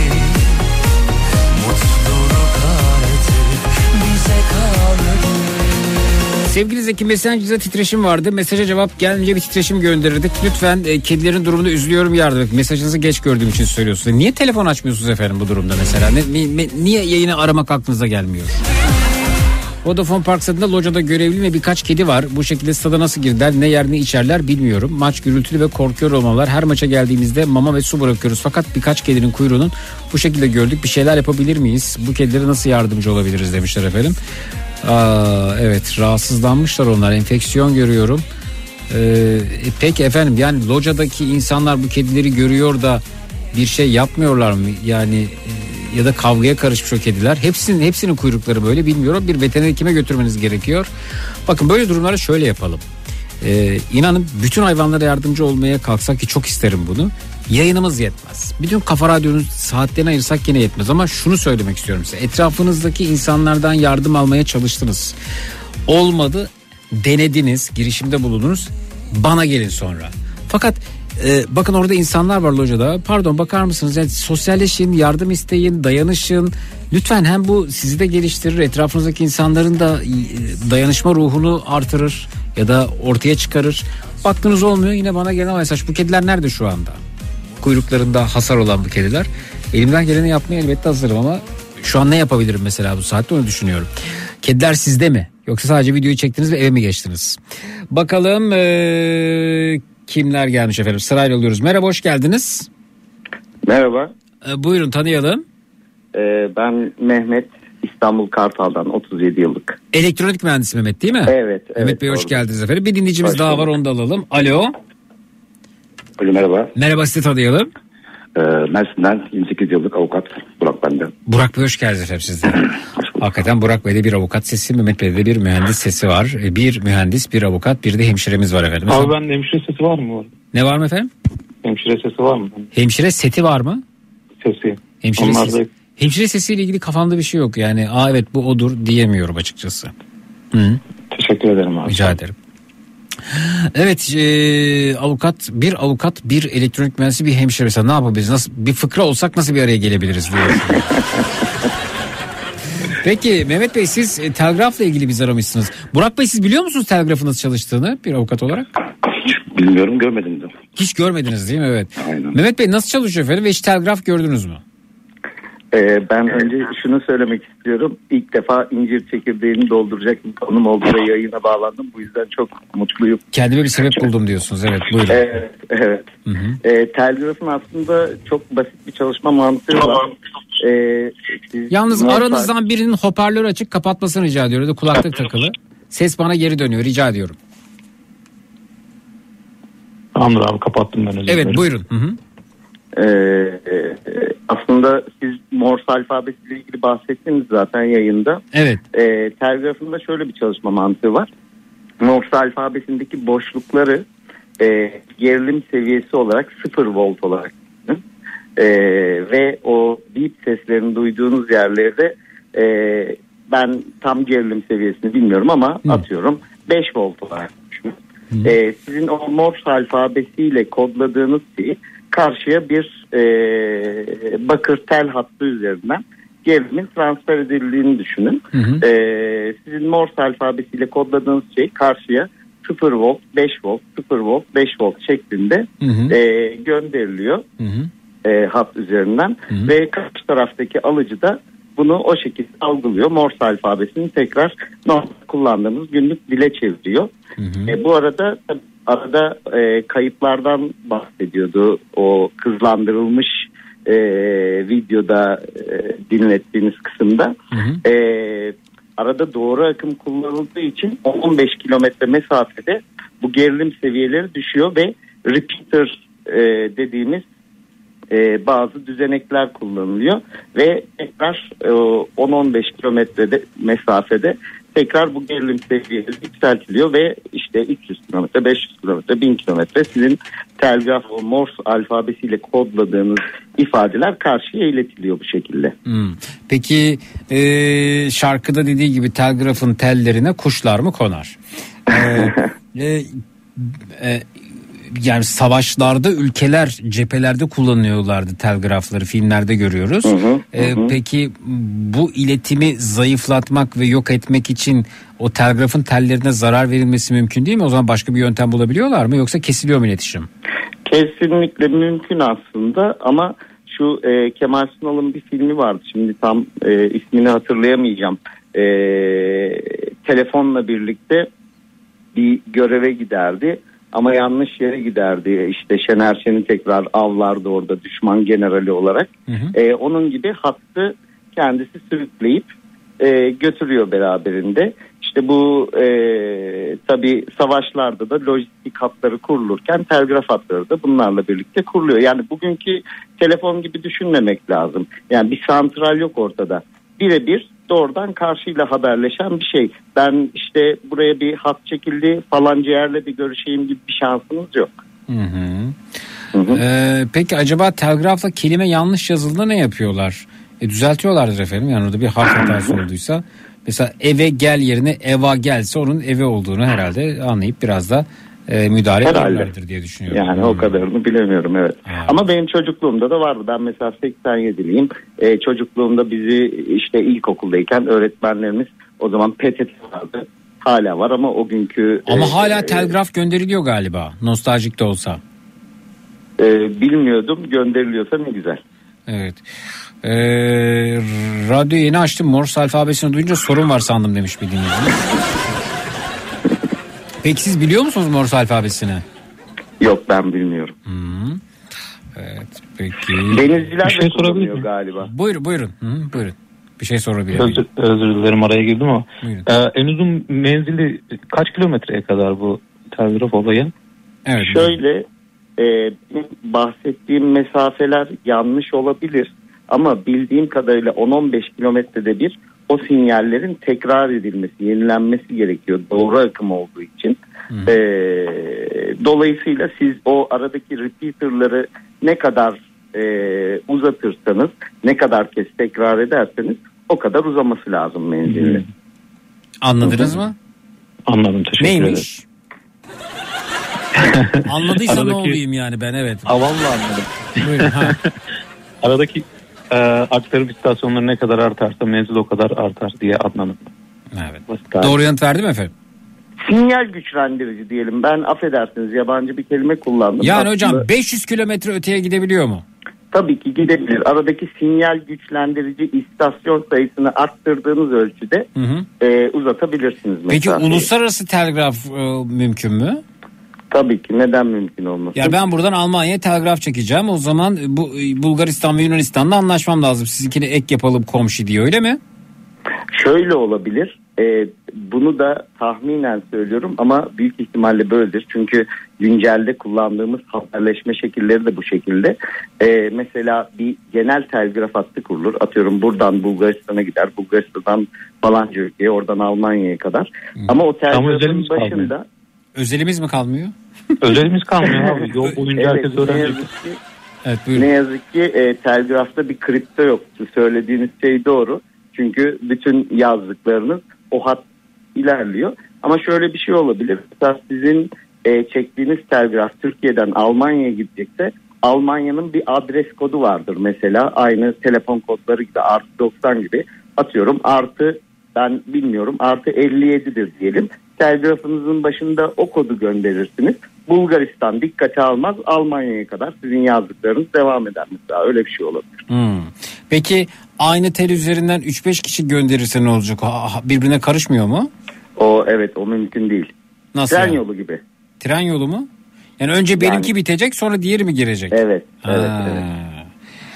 mutluluk artık bize kaldı. Sevgili Zeki, Messenger'da titreşim vardı. Mesaja cevap gelmeyince bir titreşim gönderirdik. Lütfen e, kedilerin durumunu üzülüyorum, yardım et. Mesajınızı geç gördüğüm için söylüyorsunuz. Niye telefon açmıyorsunuz efendim bu durumda mesela? Ne, ni- niye yayını aramak aklınıza gelmiyor? Vodafone Park stadında locada görevli ve birkaç kedi var. Bu şekilde stada nasıl girdiler, ne yer ne içerler bilmiyorum. Maç gürültülü ve korkuyor olmalar. Her maça geldiğimizde mama ve su bırakıyoruz. Fakat birkaç kedinin kuyruğunun bu şekilde gördük. Bir şeyler yapabilir miyiz? Bu kedilere nasıl yardımcı olabiliriz demişler efendim. Aa, evet, rahatsızlanmışlar onlar. Enfeksiyon görüyorum. Ee, peki efendim, yani locadaki insanlar bu kedileri görüyor da bir şey yapmıyorlar mı? Yani e, ya da kavgaya karışmış o kediler. Hepsinin hepsinin kuyrukları böyle, bilmiyorum. Bir veteriner hekime götürmeniz gerekiyor. Bakın, böyle durumlara şöyle yapalım. Ee, inanın bütün hayvanlara yardımcı olmaya kalksak, ki çok isterim bunu, yayınımız yetmez. Bütün Kafa Radyo'nun saatlerini ayırsak yine yetmez. Ama şunu söylemek istiyorum size. Etrafınızdaki insanlardan yardım almaya çalıştınız. Olmadı, denediniz, girişimde bulundunuz. Bana gelin sonra. Fakat e, bakın orada insanlar var locada. Pardon, bakar mısınız? Yani sosyalleşin, yardım isteyin, dayanışın. Lütfen, hem bu sizi de geliştirir, etrafınızdaki insanların da e, dayanışma ruhunu artırır ya da ortaya çıkarır. Baktınız olmuyor, yine bana gelen mesaj. Bu kediler nerede şu anda? Kuyruklarında hasar olan bu kediler. Elimden geleni yapmaya elbette hazırım ama şu an ne yapabilirim mesela bu saatte, onu düşünüyorum. Kediler sizde mi? Yoksa sadece videoyu çektiniz ve eve mi geçtiniz? Bakalım ee, kimler gelmiş efendim? Sırayla alıyoruz. Merhaba, hoş geldiniz. Merhaba. E, buyurun, tanıyalım. Ee, ben Mehmet, İstanbul Kartal'dan, otuz yedi yıllık. Elektronik mühendisi Mehmet değil mi? Evet. Mehmet evet, Bey, hoş doğru. geldiniz efendim. Bir dinleyicimiz Hoş daha bulduk. var, onu da alalım. Alo. Alo, merhaba. Merhaba, sizi tanıyalım. Ee, Mersin'den yirmi sekiz yıllık avukat Burak benden. Burak Bey, hoş geldiniz efendim siz de. Hakikaten Burak Bey'de bir avukat sesi, Mehmet Bey'de bir mühendis sesi var. Bir mühendis, bir avukat, bir de hemşiremiz var efendim. Abi, ben hemşire sesi var mı? Ne var mı efendim? Hemşire sesi var mı? Hemşire seti var mı? Sesi. Hemşire Onlar sesi. da... Hemşire sesiyle ilgili kafamda bir şey yok. Yani aa evet bu odur diyemiyorum açıkçası. Hı. Teşekkür ederim abi. Rica ederim. Evet, e, avukat, bir avukat, bir elektronik mühendisi, bir hemşire. Mesela ne yapabiliriz? Nasıl bir fıkra olsak nasıl bir araya gelebiliriz diye. Peki Mehmet Bey, siz e, telgrafla ilgili biz aramışsınız. Burak Bey, siz biliyor musunuz telgrafın nasıl çalıştığını bir avukat olarak? Hiç bilmiyorum, görmedim de. Hiç görmediniz değil mi? Evet. Aynen. Mehmet Bey, nasıl çalışıyor efendim ve hiç telgraf gördünüz mü? Ee, ben önce şunu söylemek istiyorum. İlk defa incir çekirdeğini dolduracak bir konum oldu ve yayına bağlandım. Bu yüzden çok mutluyum. Kendime bir sebep buldum diyorsunuz. Evet, buyurun. Evet, evet. Hı hı. Ee, telgrafın aslında çok basit bir çalışma mantığı var. Ee, siz Yalnız normal- aranızdan birinin hoparlörü açık kapatmasını rica ediyorum. Ya da kulaklık takılı. Ses bana geri dönüyor, rica ediyorum. Tamamdır abi, kapattım ben. Evet, buyurun. Hı hı. Ee, e, aslında siz Morse alfabesiyle ilgili bahsettiniz zaten yayında. Evet. Ee, telgrafında şöyle bir çalışma mantığı var. Morse alfabesindeki boşlukları e, gerilim seviyesi olarak sıfır volt olarak düşünün. E, ve o beep seslerini duyduğunuz yerlerde e, ben tam gerilim seviyesini bilmiyorum ama Hı. atıyorum beş volt olarak düşünün. E, sizin o Morse alfabesiyle kodladığınız şeyi karşıya bir e, bakır tel hattı üzerinden gerilimin transfer edildiğini düşünün. Hı hı. E, sizin Morse alfabesiyle kodladığınız şey karşıya sıfır volt, beş volt, sıfır volt, beş volt şeklinde Hı hı. e, gönderiliyor Hı hı. e, hat üzerinden Hı hı. ve karşı taraftaki alıcı da bunu o şekilde algılıyor. Morse alfabesini tekrar normal kullandığımız günlük dile çeviriyor. Hı hı. E, bu arada arada e, kayıplardan bahsediyordu. O hızlandırılmış e, videoda e, dinlettiğiniz kısımda. Hı hı. E, arada doğru akım kullanıldığı için on on beş kilometre mesafede bu gerilim seviyeleri düşüyor ve repeater e, dediğimiz e, bazı düzenekler kullanılıyor ve tekrar e, on on beş kilometrede mesafede tekrar bu gerilim seviyeleri yükseltiliyor ve işte üç yüz kilometre, beş yüz kilometre, bin kilometre sizin telgraf o Morse alfabesiyle kodladığınız ifadeler karşıya iletiliyor bu şekilde. Hmm. Peki e, şarkıda dediği gibi telgrafın tellerine kuşlar mı konar? e, e, e, yani savaşlarda ülkeler cephelerde kullanıyorlardı telgrafları, filmlerde görüyoruz. Hı hı, ee, hı. Peki bu iletimi zayıflatmak ve yok etmek için o telgrafın tellerine zarar verilmesi mümkün değil mi? O zaman başka bir yöntem bulabiliyorlar mı yoksa kesiliyor mu iletişim? Kesinlikle mümkün aslında ama şu e, Kemal Sunal'ın bir filmi vardı, şimdi tam e, ismini hatırlayamayacağım. E, telefonla birlikte bir göreve giderdi. Ama yanlış yere giderdi. İşte Şener Şen'i tekrar avlardı orada düşman generali olarak. Hı hı. Ee, onun gibi hattı kendisi sürükleyip e, götürüyor beraberinde. İşte bu e, tabii savaşlarda da lojistik hatları kurulurken telgraf hatları da bunlarla birlikte kuruluyor. Yani bugünkü telefon gibi düşünmemek lazım. Yani bir santral yok ortada. Birebir doğrudan karşıyla haberleşen bir şey. Ben işte buraya bir hat çekildi falanca yerle bir görüşeyim gibi bir şansınız yok. Hı hı. Hı hı. Ee, peki acaba telgrafla kelime yanlış yazıldığında ne yapıyorlar? E, düzeltiyorlardır efendim, yani orada bir harf hatası olduysa. Mesela eve gel yerine eva gelse onun eve olduğunu herhalde anlayıp biraz da e, müdahale ederlerdir diye düşünüyorum. Yani hmm. o kadarını bilemiyorum, evet. Ha. Ama benim çocukluğumda da vardı. Ben mesela seksen yediliyim. Ee, çocukluğumda bizi işte ilkokuldayken öğretmenlerimiz o zaman P T T vardı. Hala var ama o günkü... Ama e, hala telgraf gönderiliyor galiba. Nostaljik de olsa. E, bilmiyordum. Gönderiliyorsa ne güzel. Evet. Ee, radyoyu yeni açtım. Morse alfabesini duyunca sorun var sandım demiş bir dinleyicimiz. Peki siz biliyor musunuz Morse alfabesini? Yok, ben bilmiyorum. Hmm. Evet, peki. Denizciler bir şey de kullanıyor galiba. Buyurun buyurun. Hı, buyurun. Bir şey sorabilir miyim? Özür, özür dilerim, araya girdim ama. Ee, en uzun menzili kaç kilometreye kadar bu telgraf olayı? Evet. Şöyle e, bahsettiğim mesafeler yanlış olabilir. Ama bildiğim kadarıyla on on beş kilometrede bir o sinyallerin tekrar edilmesi, yenilenmesi gerekiyor doğru akım olduğu için. Hmm. Ee, dolayısıyla siz o aradaki repeater'ları ne kadar e, uzatırsanız, ne kadar kez tekrar ederseniz o kadar uzaması lazım menzilli. Hmm. Anladınız mı? Anladım, teşekkür ederim. Neymiş? Anladıysa aradaki... ne olayım yani ben, evet. Aa, vallahi anladım. Buyurun, ha. Aradaki e, aktarım istasyonları ne kadar artarsa menzil o kadar artar diye anladım. Evet. Basit. Doğru yanıt verdim efendim. Sinyal güçlendirici diyelim. Ben affedersiniz yabancı bir kelime kullandım. Yani aslında... hocam beş yüz kilometre öteye gidebiliyor mu? Tabii ki gidebilir. Aradaki sinyal güçlendirici istasyon sayısını arttırdığınız ölçüde hı hı. E, uzatabilirsiniz. Peki mesafeyi. Uluslararası telgraf e, mümkün mü? Tabii ki, neden mümkün olmasın? Ya ben buradan Almanya'ya telgraf çekeceğim. O zaman bu Bulgaristan ve Yunanistan'la anlaşmam lazım. Sizinkine ek yapalım komşu diye, öyle mi? Şöyle olabilir. Ee, bunu da tahminen söylüyorum ama büyük ihtimalle böyledir. Çünkü güncelde kullandığımız haberleşme şekilleri de bu şekilde. Ee, mesela bir genel telgraf hattı kurulur. Atıyorum buradan Bulgaristan'a gider. Bulgaristan'dan falanca ülkeye, oradan Almanya'ya kadar. Hmm. Ama o telgrafın başında... Kalmıyor. Özelimiz mi kalmıyor? Özelimiz kalmıyor abi. Yol boyunca evet, herkes öğrenecek. Evet, ne yazık ki e, telgrafta bir kripto yoktu. Söylediğiniz şey doğru. Çünkü bütün yazdıklarınız o hat ilerliyor. Ama şöyle bir şey olabilir. Mesela sizin e, çektiğiniz telgraf Türkiye'den Almanya'ya gidecekse Almanya'nın bir adres kodu vardır mesela. Aynı telefon kodları gibi, artı doksan gibi. Atıyorum artı, ben bilmiyorum, artı elli yedidir diyelim. Telgrafınızın başında o kodu gönderirsiniz. Bulgaristan dikkate almaz, Almanya'ya kadar sizin yazdıklarınız devam eder mesela. Öyle bir şey olabilir. Hmm. Peki aynı tel üzerinden üç beş kişi gönderirse ne olacak? Birbirine karışmıyor mu? O evet, o mümkün değil. Nasıl Tren yani? yolu gibi. Tren yolu mu? Yani önce benimki yani... bitecek, sonra diğeri mi girecek? Evet. evet, ha. evet.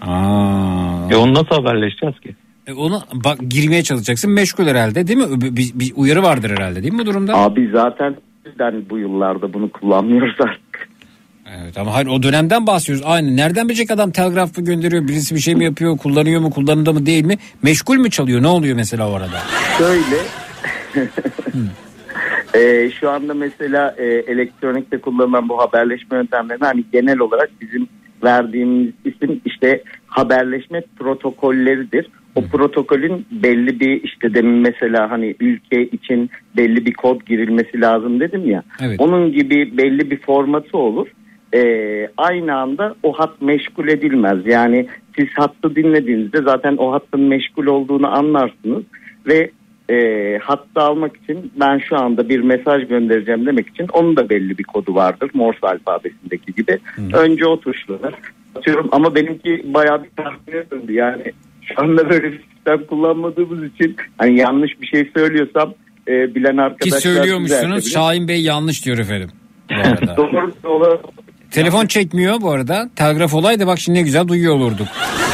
Aa. E onu nasıl haberleşeceğiz ki? E ona bak girmeye çalışacaksın, meşgul herhalde değil mi? Bir, bir, bir uyarı vardır herhalde değil mi bu durumda? Abi zaten bu yıllarda bunu kullanmıyoruz artık. Evet ama hayır, o dönemden bahsediyoruz. Aynı. Nereden bilecek adam telgraf mı gönderiyor? Birisi bir şey mi yapıyor? Kullanıyor mu? Kullanımda mı değil mi? Meşgul mü çalıyor? Ne oluyor mesela o arada? Şöyle. e, şu anda mesela e, elektronikte kullanılan bu haberleşme yöntemlerinde hani genel olarak bizim verdiğimiz isim işte haberleşme protokolleridir. O protokolün belli bir işte demin mesela hani ülke için belli bir kod girilmesi lazım dedim ya. Evet. Onun gibi belli bir formatı olur. Ee, aynı anda o hat meşgul edilmez. Yani siz hattı dinlediğinizde zaten o hattın meşgul olduğunu anlarsınız ve e, hattı almak için ben şu anda bir mesaj göndereceğim demek için onun da belli bir kodu vardır. Morse alfabesindeki gibi. Hı. Önce o tuşlanır. Atıyorum ama benimki bayağı bir tahmine döndü. Yani şu anda böyle bir sistem kullanmadığımız için hani yanlış bir şey söylüyorsam e, bilen arkadaşlar... Ki söylüyormuşsunuz, Şahin Bey yanlış diyor efendim. Bu arada. Doğru, doğru. Telefon çekmiyor bu arada. Telgraf olaydı bak şimdi ne güzel duyuyor olurduk.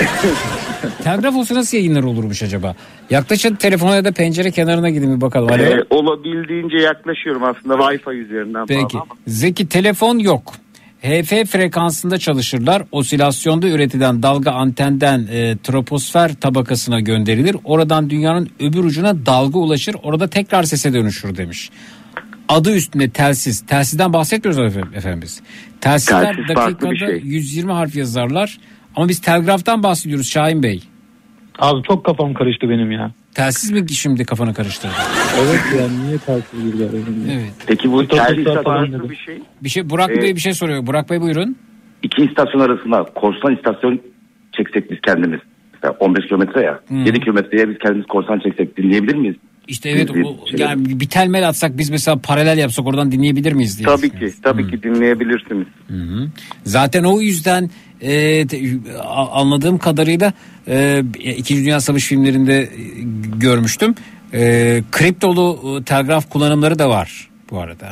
Telgraf olsa nasıl yayınlar olurmuş acaba? Yaklaşın telefona ya da pencere kenarına gidin bir bakalım. Ee, olabildiğince yaklaşıyorum aslında Wi-Fi üzerinden. Peki. Ama. Zeki telefon yok. H F frekansında çalışırlar. Osilasyonda üretilen dalga antenden e, troposfer tabakasına gönderilir. Oradan dünyanın öbür ucuna dalga ulaşır. Orada tekrar sese dönüşür demiş. Adı üstünde telsiz. Telsizden bahsetmiyoruz efendim, efendim biz. Telsizler Telsiz dakikada şey. yüz yirmi harf yazarlar. Ama biz telgraftan bahsediyoruz Şahin Bey. Abi çok kafam karıştı benim ya. Telsiz mi şimdi kafanı karıştırdı? Evet yani niye telsiz girdi? Evet. Peki bu telsiz farklı bir şey. Bir şey Burak Ee, Bey bir şey soruyor. Burak Bey buyurun. İki istasyon arasında korsan istasyon çeksek biz kendimiz. Mesela on beş kilometre ya. Hmm. yedi kilometreye biz kendimiz korsan çeksek dinleyebilir miyiz? İşte evet Bir- o, bir- yani bir telmel atsak biz mesela paralel yapsak oradan dinleyebilir miyiz diye. Tabii ki, tabii ki dinleyebilirsiniz. Hı hı. Zaten o yüzden e, te- a- anladığım kadarıyla e, İkinci Dünya Savaşı filmlerinde e, görmüştüm. E, kriptolu e, telgraf kullanımları da var bu arada.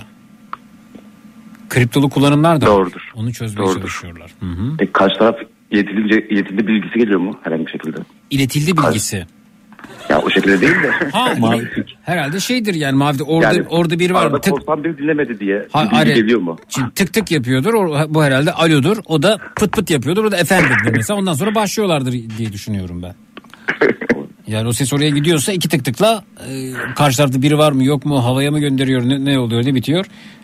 Kriptolu kullanımlar da Doğrudur. var. Onu çözmeye Doğrudur. çalışıyorlar. Hı hı. E, karşı taraf yetilince, yetildi bilgisi geliyor mu herhangi bir şekilde? İletildi bilgisi. Ya o şekilde değil de. Ha, herhalde şeydir yani mavide orada Yani orada biri var. arada Tık, korsan biri dinlemedi diye Ha, bir bilgi hayır. geliyor mu? Şimdi tık tık yapıyordur. O, bu herhalde alodur. O da pıt pıt yapıyordur. O da efendidir mesela. Ondan sonra başlıyorlardır diye düşünüyorum ben. Yani o ses oraya gidiyorsa iki tık tıkla e, karşı tarafta biri var mı yok mu, havaya mı gönderiyor, ne, ne oluyor, ne bitiyor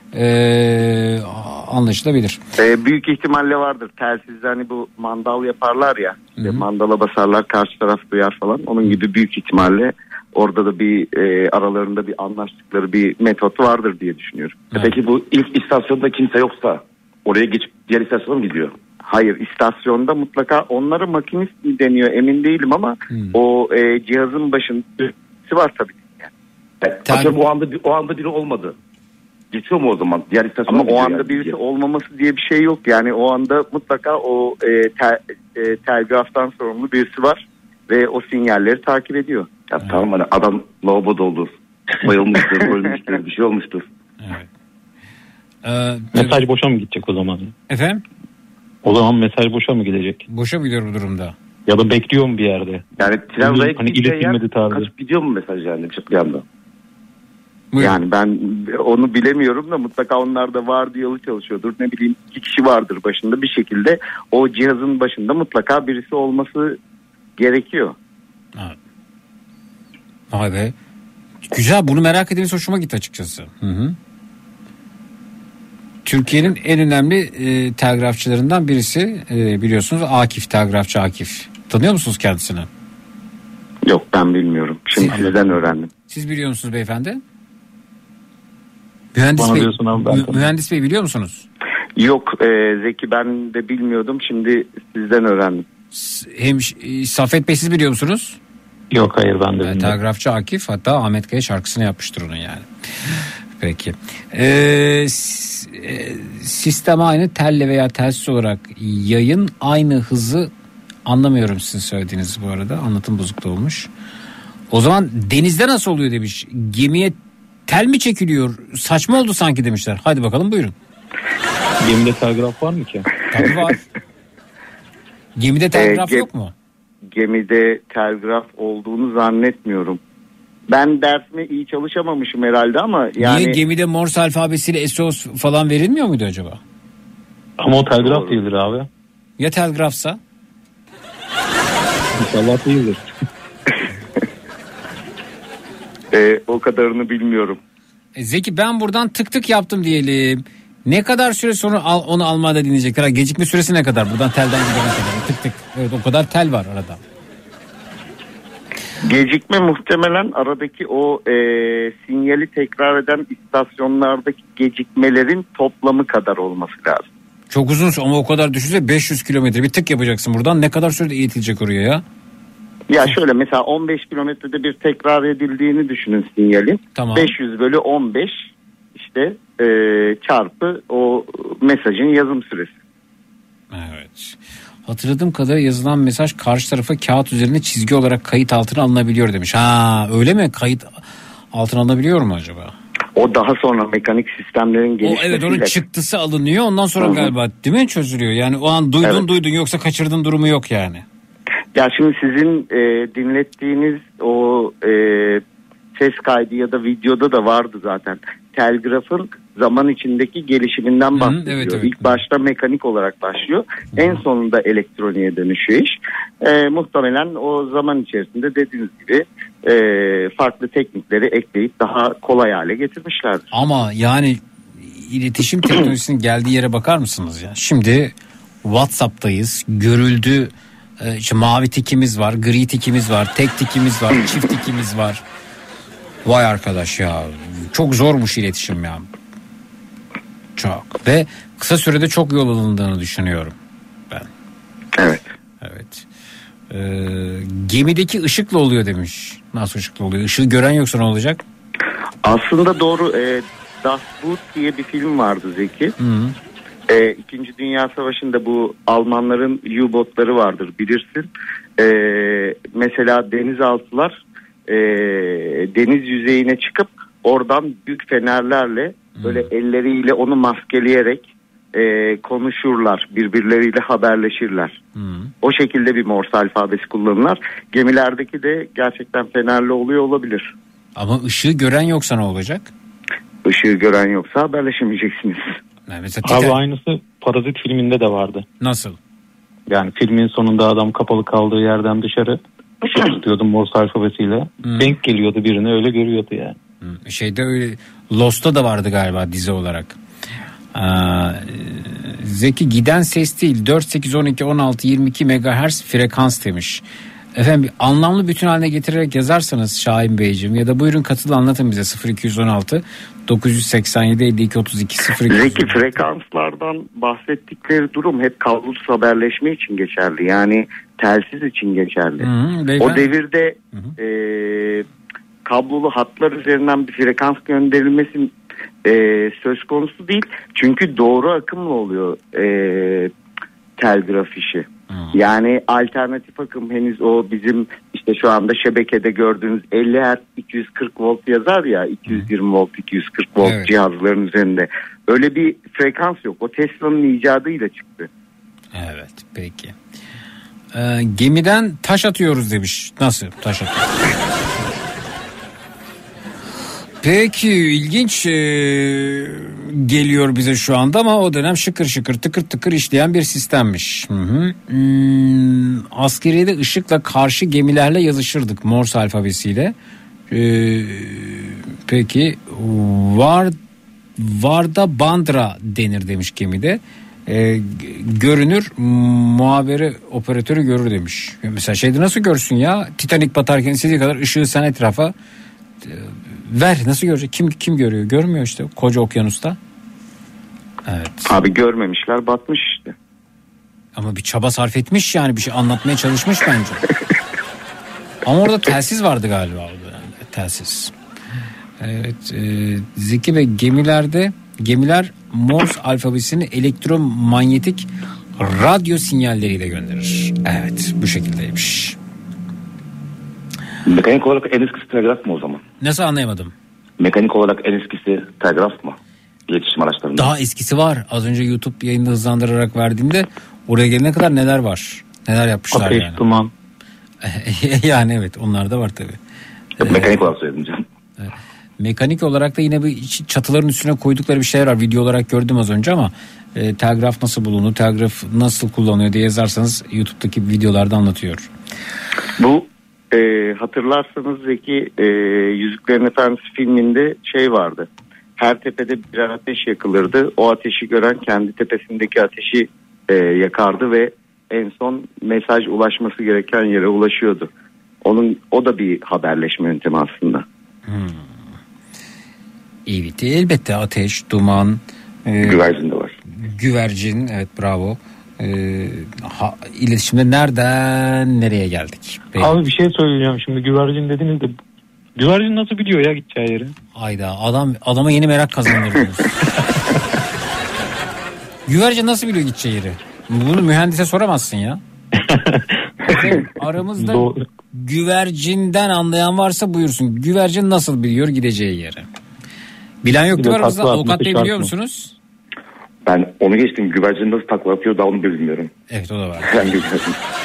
e, anlaşılabilir. Ee, büyük ihtimalle vardır. Telsizde hani bu mandal yaparlar ya. İşte mandala basarlar, karşı taraf duyar falan. Onun gibi büyük ihtimalle orada da bir e, aralarında bir anlaştıkları bir metot vardır diye düşünüyorum. E Peki bu ilk istasyonda kimse yoksa oraya geçip diğer istasyona mı gidiyor? Hayır, istasyonda mutlaka onlara makinist mi deniyor emin değilim ama o e, cihazın başında birisi var tabii. Yani. Atıyorum o anda, o anda biri olmadı. Geçiyor mu o zaman? Diğer istasyona Ama mı o gidiyor anda yani? birisi olmaması diye bir şey yok. Yani o anda mutlaka o e, tel, e, telgraftan sorumlu birisi var ve o sinyalleri takip ediyor. Ya tamam hani adam lavaboda oldu. Bayılmıştır, ölmüştür, bir şey olmuştur. Ee, Mesaj boşa mı gidecek o zaman? Efendim? O zaman mesaj boşa mı gidecek? Boşa mı gidiyor bu durumda? Ya da bekliyor mu bir yerde? Yani tren rayı hani iletilmedi tarzı. kaçıp gidiyor mu mesaj yani bir anda? Yani ben onu bilemiyorum da mutlaka onlar da vardiyalı çalışıyordur. Ne bileyim iki kişi vardır başında bir şekilde. O cihazın başında mutlaka birisi olması gerekiyor. Evet. Vay be. Güzel, bunu merak ediniz, hoşuma gitti açıkçası. Hı hı. Türkiye'nin en önemli e, telgrafçılarından birisi e, biliyorsunuz Akif, telgrafçı Akif. Tanıyor musunuz kendisini? Yok, ben bilmiyorum. Şimdi Siz, sizden öğrendim. Siz biliyor musunuz beyefendi? Mühendis Bana Bey, diyorsun abi, ben mü, mühendis Bey biliyor musunuz? Yok e, Zeki, ben de bilmiyordum. Şimdi sizden öğrendim. Hem e, Saffet Bey siz biliyor musunuz? Yok hayır ben de bilmiyorum. Telgrafçı Akif, hatta Ahmet Kaya şarkısını yapmıştır onun yani. Peki. Ee, s- e, sistem aynı, telle veya telsiz olarak yayın aynı hızı, anlamıyorum sizin söylediğiniz bu arada. Anlatım bozukluğu olmuş. O zaman denizde nasıl oluyor demiş. Gemiye tel mi çekiliyor? Saçma oldu sanki demişler. Hadi bakalım buyurun. Gemide telgraf var mı ki? Tabii var. Gemide telgraf Ee, ge- yok mu? Gemide telgraf olduğunu zannetmiyorum. Ben dersime iyi çalışamamışım herhalde ama yani... Niye gemide Morse alfabesiyle S O S falan verilmiyor muydu acaba? Ama o telgraf değildir abi. Ya telgrafsa? İnşallah değildir. Ee, o kadarını bilmiyorum. E Zeki, ben buradan tık tık yaptım diyelim. Ne kadar süre sonra al, onu Almanya'da dinleyecekler? Gecikme süresi ne kadar? Buradan telden gidene kadar. Tık tık. Evet, o kadar tel var arada. Gecikme muhtemelen aradaki o e, sinyali tekrar eden istasyonlardaki gecikmelerin toplamı kadar olması lazım. Çok uzun ama o kadar düşünse beş yüz kilometre bir tık yapacaksın buradan. Ne kadar sürede iletilecek oraya ya? Ya şöyle mesela on beş kilometrede bir tekrar edildiğini düşünün sinyalin. Tamam. beş yüz bölü on beş işte e, çarpı o mesajın yazım süresi. Evet. Hatırladığım kadarıyla yazılan mesaj karşı tarafa kağıt üzerinde çizgi olarak kayıt altına alınabiliyor demiş. Ha, öyle mi? Kayıt altına alınabiliyor mu acaba? O daha sonra mekanik sistemlerin O gelişmesiyle. evet, onun çıktısı alınıyor, ondan sonra Hı-hı. galiba değil mi çözülüyor? Yani o an duydun Evet. duydun yoksa kaçırdığın durumu yok yani. Ya şimdi sizin e, dinlettiğiniz o e, ses kaydı ya da videoda da vardı zaten. Telgrafın zaman içindeki gelişiminden bahsediyor. evet, evet. İlk başta mekanik olarak başlıyor. Hı. En sonunda elektroniğe dönüşüyor iş. E, muhtemelen o zaman içerisinde dediğiniz gibi e, farklı teknikleri ekleyip daha kolay hale getirmişlerdir. Ama yani iletişim teknolojisinin geldiği yere bakar mısınız ya? Şimdi WhatsApp'tayız. Görüldü. Ee, işte mavi tikimiz var, gri tikimiz var, tek tikimiz var, çift tikimiz var. Vay arkadaş ya. Çok zormuş iletişim ya. Çok. Ve kısa sürede çok yol alındığını düşünüyorum ben. Evet. Evet. Ee, gemideki ışıkla oluyor demiş. Nasıl ışıkla oluyor? Işığı gören yoksa ne olacak? Aslında doğru. E, Das Boot diye bir film vardı Zeki. Hı. E, İkinci Dünya Savaşı'nda bu Almanların U-botları vardır bilirsin. E, mesela denizaltılar e, deniz yüzeyine çıkıp oradan büyük fenerlerle böyle elleriyle onu maskeleyerek e, konuşurlar. Birbirleriyle haberleşirler. Hmm. O şekilde bir Morse alfabesi kullanırlar. Gemilerdeki de gerçekten fenerli oluyor olabilir. Ama ışığı gören yoksa ne olacak? Işığı gören yoksa haberleşemeyeceksiniz. Yani mesela Abi Titan- aynısı Parazit filminde de vardı. Nasıl? Yani filmin sonunda adam kapalı kaldığı yerden dışarı ışık tutuyordum Morse alfabesiyle. Hmm. Denk geliyordu birine, öyle görüyordu yani. Hı, Şeyde öyle, Lost'ta da vardı galiba dizi olarak. Aa, Zeki, giden ses değil, dört, sekiz, on iki, on altı, yirmi iki megahertz frekans demiş. Efendim, anlamlı bütün haline getirerek yazarsanız Şahin Beyciğim ya da buyurun katıl anlatın bize. Sıfır iki on altı dokuz yüz seksen yedi elli iki otuz iki sıfır iki. Zeki, frekanslardan bahsettikleri durum hep kablosuz haberleşme için geçerli. Yani telsiz için geçerli. Hı hı, o beyefendi. devirde e, kablolu hatlar üzerinden bir frekans gönderilmesi e, söz konusu değil. Çünkü doğru akımla oluyor e, telgraf işi. Yani alternatif akım henüz o bizim işte şu anda şebekede gördüğünüz elli hertz iki yüz kırk volt yazar ya, iki yüz yirmi volt iki yüz kırk volt Evet. cihazların üzerinde. Öyle bir frekans yok. O Tesla'nın icadıyla çıktı. Evet, peki. Ee, gemiden taş atıyoruz demiş. Nasıl taş atıyoruz? Peki, ilginç ee, geliyor bize şu anda ama o dönem şıkır şıkır tıkır tıkır işleyen bir sistemmiş. Hı hı. Hmm, askeriyede ışıkla karşı gemilerle yazışırdık Morse alfabesiyle. Ee, peki var Varda Bandra denir demiş gemide. Ee, görünür muhabiri operatörü görür demiş. Mesela şeyde nasıl görsün ya? Titanic batarken istediği kadar ışığı sen etrafa e, ver, nasıl görecek? Kim kim görüyor? Görmüyor işte koca okyanusta. Evet. Abi görmemişler, batmış işte. Ama bir çaba sarf etmiş, yani bir şey anlatmaya çalışmış bence. Ama orada telsiz vardı galiba o dönemde. Telsiz. Evet. E, Zeki ve gemilerde gemiler Morse alfabesini elektromanyetik radyo sinyalleriyle gönderir. Evet, bu şekildeymiş. Mekanik olarak en eskisi telgraf mı o zaman? Nasıl, anlayamadım. Mekanik olarak en eskisi telgraf mı? İletişim araçlarında. Daha eskisi var. Az önce YouTube yayında hızlandırarak verdiğimde oraya gelene kadar neler var? Neler yapmışlar Ateş, yani. duman. Yani evet, onlar da var tabii. Mekanik olarak söyledim canım. Evet. Mekanik olarak da yine bir çatıların üstüne koydukları bir şeyler var. Video olarak gördüm az önce ama e, telgraf nasıl bulunur, telgraf nasıl kullanılıyor diye yazarsanız YouTube'daki videolarda anlatıyor. Bu e, hatırlarsanız Zeki e, Yüzüklerin Efendisi filminde şey vardı. Her tepede bir ateş yakılırdı. O ateşi gören kendi tepesindeki ateşi e, yakardı ve en son mesaj ulaşması gereken yere ulaşıyordu. Onun o da bir haberleşme yöntemi aslında. Hmm. Evet, elbette ateş, duman, e, güvercin de var. Güvercin, evet, bravo. E, ha, iletişimde nereden nereye geldik? Peki. Abi bir şey söyleyeceğim şimdi, güvercin dediniz de güvercin nasıl biliyor ya gideceği yeri? Hayda, adam adama yeni merak kazandırdınız. Güvercin nasıl biliyor gideceği yeri? Bunu mühendise soramazsın ya. Aramızda Doğru. güvercinden anlayan varsa buyursun. Güvercin nasıl biliyor gideceği yeri? Bilen yok Bir değil de mi aramızda? takla Avukat atması Bey şart biliyor mı? musunuz? Ben onu geçtim. Güvercin nasıl takla atıyor daha onu bilmiyorum. Evet, o da var. Ben bilmiyorum.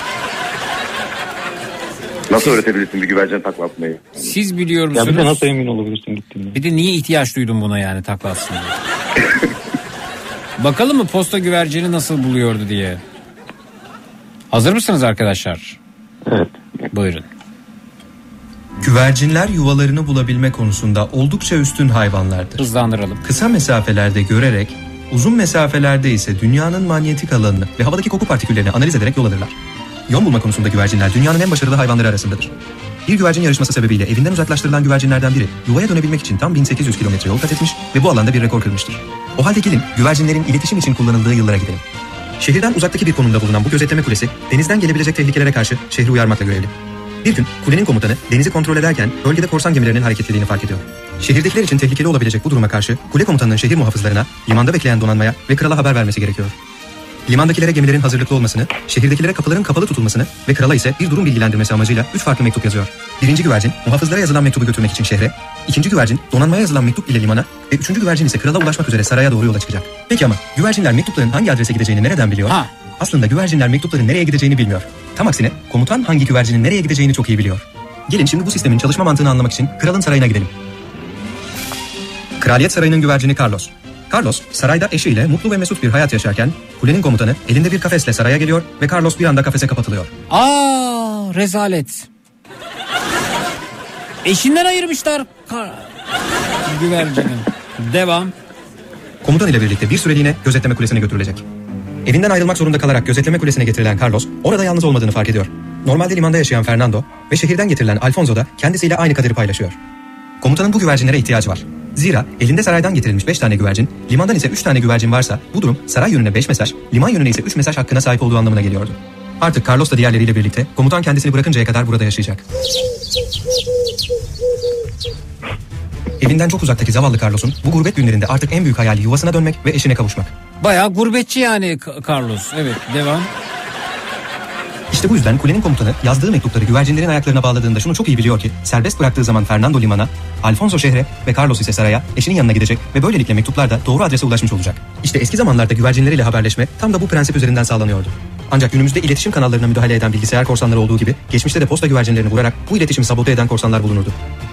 Nasıl öğretebilirsin bir güvercin takla atmayı? Siz biliyor Ya musunuz? bir de nasıl emin olabilirsin gittiğinde? Bir de niye ihtiyaç duydun buna yani, takla atsın diye? Bakalım mı posta güvercini nasıl buluyordu diye. Hazır mısınız arkadaşlar? Evet. Buyurun. Güvercinler yuvalarını bulabilme konusunda oldukça üstün hayvanlardır. Hızlandıralım. Kısa mesafelerde görerek, uzun mesafelerde ise dünyanın manyetik alanını ve havadaki koku partiküllerini analiz ederek yol alırlar. Yön bulma konusunda güvercinler dünyanın en başarılı hayvanları arasındadır. Bir güvercin yarışması sebebiyle evinden uzaklaştırılan güvercinlerden biri yuvaya dönebilmek için tam bin sekiz yüz kilometre yol kat etmiş ve bu alanda bir rekor kırmıştır. O halde gelin güvercinlerin iletişim için kullanıldığı yıllara gidelim. Şehirden uzaktaki bir konumda bulunan bu gözetleme kulesi denizden gelebilecek tehlikelere karşı şehri uyarmakla görevli. Bir gün kulenin komutanı denizi kontrol ederken bölgede korsan gemilerinin hareketliliğini fark ediyor. Şehirdekiler için tehlikeli olabilecek bu duruma karşı kule komutanının şehir muhafızlarına, limanda bekleyen donanmaya ve krala haber vermesi gerekiyor. Limandakilere gemilerin hazırlıklı olmasını, şehirdekilere kapıların kapalı tutulmasını ve krala ise bir durum bilgilendirmesi amacıyla üç farklı mektup yazıyor. Birinci güvercin muhafızlara yazılan mektubu götürmek için şehre, ikinci güvercin donanmaya yazılan mektup ile limana ve üçüncü güvercin ise krala ulaşmak üzere saraya doğru yola çıkacak. Peki ama güvercinler mektupların hangi adrese gideceğini nereden biliyor? Ha. Aslında güvercinler mektupların nereye gideceğini bilmiyor. Tam aksine komutan hangi güvercinin nereye gideceğini çok iyi biliyor. Gelin şimdi bu sistemin çalışma mantığını anlamak için kralın sarayına gidelim. Kraliyet Sarayı'nın güvercini Carlos. Carlos sarayda eşiyle mutlu ve mesut bir hayat yaşarken kulenin komutanı elinde bir kafesle saraya geliyor ve Carlos bir anda kafese kapatılıyor. Aa, rezalet. Eşinden ayırmışlar Kar- güvercinin. Devam. Komutan ile birlikte bir süreliğine gözetleme kulesine götürülecek. Evinden ayrılmak zorunda kalarak gözetleme kulesine getirilen Carlos orada yalnız olmadığını fark ediyor. Normalde limanda yaşayan Fernando ve şehirden getirilen Alfonso da kendisiyle aynı kaderi paylaşıyor. Komutanın bu güvercinlere ihtiyacı var. Zira elinde saraydan getirilmiş beş tane güvercin, limandan ise üç tane güvercin varsa bu durum saray yönüne beş mesaj, liman yönüne ise üç mesaj hakkına sahip olduğu anlamına geliyordu. Artık Carlos da diğerleriyle birlikte komutan kendisini bırakıncaya kadar burada yaşayacak. Evinden çok uzaktaki zavallı Carlos'un bu gurbet günlerinde artık en büyük hayali yuvasına dönmek ve eşine kavuşmak. Bayağı gurbetçi yani Carlos. Evet, devam. İşte bu yüzden kulenin komutanı yazdığı mektupları güvercinlerin ayaklarına bağladığında şunu çok iyi biliyor ki serbest bıraktığı zaman Fernando limana, Alfonso şehre ve Carlos ise saraya eşinin yanına gidecek ve böylelikle mektuplar da doğru adrese ulaşmış olacak. İşte eski zamanlarda güvercinleriyle haberleşme tam da bu prensip üzerinden sağlanıyordu. Ancak günümüzde iletişim kanallarına müdahale eden bilgisayar korsanları olduğu gibi geçmişte de posta güvercinlerini vurarak bu iletişimi sabote eden korsanlar bulunurdu.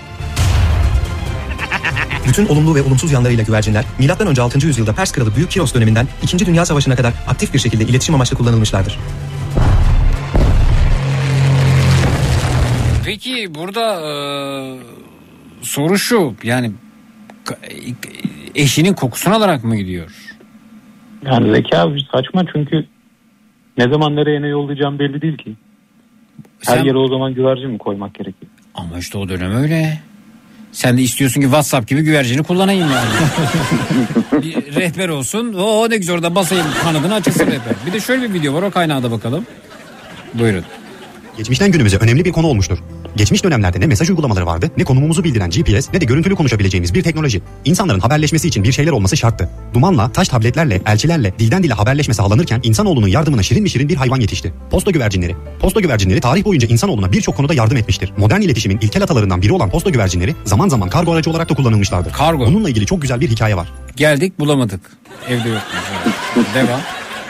Bütün olumlu ve olumsuz yanlarıyla güvercinler milattan önce altıncı yüzyılda Pers kralı Büyük Kiros döneminden ikinci. Dünya Savaşı'na kadar aktif bir şekilde iletişim amaçlı kullanılmışlardır. Peki burada e, soru şu, yani eşinin kokusunu alarak mı gidiyor? Yani Zeki abi saçma, çünkü ne zaman nereye ne yollayacağım belli değil ki. Her Sen... yere o zaman güvercin mi koymak gerekiyor? Ama işte o dönem öyle. Sen de istiyorsun ki WhatsApp gibi güvercini kullanayım yani. Bir rehber olsun. O ne güzel, orada basayım kanadını açılsın rehber. Bir de şöyle bir video var, o kaynağa da bakalım. Buyurun. Geçmişten günümüze önemli bir konu olmuştur. Geçmiş dönemlerde ne mesaj uygulamaları vardı, ne konumumuzu bildiren G P S, ne de görüntülü konuşabileceğimiz bir teknoloji. İnsanların haberleşmesi için bir şeyler olması şarttı. Dumanla, taş tabletlerle, elçilerle, dilden dile haberleşme sağlanırken insanoğlunun yardımına şirin mi şirin bir hayvan yetişti. Posta güvercinleri. Posta güvercinleri tarih boyunca insanoğluna birçok konuda yardım etmiştir. Modern iletişimin ilkel atalarından biri olan posta güvercinleri zaman zaman kargo aracı olarak da kullanılmışlardır. Kargo. Bununla ilgili çok güzel bir hikaye var. Geldik bulamadık. Evde yok. Devam.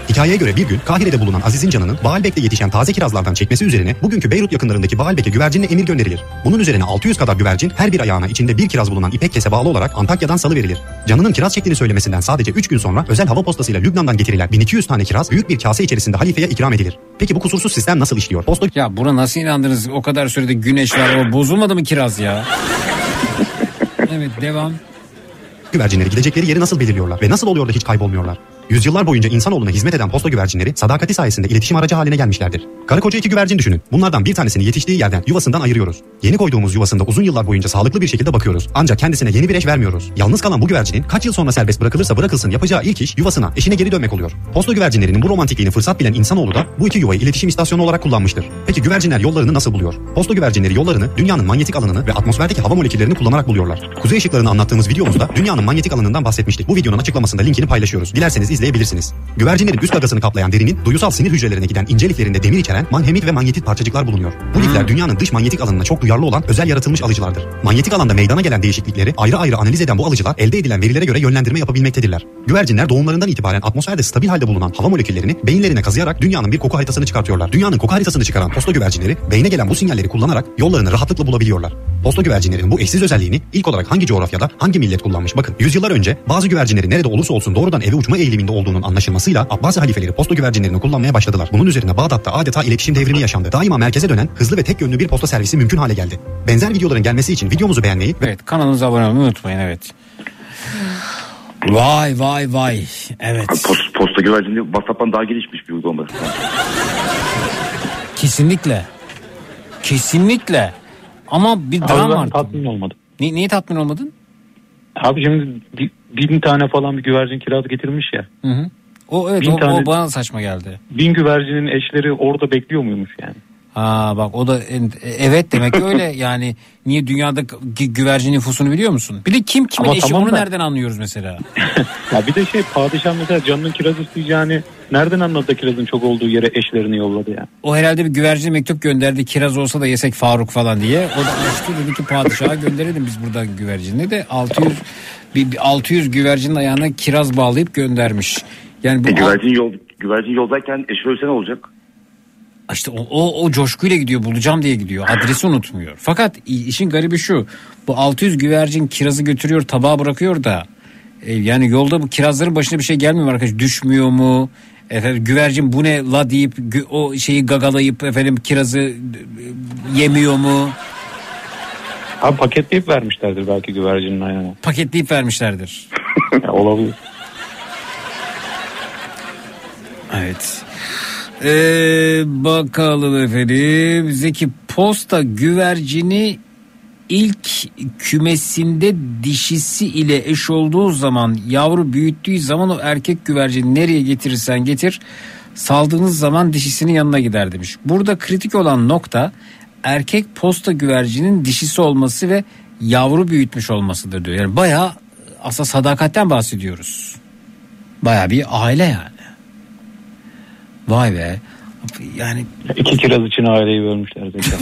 Hikayeye göre bir gün Kahire'de bulunan Aziz'in canının Baalbek'te yetişen taze kirazlardan çekmesi üzerine bugünkü Beyrut yakınlarındaki Baalbek'e güvercinle emir gönderilir. Bunun üzerine altı yüz kadar güvercin her bir ayağına içinde bir kiraz bulunan ipek kese bağlı olarak Antakya'dan salıverilir. Canının kiraz çektiğini söylemesinden sadece üç gün sonra özel hava postasıyla Lübnan'dan getirilen bin iki yüz tane kiraz büyük bir kase içerisinde halifeye ikram edilir. Peki bu kusursuz sistem nasıl işliyor? Posta... Ya buna nasıl inandınız? O kadar sürede güneş var, o bozulmadı mı kiraz ya? Evet, devam. Güvercinleri gidecekleri yeri nasıl belirliyorlar ve nasıl oluyor da hiç kaybolmuyorlar? Yüzyıllar boyunca insanoğluna hizmet eden posta güvercinleri sadakati sayesinde iletişim aracı haline gelmişlerdir. Karı koca iki güvercin düşünün. Bunlardan bir tanesini yetiştiği yerden, yuvasından ayırıyoruz. Yeni koyduğumuz yuvasında uzun yıllar boyunca sağlıklı bir şekilde bakıyoruz. Ancak kendisine yeni bir eş vermiyoruz. Yalnız kalan bu güvercinin kaç yıl sonra serbest bırakılırsa bırakılsın yapacağı ilk iş yuvasına, eşine geri dönmek oluyor. Posta güvercinlerinin bu romantikliğini fırsat bilen insanoğlu da bu iki yuvayı iletişim istasyonu olarak kullanmıştır. Peki güvercinler yollarını nasıl buluyor? Posta güvercinleri yollarını dünyanın manyetik alanını ve atmosferdeki hava moleküllerini kullanarak buluyorlar. Kuzey ışıklarını anlattığımız videomuzda dünyanın manyetik alanından bahsetmiştik. Bu videonun açıklamasında linkini paylaşıyoruz. Dilerseniz izleyebilirsiniz. Güvercinlerin üst gagasını kaplayan derinin duyusal sinir hücrelerine giden ince liflerinde demir içeren manhemit ve manyetit parçacıklar bulunuyor. Bu lifler dünyanın dış manyetik alanına çok duyarlı olan özel yaratılmış alıcılardır. Manyetik alanda meydana gelen değişiklikleri ayrı ayrı analiz eden bu alıcılar elde edilen verilere göre yönlendirme yapabilmektedirler. Güvercinler doğumlarından itibaren atmosferde stabil halde bulunan hava moleküllerini beyinlerine kazıyarak dünyanın bir koku haritasını çıkartıyorlar. Dünyanın koku haritasını çıkaran posta güvercinleri beyne gelen bu sinyalleri kullanarak yollarını rahatlıkla bulabiliyorlar. Posta güvercinlerin bu eşsiz özelliğini ilk olarak hangi coğrafyada hangi millet kullanmış? Bakın, yüzyıllar önce bazı güvercinlerin nerede olursa olsun doğrudan eve uçma eğiliminde olduğunun anlaşılmasıyla Abbasi halifeleri posta güvercinlerini kullanmaya başladılar. Bunun üzerine Bağdat'ta adeta iletişim devrimi yaşandı. Daima merkeze dönen hızlı ve tek yönlü bir posta servisi mümkün hale geldi. Benzer videoların gelmesi için videomuzu beğenmeyi ve evet, kanalımıza abone olmayı unutmayın. Evet. Vay vay vay. Evet. Post, posta güvercini WhatsApp'tan daha gelişmiş bir uygulama. Kesinlikle. Kesinlikle. Ama bir dram var. Tatmin olmadım. Ni- niye tatmin olmadın? Abi şimdi bin tane falan bir güvercin kiraz getirmiş ya. Hı hı. O evet, o, tane, o bana saçma geldi. Bin güvercinin eşleri orada bekliyor muymuş yani? Ha bak, o da evet demek öyle yani. Niye dünyada gü- güvercin nüfusunu biliyor musun? Bir de kim kimin ama eşi, tamam onu da, nereden anlıyoruz mesela? Ya bir de şey, padişah mesela canının kiraz isteyeceğini nereden anladı da kirazın çok olduğu yere eşlerini yolladı ya? O herhalde bir güvercin mektup gönderdi, kiraz olsa da yesek Faruk falan diye. O da açtı, dedi ki padişaha gönderelim biz buradan güvercinle de altı yüz bir, bir altı yüz güvercinin ayağına kiraz bağlayıp göndermiş. Yani bu e, güvercin yol güvercin yoldayken eşi ölse ne olacak? İşte o, o, o coşkuyla gidiyor, bulacağım diye gidiyor. Adresi unutmuyor. Fakat işin garibi şu. Bu altı yüz güvercin kirazı götürüyor, tabağa bırakıyor da e, yani yolda bu kirazların başına bir şey gelmiyor arkadaş. Düşmüyor mu? Efendim, güvercin bu ne la deyip o şeyi gagalayıp efendim kirazı e, yemiyor mu? Abi paketleyip vermişlerdir belki güvercinin ayağına. Paketleyip vermişlerdir. Olabilir. Evet. Ee, bakalım efendim. Zeki, posta güvercini ilk kümesinde dişisi ile eş olduğu zaman, yavru büyüttüğü zaman o erkek güvercini nereye getirirsen getir, saldığınız zaman dişisinin yanına gider demiş. Burada kritik olan nokta erkek posta güvercinin dişisi olması ve yavru büyütmüş olmasıdır diyor. Yani bayağı aslında sadakatten bahsediyoruz. Bayağı bir aile yani. Vay be. Yani iki kiraz için aileyi bölmüşler zaten.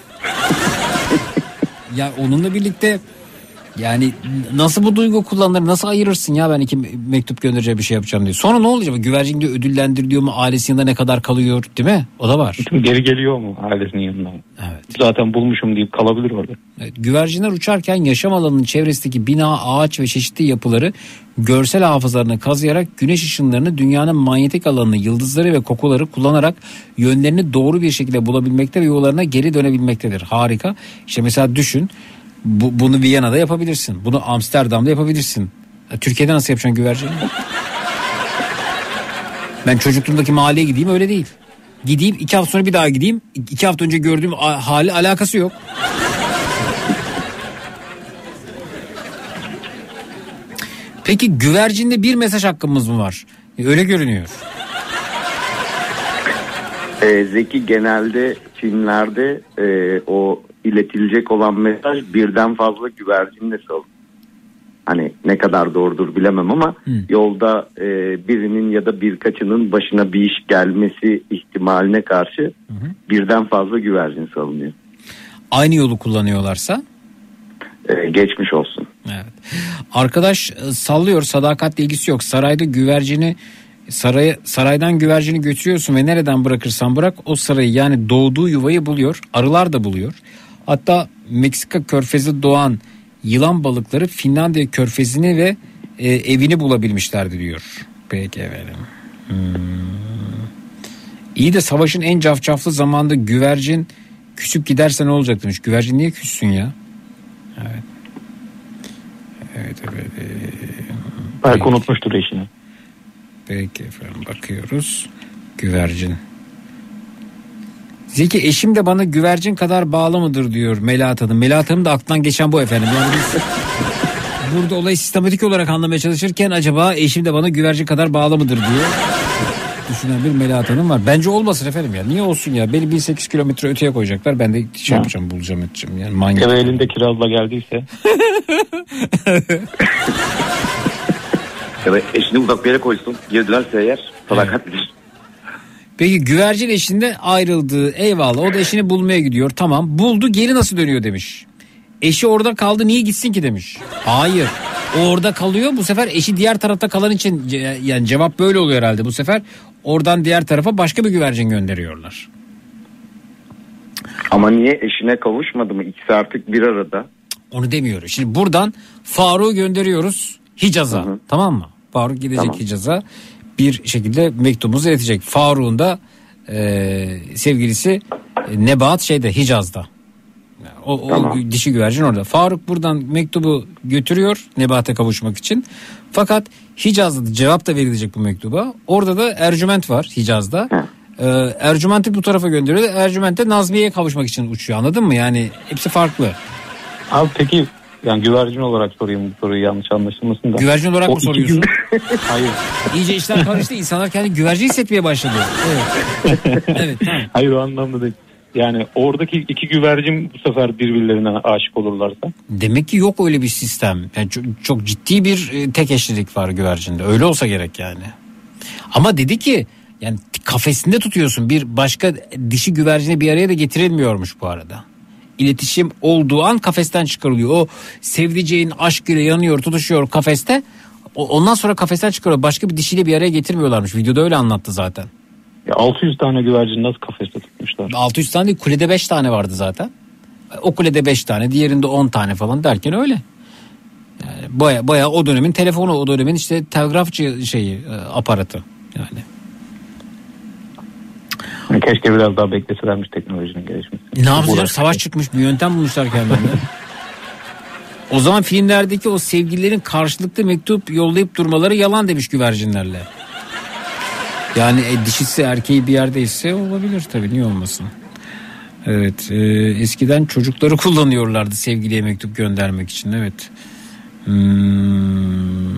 Ya onunla birlikte yani nasıl bu duygu kullanılır, nasıl ayırırsın ya, ben iki mektup göndereceğim bir şey yapacağım diye. Sonra ne olacak? Güvercin diyor ödüllendiriliyor mu? Ailesinin yanında ne kadar kalıyor, değil mi? O da var. Geri geliyor mu ailesinin yanına? Evet. Zaten bulmuşum deyip kalabilir orada. Evet, güvercinler uçarken yaşam alanının çevresindeki bina, ağaç ve çeşitli yapıları görsel hafızalarını kazıyarak güneş ışınlarını, dünyanın manyetik alanını, yıldızları ve kokuları kullanarak yönlerini doğru bir şekilde bulabilmekte ve yollarına geri dönebilmektedir. Harika. İşte mesela düşün, bu, bunu Viyana'da yapabilirsin. Bunu Amsterdam'da yapabilirsin. Türkiye'de nasıl yapacaksın güvercini? Ben çocukluğumdaki mahalleye gideyim, öyle değil. Gideyim iki hafta sonra bir daha gideyim. İki hafta önce gördüğüm hali alakası yok. Peki güvercinde bir mesaj hakkımız mı var? Öyle görünüyor. Ee, Zeki, genelde filmlerde e, o iletilecek olan mesaj birden fazla güvercinle salınır. Hani ne kadar doğrudur bilemem ama hmm. yolda e, birinin ya da birkaçının başına bir iş gelmesi ihtimaline karşı hmm. birden fazla güvercin salınıyor. Aynı yolu kullanıyorlarsa? Ee, geçmiş olsun. Evet. Arkadaş sallıyor, sadakatle ilgisi yok. Sarayda güvercini Saraya, saraydan güvercini götürüyorsun ve nereden bırakırsan bırak o sarayı, yani doğduğu yuvayı buluyor. Arılar da buluyor. Hatta Meksika körfezi doğan yılan balıkları Finlandiya körfezini ve e, evini bulabilmişlerdi diyor. Peki efendim. Hmm. İyi de savaşın en cafcaflı zamanında güvercin küsüp giderse ne olacak demiş. Güvercin niye küssün ya? Evet. Evet evet. Belki unutmuştur eşini. Peki efendim, bakıyoruz. Güvercin. Zeki, eşim de bana güvercin kadar bağlı mıdır diyor Melahat Hanım. Melahat Hanım da aklından geçen bu efendim. Yani biz burada olayı sistematik olarak anlamaya çalışırken acaba eşim de bana güvercin kadar bağlı mıdır diye düşünen bir Melahat Hanım var. Bence olmasın efendim ya. Niye olsun ya? Beni bin sekiz kilometre öteye koyacaklar. Ben de şey yapacağım, bulacağım, edeceğim. Yani manyak. Ya elinde kirazla geldiyse. Ya da eşini uzak bir yere koysun. Geri dönerse eğer sadakatlidir. Peki güvercin eşinde ayrıldı. Eyvallah. O da eşini bulmaya gidiyor. Tamam. Buldu. Geri nasıl dönüyor demiş. Eşi orada kaldı. Niye gitsin ki demiş. Hayır. O orada kalıyor. Bu sefer eşi diğer tarafta kalan için, yani cevap böyle oluyor herhalde. Bu sefer oradan diğer tarafa başka bir güvercin gönderiyorlar. Ama niye eşine kavuşmadı mı? İkisi artık bir arada. Onu demiyoruz. Şimdi buradan Faruk'u gönderiyoruz Hicaz'a. Hı hı. Tamam mı? Faruk gidecek tamam. Hicaz'a. Bir şekilde mektubumuzu iletecek. Faruk'un da e, sevgilisi e, Nebahat şeyde, Hicaz'da. O, tamam. o dişi güvercin orada. Faruk buradan mektubu götürüyor Nebahat'e kavuşmak için. Fakat Hicaz'da cevap da verilecek bu mektuba. Orada da Ercüment var Hicaz'da. Ee, Ercüment'i bu tarafa gönderiyor. Ercüment de Nazmiye'ye kavuşmak için uçuyor. Anladın mı? Yani hepsi farklı. Abi peki, yani güvercin olarak sorayım bu soruyu, yanlış anlaşılmasın da. Güvercin olarak o mı soruyorsun? Gün... Hayır. İyice işler karıştı. İnsanlar kendi güvercin hissetmeye başladı. Evet. Evet, tamam. Hayır, o anlamda değil. Yani oradaki iki güvercin bu sefer birbirlerine aşık olurlarsa. Demek ki yok öyle bir sistem. Yani çok, çok ciddi bir tek eşlilik var güvercinde. Öyle olsa gerek yani. Ama dedi ki yani kafesinde tutuyorsun. Bir başka dişi güvercini bir araya da getirilmiyormuş bu arada. İletişim olduğu an kafesten çıkarılıyor. O sevdiceğin aşkıyla yanıyor, tutuşuyor kafeste. Ondan sonra kafesten çıkarıyor. Başka bir dişiyle bir araya getirmiyorlarmış. Videoda öyle anlattı zaten. Ya altı yüz tane güvercin nasıl kafeste tutmuşlar? altı yüz tane değil, kulede beş tane vardı zaten. O kulede beş tane, diğerinde on tane falan derken öyle. Yani baya baya o dönemin telefonu, o dönemin işte telgrafçı şeyi, aparatı yani. Keşke biraz daha bekleselermiş teknolojinin gelişmesi. Ne yapacağız? Savaş çıkmış, bir yöntem bulmuşlar kendilerine. O zaman filmlerdeki o sevgililerin karşılıklı mektup yollayıp durmaları yalan demiş güvercinlerle. Yani e, dişisi erkeği bir yerdeyse olabilir tabii, niye olmasın. Evet, e, eskiden çocukları kullanıyorlardı sevgiliye mektup göndermek için, evet. Hmm.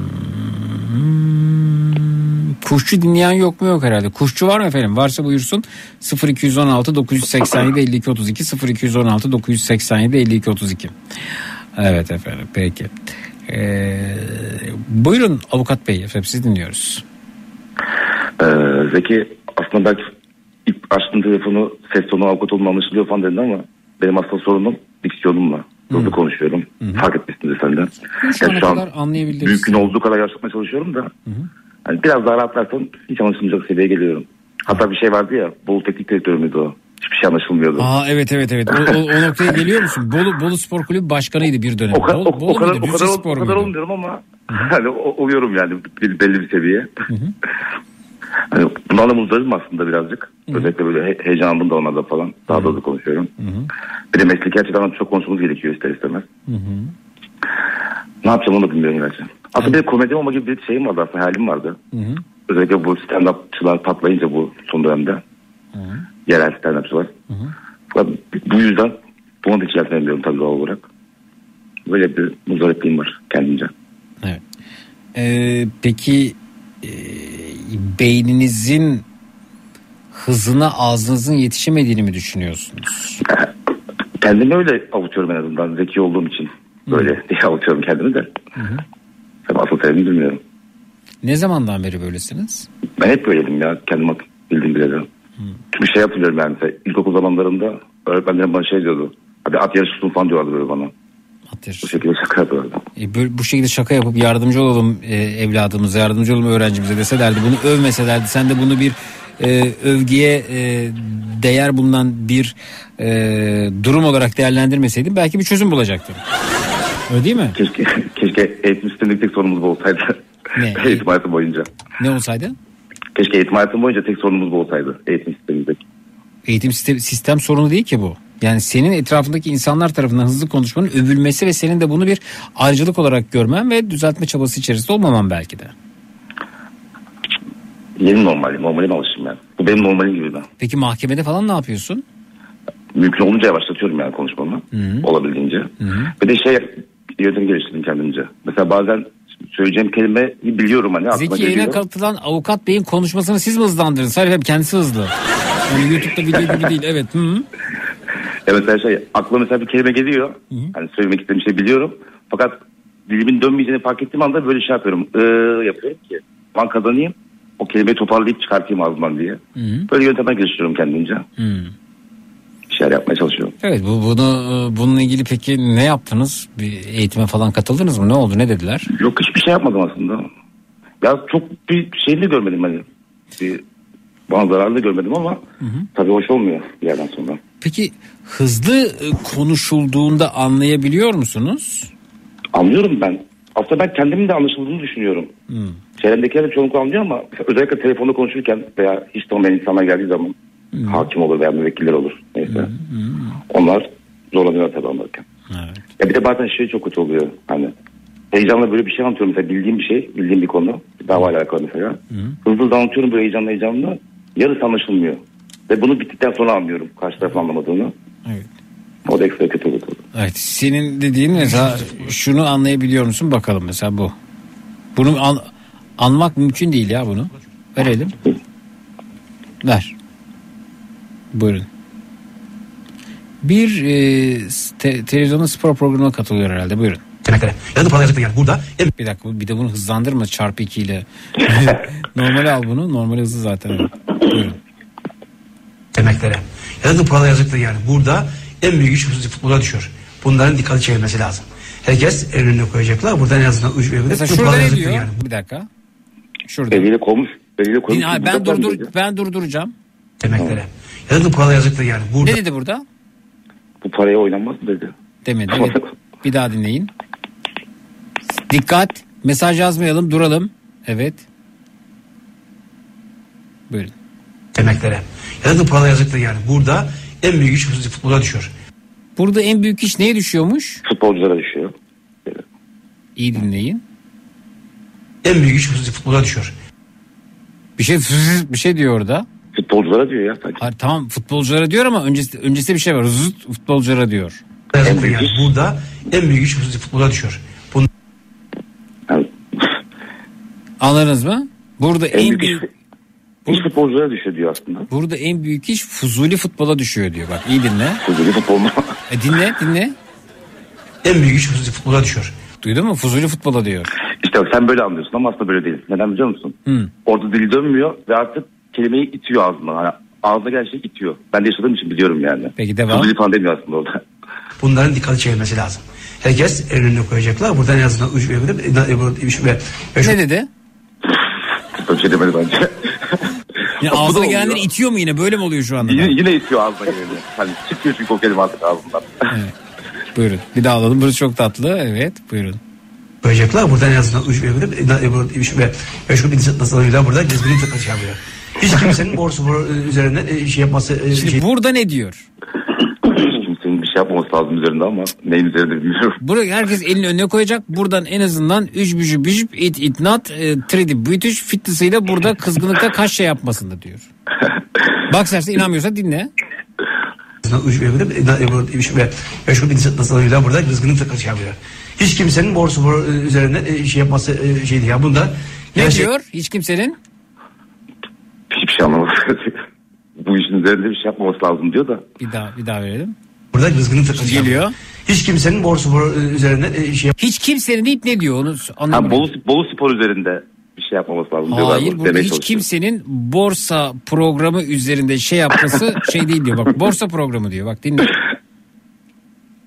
Kuşçu dinleyen yok mu? Yok herhalde. Kuşçu var mı efendim? Varsa buyursun. sıfır iki on altı dokuz seksen yedi elli iki otuz iki sıfır iki on altı dokuz seksen yedi elli iki otuz iki. Evet efendim, peki. Ee, buyurun avukat bey, efendim siz dinliyoruz. Ee, Zeki, aslında belki ilk açtığın telefonu ses tonu avukat olma anlaşılıyor falan dedin ama benim asıl sorunum diksiyonumla. Hızlı konuşuyorum. Hı-hı. Fark etmişsin de senden. Yani şu an mümkün olduğu kadar yaşatmaya çalışıyorum da. Yani biraz daha rahatlarsan hiç anlaşılmayacak seviyeye geliyorum. Hatta bir şey vardı ya, Bolu Teknik Direktörü müydü o? Hiçbir şey anlaşılmıyordu. Aa evet evet evet. O, o, o noktaya geliyor musun? Bolu Bolu Spor Kulübü başkanıydı bir dönem. O, ka- Bolu, o, Bolu o kadar, muydu? o kadar, Spor o kadar olmuyorum ama hani oluyorum yani belli bir seviye. Hani bundan da muzdarım aslında birazcık. Hı-hı. Özellikle böyle he- heyecanlandım da onlarla falan. Daha da konuşuyorum. Hı-hı. Bir de mesleki açıdan çok konuşmamız gerekiyor ister istemez. Hı-hı. Ne yapacağım onu da bilmiyorum gerçekten. Aslında bir komedi olma gibi bir şeyim vardı aslında, hayalim vardı. Hı-hı. Özellikle bu stand-upçılar patlayınca bu son dönemde. Hı-hı. Yerel stand-upçılar. Fakat bu yüzden bunu da hiç yapmayabiliyorum tabii doğal olarak. Böyle bir muzdaripliğim var kendimce. Evet. Ee, peki e, beyninizin hızına ağzınızın yetişemediğini mi düşünüyorsunuz? Kendimi öyle avutuyorum en azından. Zeki olduğum için. Böyle Hı. diye avutuyorum kendimi de. Hı hı. Tabii asıl sebebini bilmiyorum. Ne zamandan beri böylesiniz? Ben hep böyleydim ya. Kendime bildiğim bileli. Çünkü şey hatırlıyorum yani. İlkokul zamanlarında öğretmenlerim bana şey diyordu. Hadi at yarışısın falan diyorlardı böyle bana. Bu şekilde şaka yapıyorlar. E, böyle, bu şekilde şaka yapıp yardımcı olalım e, evladımıza, yardımcı olalım öğrencimize deselerdi, bunu övmeselerdi, sen de bunu bir e, övgüye e, değer bulunan bir e, durum olarak değerlendirmeseydin belki bir çözüm bulacaktın. Öyle değil mi? Keşke, keşke eğitim sistemindeki tek sorunumuz bu olsaydı. Ne? Eğitim hayatım boyunca. Ne olsaydı? Keşke eğitim hayatım boyunca tek sorunumuz bu olsaydı. Eğitim sistemindeki. Eğitim sistem, sistem sorunu değil ki bu. Yani senin etrafındaki insanlar tarafından hızlı konuşmanın övülmesi ve senin de bunu bir ayrıcalık olarak görmen ve düzeltme çabası içerisinde olmaman belki de. Yeni normalim. Normalime alışım yani. Bu benim normalim gibi ben. Peki mahkemede falan ne yapıyorsun? Mümkün olunca yavaşlatıyorum yani konuşmamı. Hı-hı. Olabildiğince. Hı-hı. Bir de şey yöntem geliştirdim kendimce. Mesela bazen söyleyeceğim kelimeyi biliyorum hani. Zeki yayına katılan avukat beyin konuşmasını siz mi hızlandırın? Sadece kendisi hızlı. Yani YouTube'da video gibi değil. Evet. Hı-hı. Evet mesela şey aklıma mesela bir kelime geliyor. Hı-hı. Hani söylemek istediğim şey biliyorum. Fakat dilimin dönmeyeceğini fark ettiğim anda böyle şey yapıyorum. Iıı yapıyorum ki ben kazanayım. O kelimeyi toparlayıp çıkartayım ağzımdan diye. Hı-hı. Böyle yöntemler geliştiriyorum kendimce. Hı-hı. Bir şeyler yapmaya çalışıyorum. Evet, bu bunu bununla ilgili peki ne yaptınız? Bir eğitime falan katıldınız mı? Ne oldu? Ne dediler? Yok, hiçbir şey yapmadım aslında. Ya çok bir şey de görmedim hani. Bir bana zararlı görmedim ama hı hı. Tabii hoş olmuyor bir yerden sonra. Peki hızlı konuşulduğunda anlayabiliyor musunuz? Anlıyorum ben. Aslında ben kendimin de anlaşıldığını düşünüyorum. Hmm. Çevremdekiler de çoğunlukla anlıyor ama özellikle telefonda konuşurken veya hiç tanımayan insanlar geldiği zaman hmm. hakim olur veya müvekkiller olur. Neyse. Hmm. Hmm. Onlar zorlanıyor tabii anlarken. Evet. Ya bir de bazen şey çok kötü oluyor. Hani heyecanla böyle bir şey anlatıyorum. Mesela bildiğim bir şey, bildiğim bir konu. Davayla alakalı mesela. Hmm. Hızlı hızlı anlatıyorum böyle heyecanla heyecanla. Yarısı anlaşılmıyor. Ve bunu bittikten sonra anlıyorum. Karşı tarafın anlamadığını. Evet. O da ekstra kötü oluyor. Evet. Senin dediğin mesela şunu anlayabiliyor musun bakalım mesela bu. Bunu an, anmak mümkün değil ya bunu. Verelim. Ver. Buyurun. Bir e, te, televizyonun spor programına katılıyor herhalde. Buyurun. Demeklere. Ya da parayacaklar yani burada. Bir dakika, bir de bunu hızlandırma çarpı iki ile. Normal al bunu. Normal hızlı zaten. Buyurun. Demeklere. Ya da parayacaklar yani burada en büyük iş futbola düşüyor. Bunların dikkati çekilmesi lazım. Herkes önüne koyacaklar. Buradan en azından uç bir mesela şurada ne diyor? Yani. Bir dakika. Şurada. Eliyle koymuş. Eliyle koymuş. Din, ben durdur ben durduracağım. Demeklere. Ya da parayacaklar yani burada. Ne dedi burada? Bu paraya oynanmaz mı dedi. Demedi. Evet. Bir daha dinleyin. Dikkat. Mesaj yazmayalım, duralım. Evet. Buyurun. Demeklere. Ya da parayacaklar yani burada en büyük iş futbola düşüyor. Burada en büyük iş neye düşüyormuş? Futbolculara düşüyor. Evet. İyi dinleyin. En büyük iş futbola düşüyor. Bir şey bir şey diyor orada. Futbolculara diyor ya sanki. Hayır, tamam futbolculara diyor ama öncesi, öncesinde bir şey var. Zıt futbolculara diyor. En büyük yani burada en büyük iş futbola düşüyor. Bunun... Anladınız mı? Burada en, en büyük, büyük... iş futbolculara düşüyor diyor aslında. Burada en büyük iş Fuzuli futbola düşüyor diyor. Bak iyi dinle. Fuzuli futbol mu? E dinle dinle. En büyük iş futbola düşüyor. Duydun mu? Fuzuli futbola diyor. İşte bak sen böyle anlıyorsun ama aslında böyle değil. Neden biliyor musun? Hmm. Orada dili dönmüyor ve artık kelimeyi itiyor ağzına. Yani ağzına gelen şey itiyor. Ben de yaşadığım için biliyorum yani. Peki devam. Fuzuli falan demiyor aslında orada. Bunların dikkati çekilmesi lazım. Herkes önüne koyacaklar. Buradan en azından uç ve ne dedi? Bir şey demedi bence. Ya ağzına gelenleri itiyor mu yine? Böyle mi oluyor şu anda? Yine, yine itiyor ağzına geleni. Hani çıkıyor çünkü o kelime artık ağzından. Evet. Buyurun. Bir daha alalım. Burası çok tatlı. Evet. Buyurun. Koyacaklar. Buradan en azından uç ve meşgul bir nasıl alıyorlar burada. Gezginin tıkla şey yapıyor. Hiç kimsenin borsu üzerinden şey yapması... Şimdi şey... burada ne diyor? Hiç kimsenin bir şey yapmaması lazım üzerinde ama neyin üzerinde bilmiyorum. Buraya herkes elini önüne koyacak. Buradan en azından üç bücü bücüp it it not üç D büyütüş fitness'iyle burada kızgınlıkta kaç şey yapmasın da diyor. Bak serse inanmıyorsa dinle. Üç ve meşgul bir nasıl alıyorlar burada. Kızgının tıkla şey yapıyor. Hiç kimsenin borsu üzerinden şey yapması şeydi ya. Bunda... Ne diyor? Hiç kimsenin? Hiçbir şey anlamadım. Bu işin üzerinde bir şey yapmaması lazım diyor da. Bir daha bir daha verelim. Burada kızgının tıklı geliyor. Hiç kimsenin borsu üzerinden şey hiç kimsenin deyip ne diyor onu anlamadım. Bolu, Bolu Spor üzerinde bir şey yapmaması lazım diyor. Hayır burada hiç kimsenin borsa programı üzerinde şey yapması şey değil diyor. Bak borsa programı diyor. Bak dinle.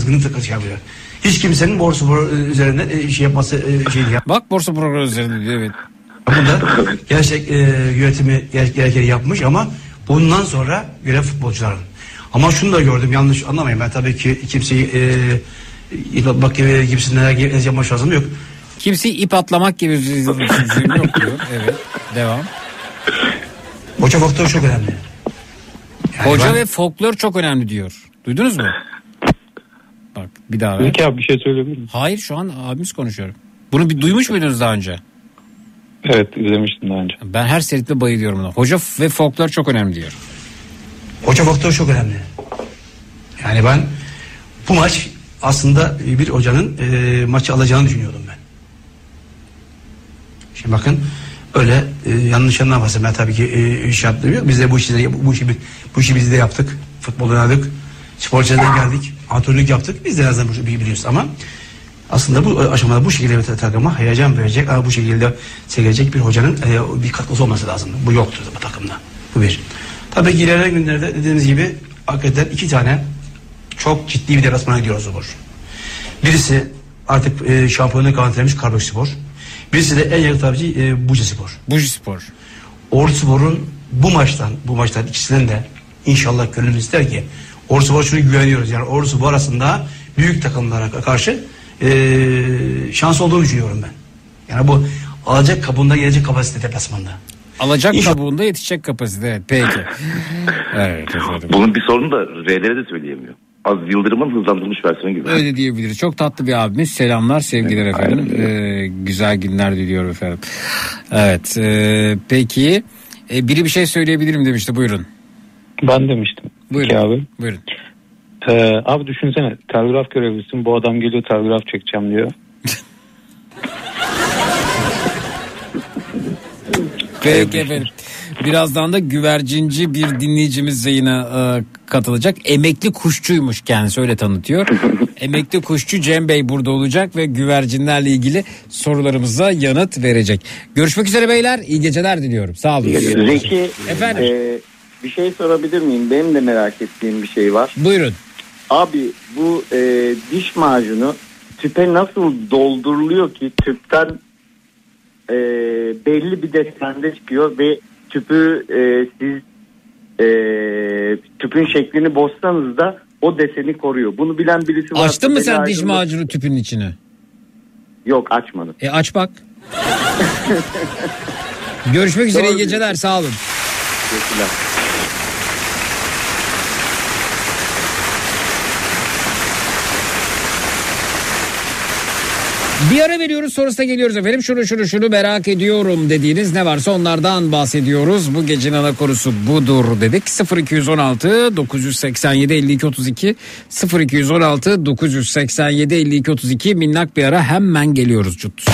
sıkıntı şey yapıyor. Hiç kimsenin Borspor üzerinde şey yapması şey yap. Bak Borspor üzerinde diyor, evet. Bunda gerçek e, yönetimi gereken yapmış ama bundan sonra görev futbolcuların. Ama şunu da gördüm, yanlış anlamayın, ben tabii ki kimseyi e, bak gibi gibisinden yapma şansım yok. Kimseyi ip atlamak gibi bir şey yok diyor. Evet, devam. Hoca faktörü çok önemli. Yani Hoca ben... ve folklor çok önemli diyor. Duydunuz mu? Bak bir daha. Peki abi bir şey söyleyebilir miyim? Hayır, şu an abimiz konuşuyor. Bunu bir duymuş muydunuz daha önce? Evet, izlemiştim daha önce. Ben her seyretme bayılıyorum buna. Hoca ve folklor çok önemli diyor. Hoca faktörü çok önemli. Yani ben bu maç aslında bir hocanın e, maçı alacağını düşünüyordum ben. Şimdi bakın öyle e, yanlış anlamasın, ben tabii ki e, iş yaptım yok. Biz de bu işi bu işi bu işi biz de yaptık. Futbol oynadık. Sporculardan geldik. Antrenörlük yaptık. Biz de en azından bu işi biliyoruz ama aslında bu aşamada bu şekilde bir takıma heyecan verecek ama bu şekilde sevecek bir hocanın e, bir katkısı olması lazım. Bu yoktur bu takımda. Bu bir. Tabii ki ilerleyen günlerde dediğimiz gibi hakikaten iki tane çok ciddi bir deplasmana gidiyoruz Spor. Birisi artık e, şampiyonluk garantilemiş Karabükspor. Birisi de en yakın tabii e, Bucaspor. Bucaspor. Orduspor'un bu maçtan, bu maçtan ikisinden de inşallah gönlümüz ister ki Orduspor şunu güveniyoruz. Yani Orduspor arasında büyük takımlara karşı e, şans olduğunu düşünüyorum ben. Yani bu alacak kabuğunda gelecek kapasite deplasmanda. Alacak İnşallah. Kabuğunda yetişecek kapasite. Evet, peki. Evet, bunun bir sorunu da R'lere de söyleyemiyor. Az Yıldırım'ın hızlandırılmış versiyonu gibi. Öyle diyebiliriz. Çok tatlı bir abimiz. Selamlar, sevgiler evet, efendim. Ee, güzel günler diliyorum efendim. Evet. E, peki. E, biri bir şey söyleyebilirim demişti. Buyurun. Ben demiştim. Buyurun. Peki abi. Buyurun. Ee, abi düşünsene. Telgraf görevlisin. Bu adam geliyor telgraf çekeceğim diyor. Peki efendim. Birazdan da güvercinci bir dinleyicimiz yayına e, katılacak. Emekli kuşçuymuş kendisi, öyle tanıtıyor. Emekli kuşçu Cem Bey burada olacak ve güvercinlerle ilgili sorularımıza yanıt verecek. Görüşmek üzere beyler. İyi geceler diliyorum. Sağ olun. Zeki, efendim. E, bir şey sorabilir miyim? Benim de merak ettiğim bir şey var. Buyurun. Abi bu e, diş macunu tüpe nasıl dolduruluyor ki tüpten e, belli bir desende çıkıyor ve tüpü e, siz e, tüpün şeklini bozsanız da o deseni koruyor. Bunu bilen birisi var. Açtın mı sen aydınlık... diş macunu tüpünün içine? Yok, açmadım. E aç bak. Görüşmek üzere, iyi geceler, sağ olun. Teşekkürler. Bir ara veriyoruz, sonrasında geliyoruz efendim. Şunu şunu şunu merak ediyorum dediğiniz ne varsa onlardan bahsediyoruz. Bu gecenin ana konusu budur dedik. sıfır iki on altı dokuz seksen yedi elli iki otuz iki sıfır iki on altı dokuz seksen yedi elli iki otuz iki minnak bir ara, hemen geliyoruz cut.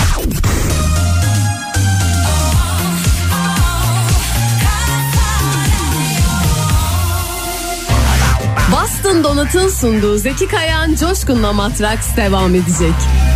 Boston Donat'ın sunduğu Zeki Kayan Coşkun'la Matraks devam edecek.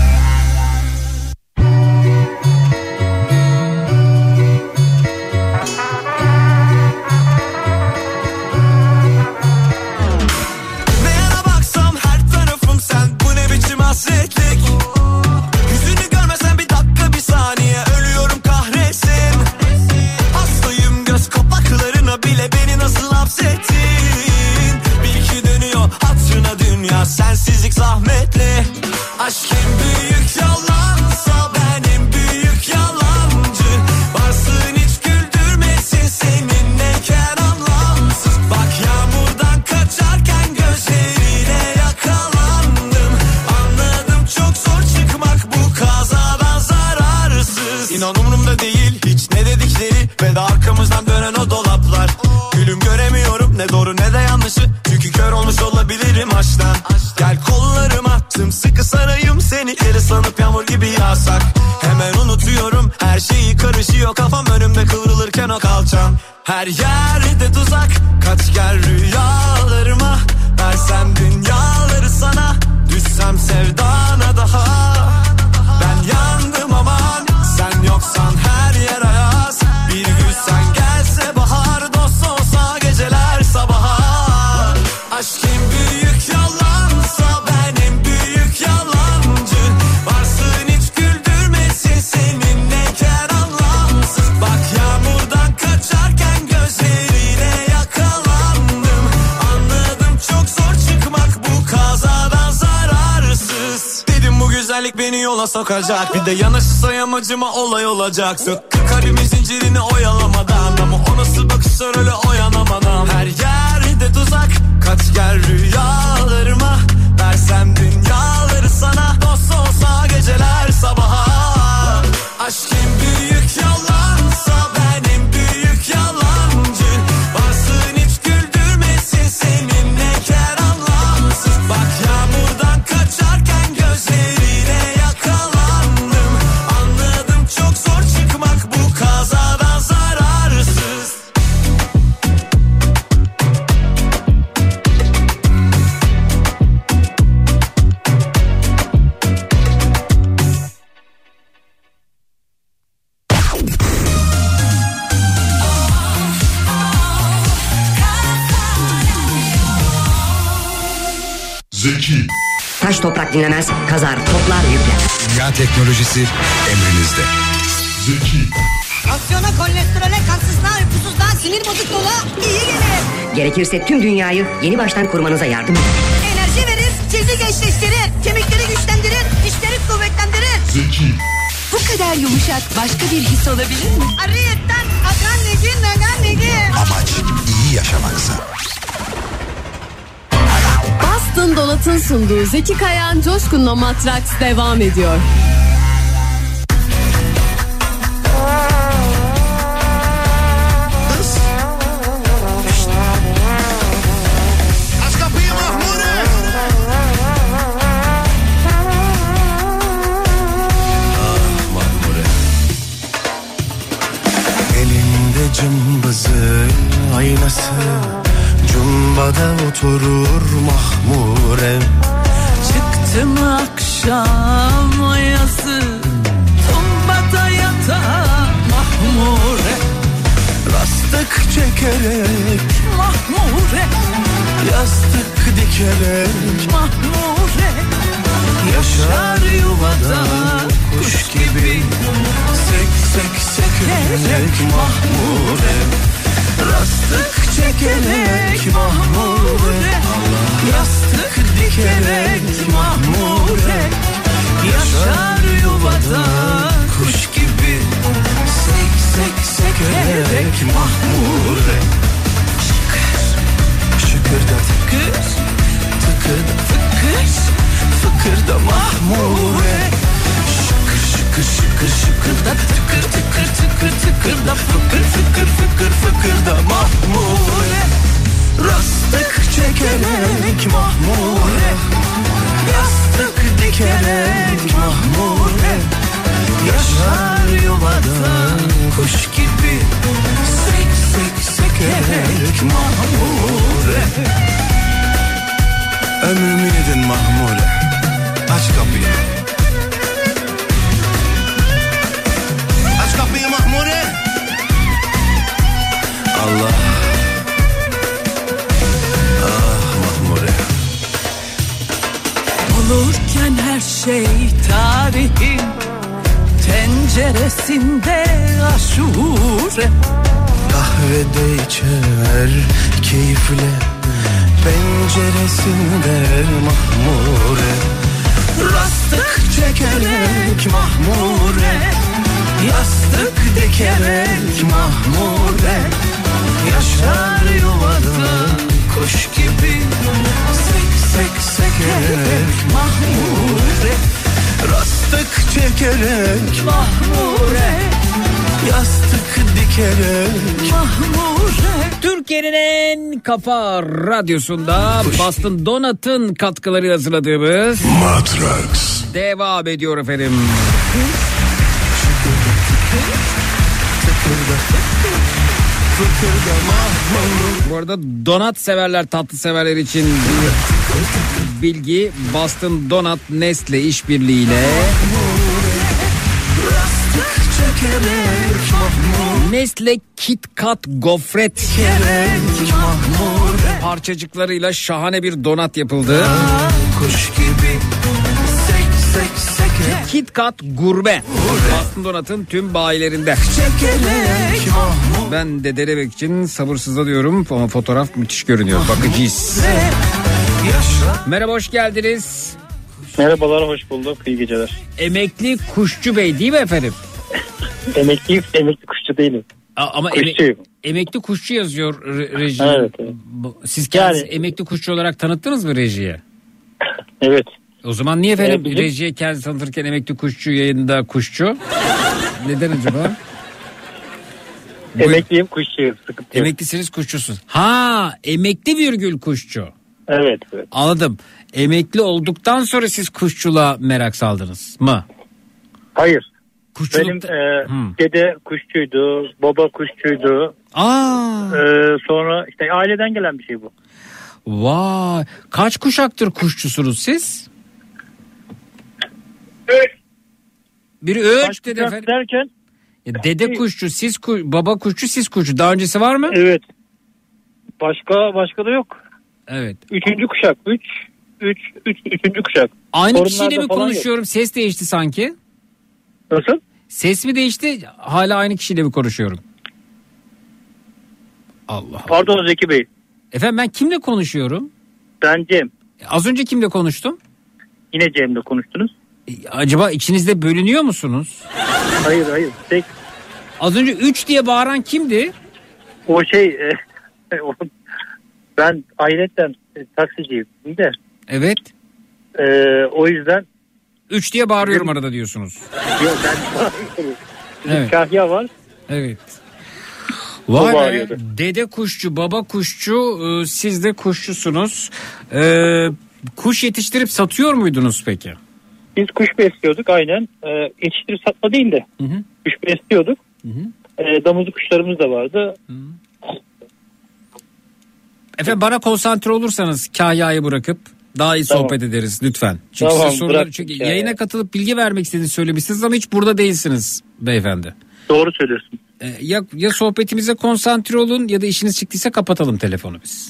Yüzünü görmesen bir dakika bir saniye ölüyorum kahretsin. Hastayım göz kapaklarına bile, beni nasıl hapsettin. Bil ki dönüyor hatırına dünya, sensizlik zahmetli. Aşk en büyük yalansa ben en büyük yalancı. Varsın hiç güldürmesin seninleyken anlamsız. Bak yağmurdan kaçarken gözlerine yakalandım. Anladım çok zor çıkmak bu kazadan zararsız. İnan umurumda değil hiç ne dedikleri ve de arkamızdan dönen o dolaplar. Gülüm göremiyorum ne doğru ne de yanlışı, çünkü kör olmuş olabilirim aşktan. Gel kollarıma sımsıkı sarayım seni, eli sanıp yağmur gibi yağsak. Hemen unutuyorum her şeyi, karışıyor kafam önümde kıvrılırken o kalçam. Her yerde tuzak, kaç gel rüyalarıma. Versem dünyaları sana, düşsem sevdana daha. Ben yandım aman, sen yoksan her yer ayaz. Bir gülsen gelse bahar, dost olsa geceler sabaha. Aşk en büyük yalansa ben en güzellik beni yola sokacak. Bir de yanaşırsa yamacıma olay olacak. Sıkkı kalbimin zincirini oyalamadan. Ama o nasıl bakışlar öyle oyanamadan. Her yerde tuzak, kaç gel rüyalarıma. Versem dünyaları sana, dost olsa geceler sabaha. Aşk en büyük yalansa ben en büyük yalancı. Varsın hiç güldürmesin seninle kar anlamsız. Bak yağmurdan kaçarken gözlerine yakalandım. Anladım çok zor çıkmak bu kazadan zararsız. Zeki. Taş toprak dinlemez, kazar, toplar, yükler. Dünya teknolojisi emrinizde. Zeki. Aksiyona, kolesterole, kansızlığa, uykusuzluğa, sinir bozukluğuna iyi gelir. Gerekirse tüm dünyayı yeni baştan kurmanıza yardım eder. Enerji verir, cildi gençleştirir, kemikleri güçlendirir, dişleri kuvvetlendirir. Zeki. Bu kadar yumuşak başka bir his olabilir mi? Ariyetten akan negi, nagan negi. Amaç iyi yaşamaksa. Boston Donat'ın sunduğu Zeki Kayan Coşkun'la Matraks devam ediyor. Aç kapıyı Mahmure. Ah Mahmure. Elinde cımbızı aynası, cumbada oturur Mahmure. Çıktı mı akşam ayası, tumbada yatağa Mahmure. Rastık çekerek Mahmure, yastık dikerek Mahmure. yaşar yuvada kuş gibi. Sek sek sekerek Mahmure. Rastık çekerek Mahmure. Yastık dikerek Mahmure. Yaşar yuvada kuş gibi. Sek sek sekerek Mahmure. Şıkır şıkırda tıkır, tıkırda fıkır, fıkırda Mahmure. Şıkır şıkır şıkır şıkırda tıkır tıkır tıkır tıkırda fıkır fıkır fıkır fıkırda Mahmure. Rastık çekerek Mahmure. Yastık dikerek Mahmure. Yaşar yuvada kuş gibi. Sek sek sekerek Mahmure. Ömrümü yedin Mahmure. Aç kapıyı. Aç kapıyı Mahmure. Allah. Ah Mahmure. Olurken her şey tarihin tenceresinde aşure. Kahvede içer keyifle, penceresinde Mahmure. Rastık çekerek Mahmure. Yastık dikerek Mahmure. Yaşar yuvada kuş gibi. Sek sek sekerek Mahmure. Rastık çekerek Mahmure. Yastık dikerek Mahmure. Türkiye'nin en kafa radyosunda Boston Donat'ın katkılarıyla hazırladığımız Matraks devam ediyor efendim. Bu arada donat severler, tatlı severler için bir bilgi. Boston Donat Nestle işbirliğiyle Nestle Kit Kat gofret parçacıklarıyla şahane bir donat yapıldı. Kuş gibi sek sek sek. Kit Kat gurme. Boston Donat'ın tüm bayilerinde. Ben de denemek için sabırsızlanıyorum ama fotoğraf müthiş görünüyor. Bakacağız. Merhaba, hoş geldiniz. Merhabalar, hoş bulduk. İyi geceler. Emekli Kuşçu Bey değil mi efendim? Emekli, emekli kuşçu değilim. A- ama Kuşçuyum. eme- emekli kuşçu yazıyor re- reji. Evet, evet. Bu- Siz kendinizi Yani- emekli kuşçu olarak tanıttınız mı rejiye? Evet. O zaman niye efendim Ee, bizim- rejiye kendisi tanıtırken emekli kuşçu yayında kuşçu? Neden acaba? Emekliyim, kuşçuyum. Sıkıntı yok. Emeklisiniz, kuşçusunuz. Ha, emekli virgül kuşçu. Evet, evet. Anladım. Emekli olduktan sonra siz kuşçuluğa merak saldınız mı? Hayır. Kuşçulukta... Benim e, dede kuşçuydu, baba kuşçuydu. Aa. E, sonra işte aileden gelen bir şey bu. Vay. Kaç kuşaktır kuşçusunuz siz? Biri üç dedi efendim. Derken? Ya dede kuşçu, siz kuş, baba kuşçu, siz kuşçu. Daha öncesi var mı? Evet. Başka başka da yok. Evet. Üçüncü kuşak. Üç, üç, üç, üçüncü kuşak. Aynı Torunlar kişiyle da mi falan konuşuyorum? yok. Ses değişti sanki. Nasıl? Ses mi değişti? Hala aynı kişiyle mi konuşuyorum? Allah. Pardon Zeki Bey. Efendim ben kimle konuşuyorum? Ben Cem. Az önce kimle konuştum? Yine Cem'le konuştunuz. E, Acaba içinizde bölünüyor musunuz? Hayır hayır. Tek. Az önce üç diye bağıran kimdi? O şey e, o, ben ayrıca e, taksiciyim de. Evet. E, o yüzden. üç diye bağırıyorum arada diyorsunuz. Yok ben Evet. Kahya var. Evet. O Vay be. bağırıyordu. Dede kuşçu, baba kuşçu, e, siz de kuşçusunuz. E, kuş yetiştirip satıyor muydunuz peki? Biz kuş besliyorduk aynen. E, yetiştirip satma değil de. Hı hı. Kuş besliyorduk. Hı hı. E, damızlı kuşlarımız da vardı. Efendim bana konsantre olursanız Kahya'yı bırakıp daha iyi Tamam. sohbet ederiz lütfen. Çünkü Tamam, siz soruları, bıraktım çünkü Kahya'yı. yayına katılıp bilgi vermek istediğinizi söylemişsiniz ama hiç burada değilsiniz beyefendi. Doğru söylüyorsun. E, ya, ya sohbetimize konsantre olun ya da işiniz çıktıysa kapatalım telefonu biz.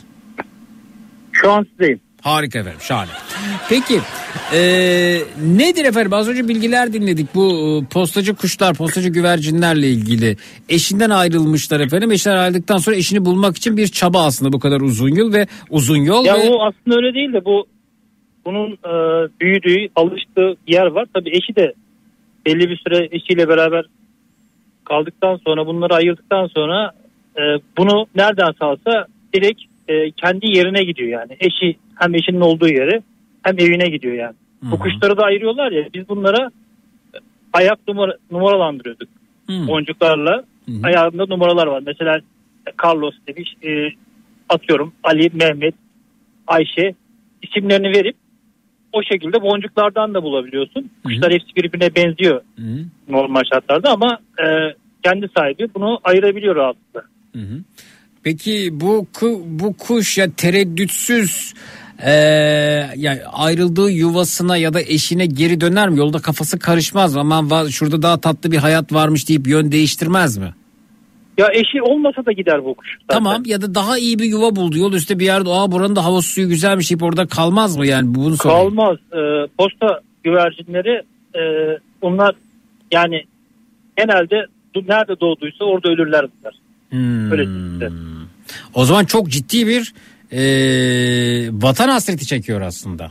Şu an sizdeyim. Harika efendim, şahane. Peki e, nedir efendim, az önce bilgiler dinledik bu e, postacı kuşlar, postacı güvercinlerle ilgili. Eşinden ayrılmışlar efendim, eşinden ayrıldıktan sonra eşini bulmak için bir çaba aslında bu kadar uzun yıl ve uzun yol. Ya ve... o aslında öyle değil de bu bunun e, büyüdüğü, alıştığı yer var. Tabii eşi de belli bir süre eşiyle beraber kaldıktan sonra, bunları ayırdıktan sonra e, bunu nereden salsa direkt e, kendi yerine gidiyor yani. Eşi hem eşinin olduğu yere hem evine gidiyor yani. Hı-hı. Bu kuşları da ayırıyorlar ya, biz bunlara ayak numara, numaralandırıyorduk. Hı. Boncuklarla. Hı-hı. Ayağında numaralar var. Mesela Carlos demiş, e, atıyorum Ali, Mehmet, Ayşe isimlerini verip o şekilde boncuklardan da bulabiliyorsun. Kuşlar hepsi birbirine benziyor Hı-hı. normal şartlarda ama e, kendi sahibi bunu ayırabiliyor rahatlıkla. Hı hı. Peki bu ku, bu kuş ya tereddütsüz e, yani ayrıldığı yuvasına ya da eşine geri döner mi? Yolda kafası karışmaz mı? Aman va- şurada daha tatlı bir hayat varmış deyip yön değiştirmez mi? Ya eşi olmasa da gider bu kuş. Zaten. Tamam, ya da daha iyi bir yuva buldu. Yol üstte bir yerde, aa buranın da hava suyu güzelmiş deyip orada kalmaz mı? Yani bunu sorayım. Kalmaz. E, posta güvercinleri e, onlar yani genelde nerede doğduysa orada ölürler bunlar. Hmm. Öyle işte. O zaman çok ciddi bir e, vatan hasreti çekiyor aslında.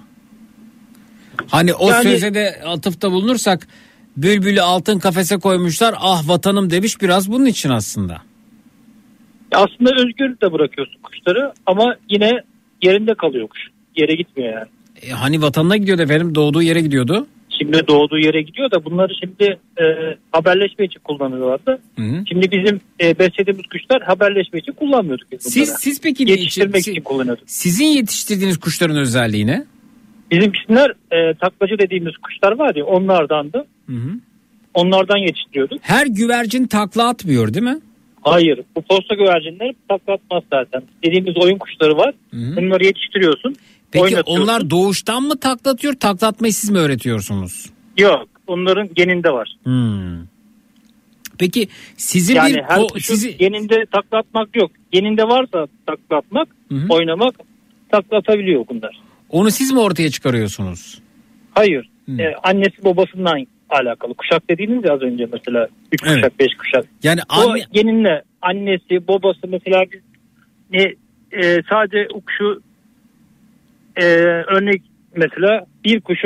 Hani o Yani- söze de atıfta bulunursak, bülbülü altın kafese koymuşlar, ah vatanım demiş, biraz bunun için aslında. Aslında özgür de bırakıyorsun kuşları ama yine yerinde kalıyor kuş. Yere gitmiyor yani. E, hani vatanına gidiyordu efendim, doğduğu yere gidiyordu. Şimdi doğduğu yere gidiyor da bunları şimdi e, haberleşme için kullanıyorlardı. Hı-hı. Şimdi bizim e, beslediğimiz kuşlar haberleşme için kullanmıyorduk biz bunları. Siz siz peki ne Yetiştirmek için, için kullanıyorduk. sizin yetiştirdiğiniz kuşların özelliği ne? Bizim isimler e, taklacı dediğimiz kuşlar var ya, onlardandı. Hı-hı. Onlardan yetiştiriyorduk. Her güvercin takla atmıyor değil mi? Hayır, bu posta güvercinleri takla atmaz zaten. Dediğimiz oyun kuşları var. Hı-hı. Bunları yetiştiriyorsun. Peki oynatıyorsun. onlar doğuştan mı takla atıyor, takla atmayı siz mi öğretiyorsunuz? Yok, onların geninde var. Hmm. Peki sizin Yani bir her ko- kuşun sizi geninde takla atmak yok. Geninde varsa takla atmak, Hı-hı. oynamak, takla atabiliyor bunlar. onu siz mi ortaya çıkarıyorsunuz? Hayır. Hmm. Ee, annesi babasından alakalı. Kuşak dediğiniz ya az önce mesela. Üç Evet. kuşak, beş kuşak. Yani O anne geninle annesi, babası mesela biz ne, e, sadece o kuşu e, örnek mesela bir kuşun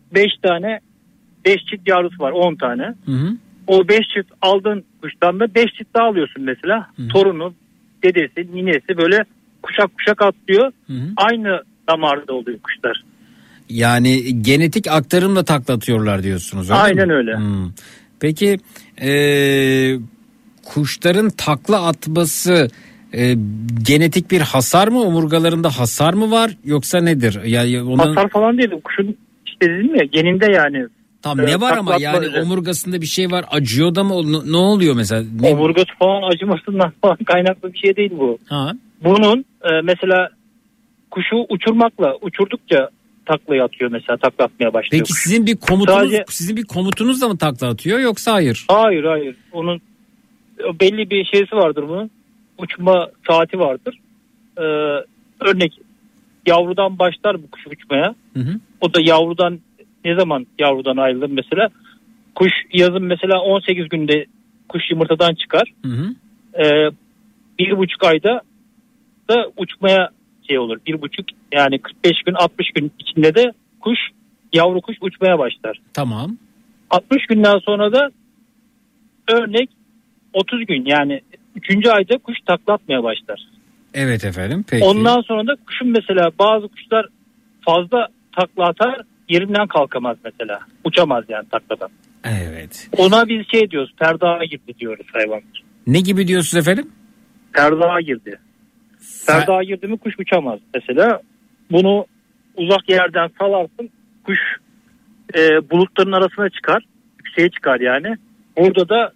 beş tane beş çift yavrusu var, on tane. Hı hı. O beş çift aldığın kuştan da beş çift daha alıyorsun mesela. Hı. Torunu, dedesi, ninesi böyle kuşak kuşak atlıyor. Hı hı. Aynı damarda oluyor kuşlar. Yani genetik aktarımla takla atıyorlar diyorsunuz. Öyle Aynen mi? öyle. Hmm. Peki ee, kuşların takla atması e, genetik bir hasar mı, omurgalarında hasar mı var yoksa nedir? Yani onun... Hasar falan değil. Kuşun işte dedim ya, geninde yani. Tam ne var ama yani öyle. Omurgasında bir şey var, acıyor da mı, ne oluyor mesela? Ne? Omurgası falan acımasından falan kaynaklı bir şey değil bu. Ha. Bunun e, mesela kuşu uçurmakla uçurdukça taklayı atıyor mesela, takla atmaya başlıyor. Peki sizin bir komutunuz Sadece... sizin bir komutunuz da mı takla atıyor yoksa hayır? Hayır hayır. Onun belli bir şeysi vardır bunun. Uçma saati vardır. Ee, örnek yavrudan başlar bu kuş uçmaya. Hı hı. O da yavrudan ne zaman yavrudan ayrılır mesela? Kuş yazın mesela on sekiz günde kuş yumurtadan çıkar. Hı hı. Ee, bir buçuk ayda da uçmaya şey olur. Bir buçuk yani kırk beş gün altmış gün içinde de kuş, yavru kuş uçmaya başlar. Tamam. altmış günden sonra da örnek otuz gün yani üçüncü ayda kuş takla atmaya başlar. Evet efendim. Peki. Ondan sonra da kuşun mesela bazı kuşlar fazla takla atar, yerinden kalkamaz mesela. Uçamaz yani takladan. Evet. Ona biz şey diyoruz, perdağa girdi diyoruz hayvan. Ne gibi diyorsunuz efendim? Perdağa girdi. Perdağa girdi mi kuş uçamaz mesela. Bunu uzak yerden salarsın, kuş e, bulutların arasına çıkar. Yükseğe çıkar yani. Burada da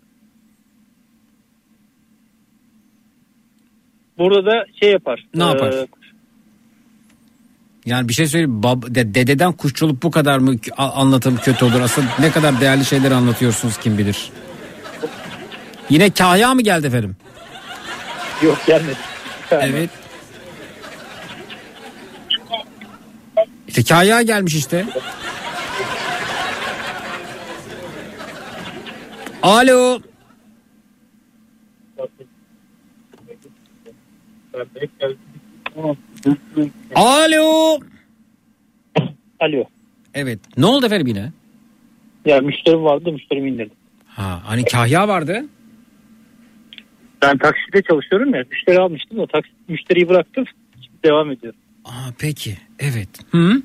Burada da şey yapar. Ne yapar? Ee, yani bir şey söyleyeyim. Bab- de- dededen kuşçuluk bu kadar mı anlatım kötü olur? Aslında ne kadar değerli şeyler anlatıyorsunuz kim bilir. Yine Kahya mı geldi efendim? Yok gelmedi. Evet. İşte Kahya gelmiş işte. Alo. Alo. Alo. Evet. Ne oldu efendim yine? Ya müşterim vardı, müşterimi indirdim. Ha, hani Kahya vardı. Ben takside çalışıyorum ya. Müşteri almıştım da taksi, müşteriyi bıraktım. Şimdi devam ediyorum. Aa, peki. Evet. Hı?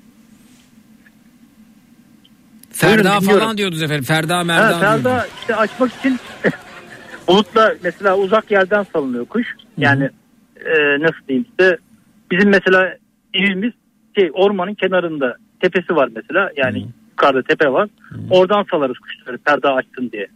Ferda Buyurun, falan diyordunuz efendim. Ferda Merda ha, Ferda diyordunuz. İşte açmak için bulutla mesela uzak yerden salınıyor kuş. Yani e, nasıl diyeyim işte bizim mesela evimiz şey ormanın kenarında tepesi var mesela. Yani Hı. yukarıda tepe var. Hı. Oradan salarız kuşları Ferda açsın diye.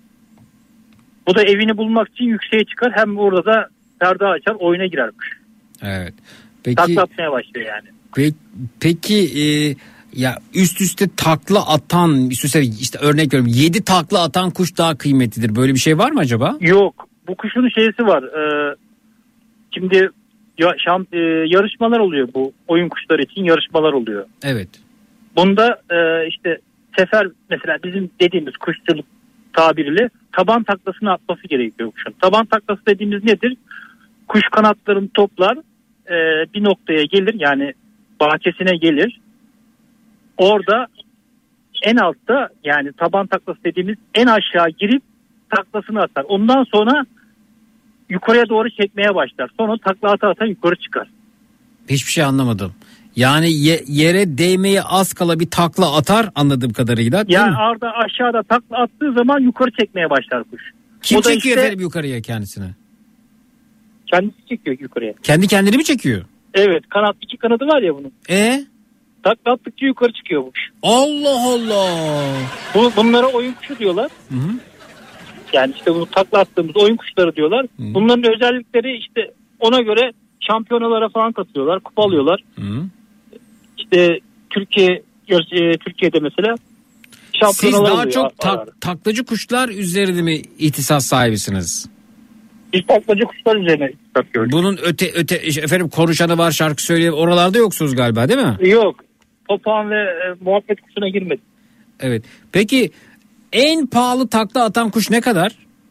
Bu da evini bulmak için yükseğe çıkar. Hem orada da Ferda açar, oyuna girer kuş. Evet. Peki, takla atmaya başlıyor yani. Peki, peki e, ya üst üste takla atan üst üste işte örnek veriyorum yedi takla atan kuş daha kıymetlidir. Böyle bir şey var mı acaba? Yok. Bu kuşun şeysi var. Ee, şimdi ya, şam, e, yarışmalar oluyor bu oyun kuşları için yarışmalar oluyor. Evet. Bunda e, işte sefer mesela bizim dediğimiz kuşçuluk tabiriyle taban taklasını atması gerekiyor kuşun. Taban taklası dediğimiz nedir? Kuş kanatlarını toplar e, bir noktaya gelir yani bahçesine gelir. Orada en altta yani taban taklası dediğimiz en aşağı girip taklasını atar. Ondan sonra yukarıya doğru çekmeye başlar. Sonra takla ata ata yukarı çıkar. Hiçbir şey anlamadım. Yani ye, yere değmeye az kala bir takla atar anladığım kadarıyla. Yani orada aşağıda takla attığı zaman yukarı çekmeye başlar kuş. Kim o da çekiyor işte, efendim yukarıya kendisini? Kendisi çekiyor yukarıya. Kendi kendini mi çekiyor? Evet, kanat iki kanadı var ya bunun. E? Takla attıkça yukarı çıkıyor bu kuş. Allah Allah. Bu, bunlara oyun kuşu diyorlar. Hı hı. Yani işte bu takla attığımız oyun kuşları diyorlar. Hı. Bunların özellikleri işte ona göre şampiyonalara falan katılıyorlar, kupa alıyorlar. Hı. İşte Türkiye Türkiye'de mesela şampiyonalar oluyor. Siz daha çok tak, taklacı kuşlar üzerinde mi ihtisas sahibisiniz? Biz taklacı kuşlar üzerine ihtisas görüyoruz. Bunun öte öte efendim konuşanı var, şarkı söylüyor. Oralarda yoksunuz galiba değil mi? Yok. Papağan ve e, muhabbet kuşuna girmedik. Evet. Peki en pahalı takla atan kuş ne kadar?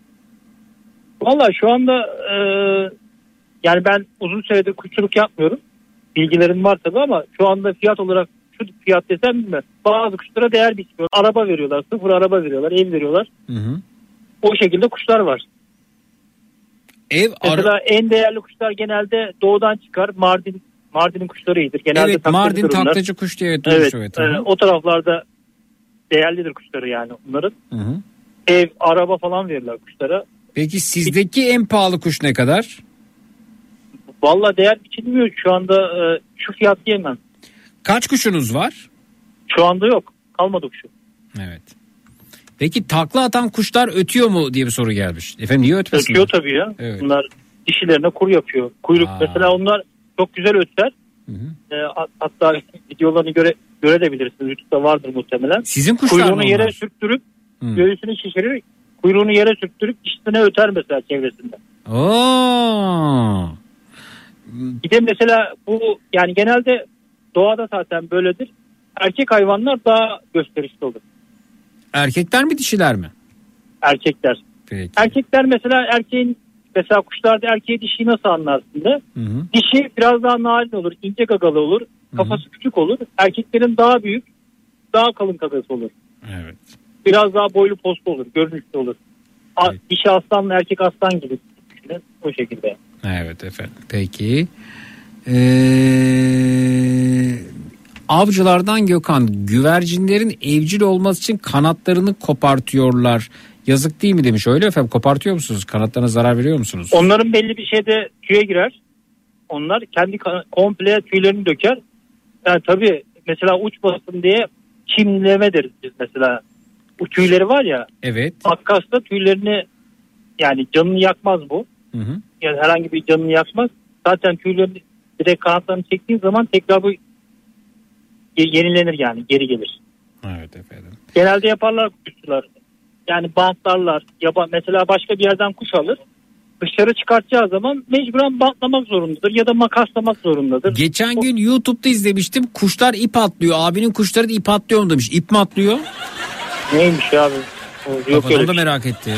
Valla şu anda e, yani ben uzun süredir kuşçuluk yapmıyorum. Bilgilerim var tabii ama şu anda fiyat olarak şu fiyat desem mi? Bazı kuşlara değer biçmiyor. Araba veriyorlar, sıfır araba veriyorlar, ev veriyorlar. Hı hı. O şekilde kuşlar var. Ev Mesela ar- en değerli kuşlar genelde doğudan çıkar. Mardin Mardin'in kuşları iyidir. Genelde evet, taklacıdır Mardin bunlar. taklacı kuş diye duymuş. Evet, Evet, e, o taraflarda değerlidir kuşları yani onların. Hı hı. Ev, araba falan verirler kuşlara. Peki sizdeki en pahalı kuş ne kadar? Vallahi değer biçilmiyor şu anda, e, şu fiyat diyemem. Kaç kuşunuz var? Şu anda yok. Kalmadı kuşu. Evet. Peki takla atan kuşlar ötüyor mu diye bir soru gelmiş. Efendim niye ötmesin? Ötüyor tabii ya. Evet. Bunlar dişilerine kur yapıyor. Kuyruk Aa. mesela onlar çok güzel öter. E, hatta videolarını göre görebilirsiniz. YouTube'da vardır muhtemelen. Sizin kuşlar mı Kuyruğunu yere onlar? sürttürüp Hı. göğsünü şişirir. Kuyruğunu yere sürttürüp dişine öter mesela çevresinde. Oo. Bir de mesela bu yani genelde doğada zaten böyledir. Erkek hayvanlar daha gösterişli olur. Erkekler mi dişiler mi? Erkekler. Peki. Erkekler mesela erkeğin mesela kuşlarda erkeği dişi nasıl anlarsın da? Hı hı. Dişi biraz daha narin olur, ince gagalı olur, kafası küçük olur. Erkeklerin daha büyük, daha kalın gagası olur. Evet. Biraz daha boylu postlu olur, görünüşlü olur. A, dişi aslanla erkek aslan gibi düşünün, o şekilde. Evet efendim. Peki. Ee, avcılardan Gökhan, güvercinlerin evcil olması için kanatlarını kopartıyorlar. Yazık değil mi demiş. Öyle efendim, kopartıyor musunuz? Kanatlarına zarar veriyor musunuz? Onların belli bir şeyde tüye girer. Onlar kendi kan- komple tüylerini döker. Yani tabii mesela uçmasın diye çimleme deriz biz mesela. O tüyleri var ya. Evet. Makkasla tüylerini yani canını yakmaz bu. Hı hı. Yani herhangi bir canını yakmaz. Zaten tüylerini direkt kanatlarını çektiğin zaman tekrar bu ye- yenilenir yani geri gelir. Evet efendim. Genelde yaparlar kuşçular. Yani bantlarlar. Yaba, mesela başka bir yerden kuş alır. Dışarı çıkartacağı zaman mecburen bantlamak zorundadır ya da makaslamak zorundadır. Geçen gün YouTube'da izlemiştim. Kuşlar ip atlıyor. Abinin kuşları da ip atlıyor mu demiş. İp mi atlıyor? Neymiş abi? O, yok Kapatalım öyle da bir şey. merak etti.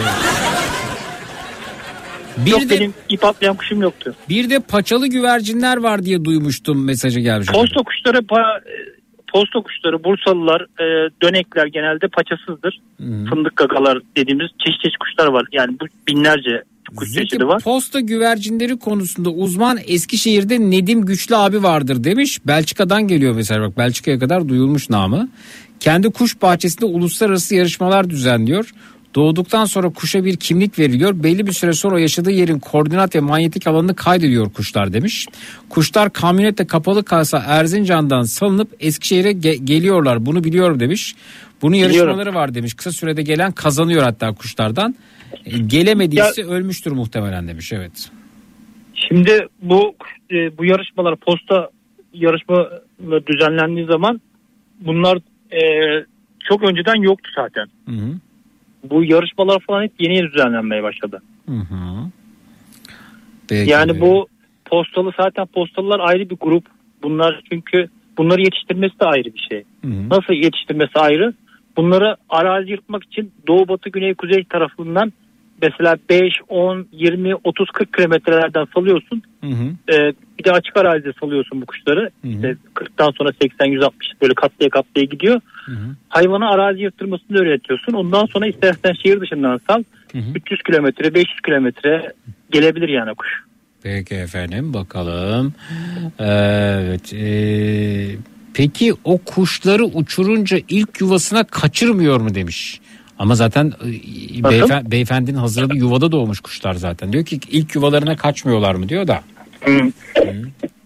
Bir Yok, de benim ip atlayan kuşum yoktu. bir de paçalı güvercinler var diye duymuştum, mesajı gelmiş. Posta kuşları pa- posta kuşları Bursalılar e, dönekler genelde paçasızdır. Hı. Fındık gagalar dediğimiz çeşit çeşit kuşlar var. Yani bu binlerce kuş Zeki, çeşidi var. posta güvercinleri konusunda uzman Eskişehir'de Nedim Güçlü abi vardır demiş. Belçika'dan geliyor mesela, bak Belçika'ya kadar duyulmuş namı. Kendi kuş bahçesinde uluslararası yarışmalar düzenliyor. Doğduktan sonra kuşa bir kimlik veriliyor. Belli bir süre sonra yaşadığı yerin koordinat ve manyetik alanını kaydediyor kuşlar demiş. Kuşlar kamyonetle kapalı kasa Erzincan'dan salınıp Eskişehir'e ge- geliyorlar. Bunu biliyorum demiş. Bunun yarışmaları Biliyorum. var demiş. Kısa sürede gelen kazanıyor hatta kuşlardan. E, Gelemediyse ölmüştür muhtemelen demiş. Evet. Şimdi bu e, bu yarışmalar posta yarışma düzenlendiği zaman bunlar e, çok önceden yoktu zaten. Hı hı. Bu yarışmalar falan hep yeni yeni düzenlenmeye başladı. Hı hı. Peki. Yani bu postalı zaten postalılar ayrı bir grup. Bunlar çünkü bunları yetiştirmesi de ayrı bir şey. Hı hı. Nasıl yetiştirmesi ayrı? Bunları arazi yırtmak için doğu batı güney kuzey tarafından mesela beş, on, yirmi, otuz, kırk kilometrelerden salıyorsun. Hı hı. Ee, bir de açık arazide salıyorsun bu kuşları. Hı hı. İşte kırktan sonra seksen, yüz altmış böyle katlaya katlaya gidiyor. Hı hı. Hayvana arazi yırttırmasını öğretiyorsun. Ondan sonra istersen şehir dışından sal. Hı hı. üç yüz kilometre, beş yüz kilometre gelebilir yani kuş. Peki efendim, bakalım. Evet. ee, peki o kuşları uçurunca ilk yuvasına kaçırmıyor mu demiş. Ama zaten e, beyefendi, beyefendinin hazırladığı yuvada doğmuş kuşlar zaten. Diyor ki ilk yuvalarına kaçmıyorlar mı diyor da. Hı. Hı.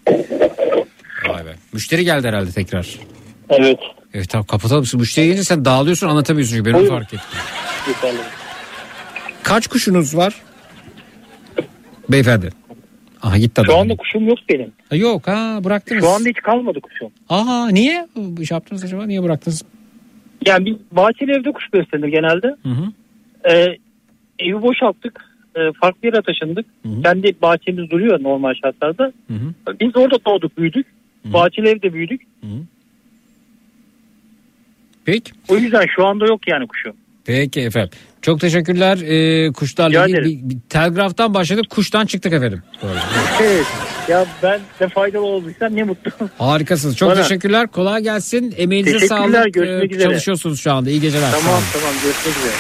Vay be. Müşteri geldi herhalde tekrar. Evet. Evet tamam, kapatalım. Müşteri gelince sen dağılıyorsun, anlatamıyorsun. Çünkü ben onu Buyurun. fark ettim. Yeterli. Kaç kuşunuz var? Beyefendi. Aha gitti adam. Şu anda kuşum yok benim. Ha, yok ha, bıraktınız. Şu anda hiç kalmadı kuşum. Aha, niye bu iş yaptınız acaba? Niye bıraktınız? Yani biz bahçeli evde kuş beslenir genelde. Hı hı. Ee, evi boşalttık. Ee, farklı yere taşındık. Hı hı. Kendi bahçemiz duruyor normal şartlarda. Hı hı. Biz orada doğduk, büyüdük. Hı. Bahçeli evde büyüdük. Hı. Peki. O yüzden şu anda yok yani kuşum. Peki efendim. Çok teşekkürler. Ee, kuşlarla Rica ilgili ederim. bir, bir telgraftan başladık. Kuştan çıktık efendim. Doğru. Evet. Ya ben de faydalı olduysam ne mutlu. Harikasınız. Çok Bana. teşekkürler. Kolay gelsin. Emeğinize Teşekkürler, sağlık. görüşmek Ee, üzere. Çalışıyorsunuz şu anda. İyi geceler. Sağ Tamam olun. tamam görüşmek üzere.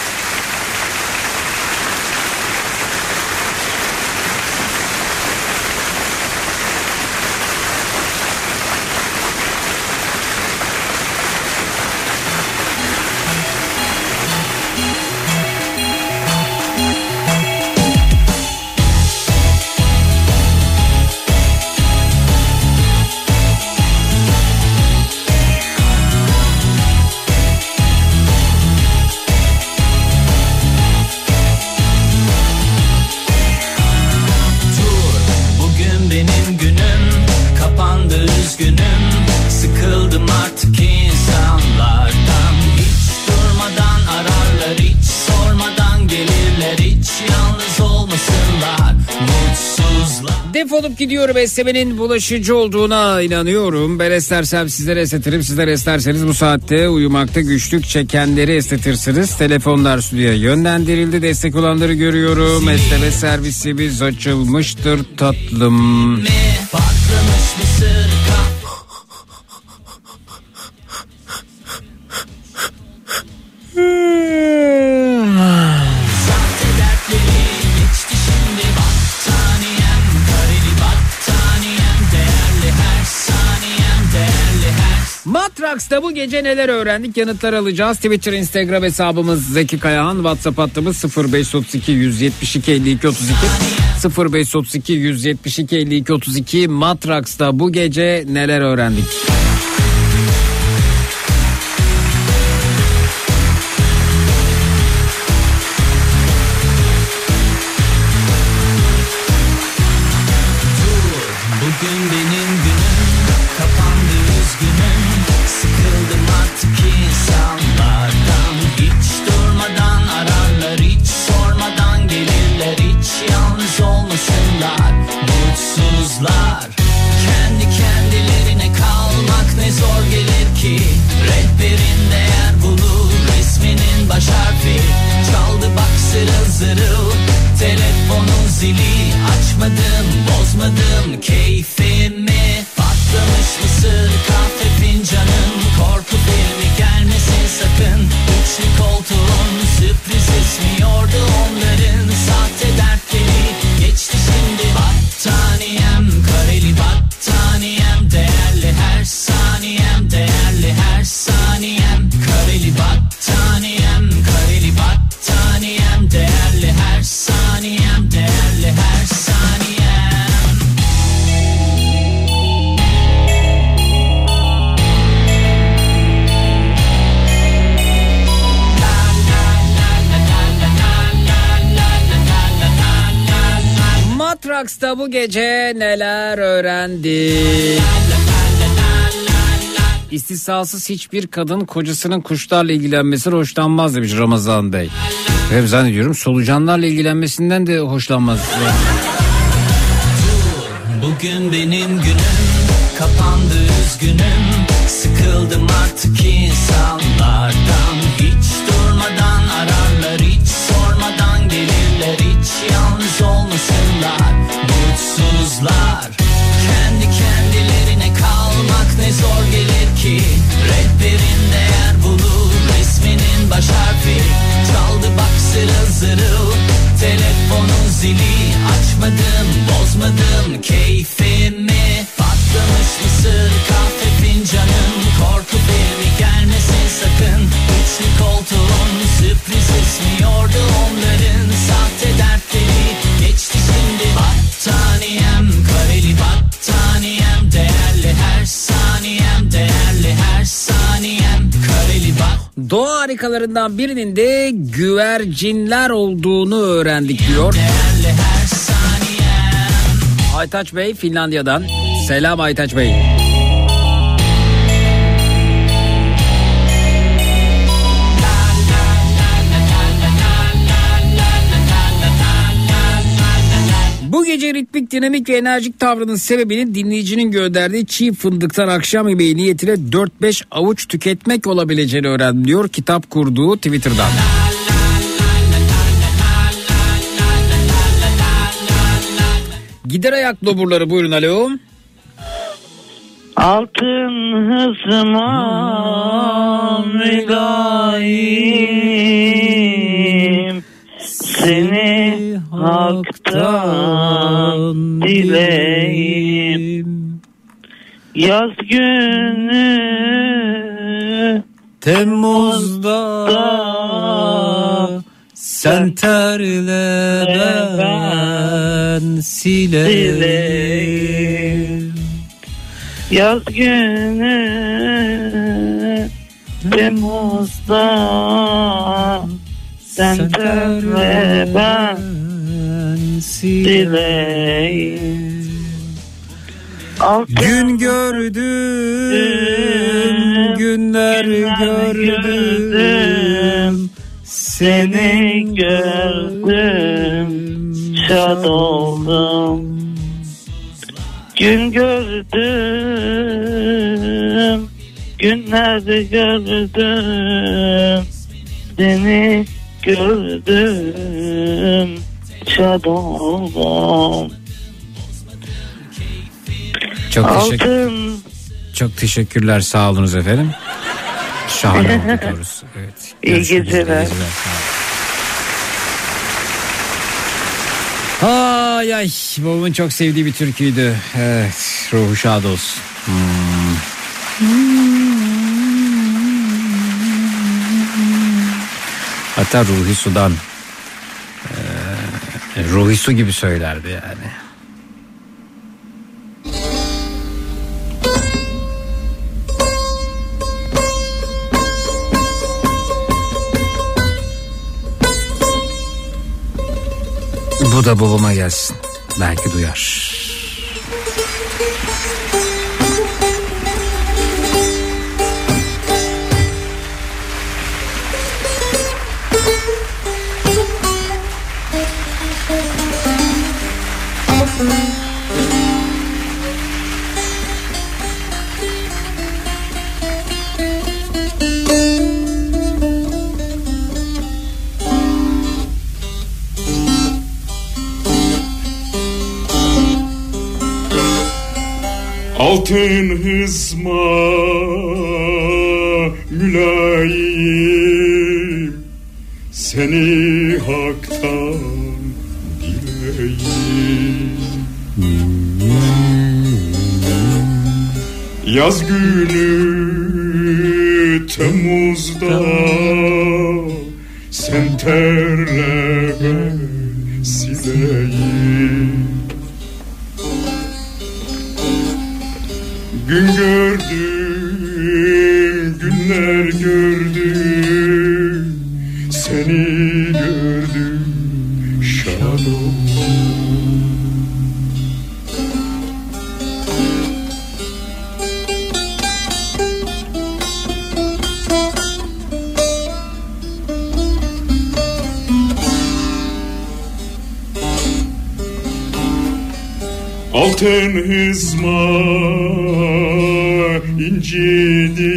Bugün benim günüm, kapandı üzgünüm. Sıkıldım artık insanlardan. Hiç durmadan ararlar, hiç sormadan gelirler. Hiç yalnız olmasınlar, mutsuzlar. Defolup gidiyorum, esnemenin bulaşıcı olduğuna inanıyorum. Ben esnersem sizlere esnetirim. Sizler esnerseniz bu saatte uyumakta güçlük çekenleri esnetirsiniz. Telefonlar stüdyoya yönlendirildi. Destek olanları görüyorum. Esneme servisimiz açılmıştır tatlım. Patlamış mısır kap. Sahte dertleri geçti şimdi battaniyem. Kareli battaniyem. Değerli her saniyem. Değerli her. Matraks'ta bu gece neler öğrendik? Yanıtlar alacağız. Twitter, Instagram hesabımız Zeki Kayahan. WhatsApp hattımız sıfır beş otuz iki yüz yetmiş iki elli iki otuz iki sıfır beş otuz iki yüz yetmiş iki elli iki otuz iki. Matraks'ta bu gece neler öğrendik? Bugün benim günüm, kapandı üzgünüm. Sıkıldım artık insanlardan. Hiç durmadan ararlar, hiç sormadan gelirler. Hiç yalnız olmasınlar, mutsuzlar. Kendi kendilerine kalmak ne zor gelir ki. Rehberin değer bulur, resminin baş harfi. Çaldı bak zırıl zırıl, telefonun zili. Açmadım, bozmadım keyfimi. Patlamış mısır kahve fincanın. Korku filmi gelmesin sakın. Üçlü koltuğun sürpriz esmiyordu onların. Sahte dertleri geçti şimdi. Battaniyem, kareli battaniyem. Değerli her saniyem, değerli her saniyem. Kareli battaniyem, kareli battaniyem. Değerli her saniyem, değerli her saniyem. Matraks'ta bu gece neler öğrendik? İstisnasız hiçbir kadın kocasının kuşlarla ilgilenmesinden hoşlanmaz demiş Ramazan Bey. Ve zannediyorum solucanlarla ilgilenmesinden de hoşlanmaz. Bugün benim günüm, kapandı üzgünüm. Sıkıldım artık insanlardan. Hiç durmadan ararlar, hiç sormadan gelirler. Hiç yalnız olmasınlar, mutsuzlar. Kendi kendilerine kalmak ne zor gelir ki. Rehberin değer bulur, resminin baş harfi. Çaldı bak zırıl zırıl, telefonun zili. Açmadım, bozmadım keyfimi. Patlamış mısır kahve fincanın. Korku filmi gelmesin sakın. Üçlü koltuğun sürpriz esmiyordu onların. Sahte dertleri geçti şimdi. Battaniyem, kareli battaniyem. Değerli her saniyem, değerli her saniyem. Kareli bat. Doğa harikalarından birinin de güvercinler olduğunu öğrendik diyor. Değerli her saniyem. Aytaç Bey Finlandiya'dan. Selam Aytaç Bey. Bu gece ritmik, dinamik ve enerjik tavrının sebebinin dinleyicinin gönderdiği çiğ fındıktan akşam yemeği niyetine dört beş avuç tüketmek olabileceğini öğrendim diyor kitap kurduğu Twitter'dan. Gider ayak doburları buyurun alo. Altın hızıma mülayim, seni haktan dileyim. Yaz günü Temmuz'da sen terle ben sileyim. Yaz günü Temmuz'da sen terle ben sileyim. Gün gördüm, günler gördüm, seni gördüm, şad oldum. Gün gördüm, günlerde gördüm, seni gördüm, şad oldum. Çok teşekkür, çok teşekkürler, sağ olunuz efendim. Şahane oldu doğrusu. Evet. İyi geceler. Ay ay, babamın çok sevdiği bir türküydü. Evet, ruhu şad olsun. Hmm. Hatta Ruhi Su'dan e, Ruhi Su gibi söylerdi yani. Bu da babama gelsin. Belki duyar. Altın hızma mülayim, seni haktan dileyim. Yaz günü Temmuz'da sen terle ben sileyim. Gün gördüm, günler gördüm, seni gördüm, şad oldum. Altın hızma incidi,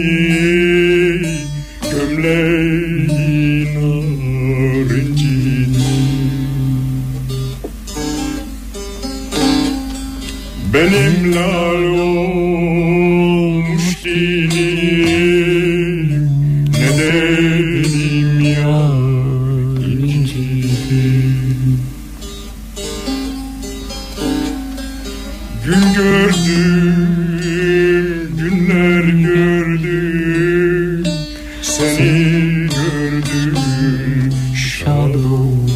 gömleğin narincidi. Benim lal olmuş dilim, ne dedim ya incidi. Gün gördüm, günler gördüm, seni gördüm, şad oldum.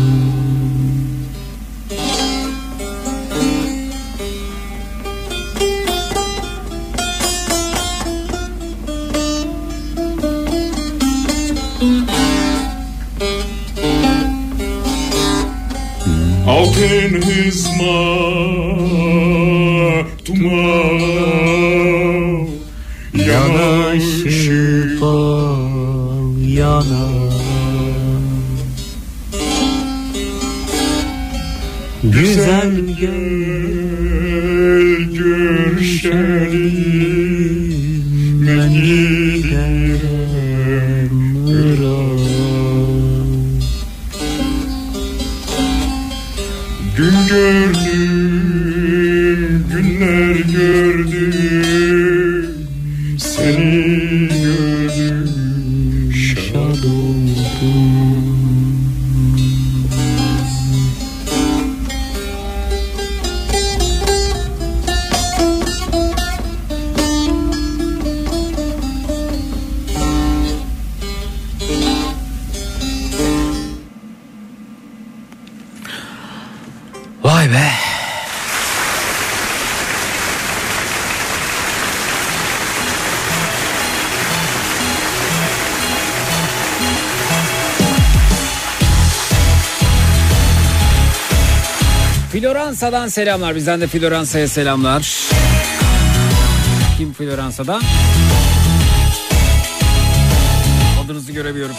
Altın hızma tumav yanaşıp al yana. Güzel gel görüşelim, ben giderim Irak. Gün gördüm, oldum. Vay be. Floransa'dan selamlar. Bizden de Floransa'ya selamlar. Kim Floransa'da? Adınızı göremiyorum.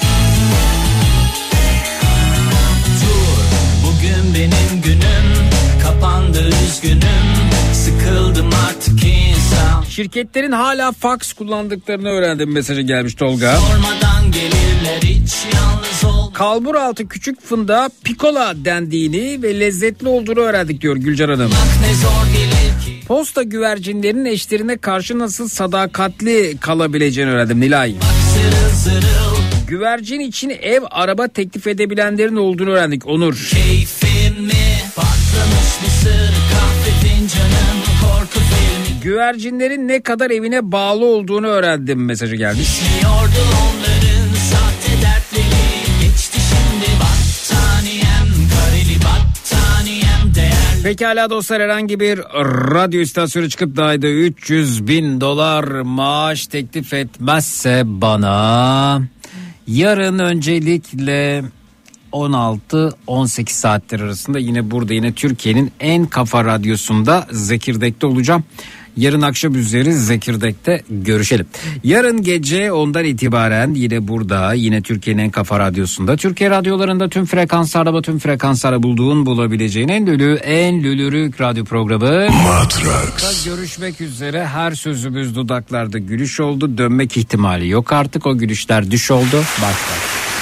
Bugün benim günüm, kapandı üzgünüm, sıkıldım artık insan. Şirketlerin hala fax kullandıklarını öğrendim, mesajı gelmiş Tolga. Sormadan gelirler hiç yalnız ol. Kalbur altı küçük fındığa pikola dendiğini ve lezzetli olduğunu öğrendik diyor Gülcan Hanım. Ne zor gelir ki. Posta güvercinlerinin eşlerine karşı nasıl sadakatli kalabileceğini öğrendim Nilay. Zırıl zırıl. Güvercin için ev, araba teklif edebilenlerin olduğunu öğrendik Onur. Keyfimi patlamış mısır, kahve fincanım, korku filmi. Güvercinlerin ne kadar evine bağlı olduğunu öğrendim mesajı gelmiş. Düşmüyordu onların sahte dertleri, geçti şimdi battaniyem, kareli battaniyem değerli. Pekala dostlar, herhangi bir radyo istasyonu çıkıp da ayda üç yüz bin dolar maaş teklif etmezse bana, yarın öncelikle on altı on sekiz saatler arasında yine burada, yine Türkiye'nin en kafa radyosunda Zekirdek'te olacağım. Yarın akşam üzeri Zekirdek'te görüşelim. Yarın gece ondan itibaren yine burada, yine Türkiye'nin en kafa radyosunda, Türkiye radyolarında tüm frekanslarda, tüm frekanslarda bulduğun, bulabileceğin en lülü, en lülürük radyo programı Matrax. Görüşmek üzere. Her sözümüz dudaklarda gülüş oldu. Dönmek ihtimali yok artık. O gülüşler düş oldu. Başla.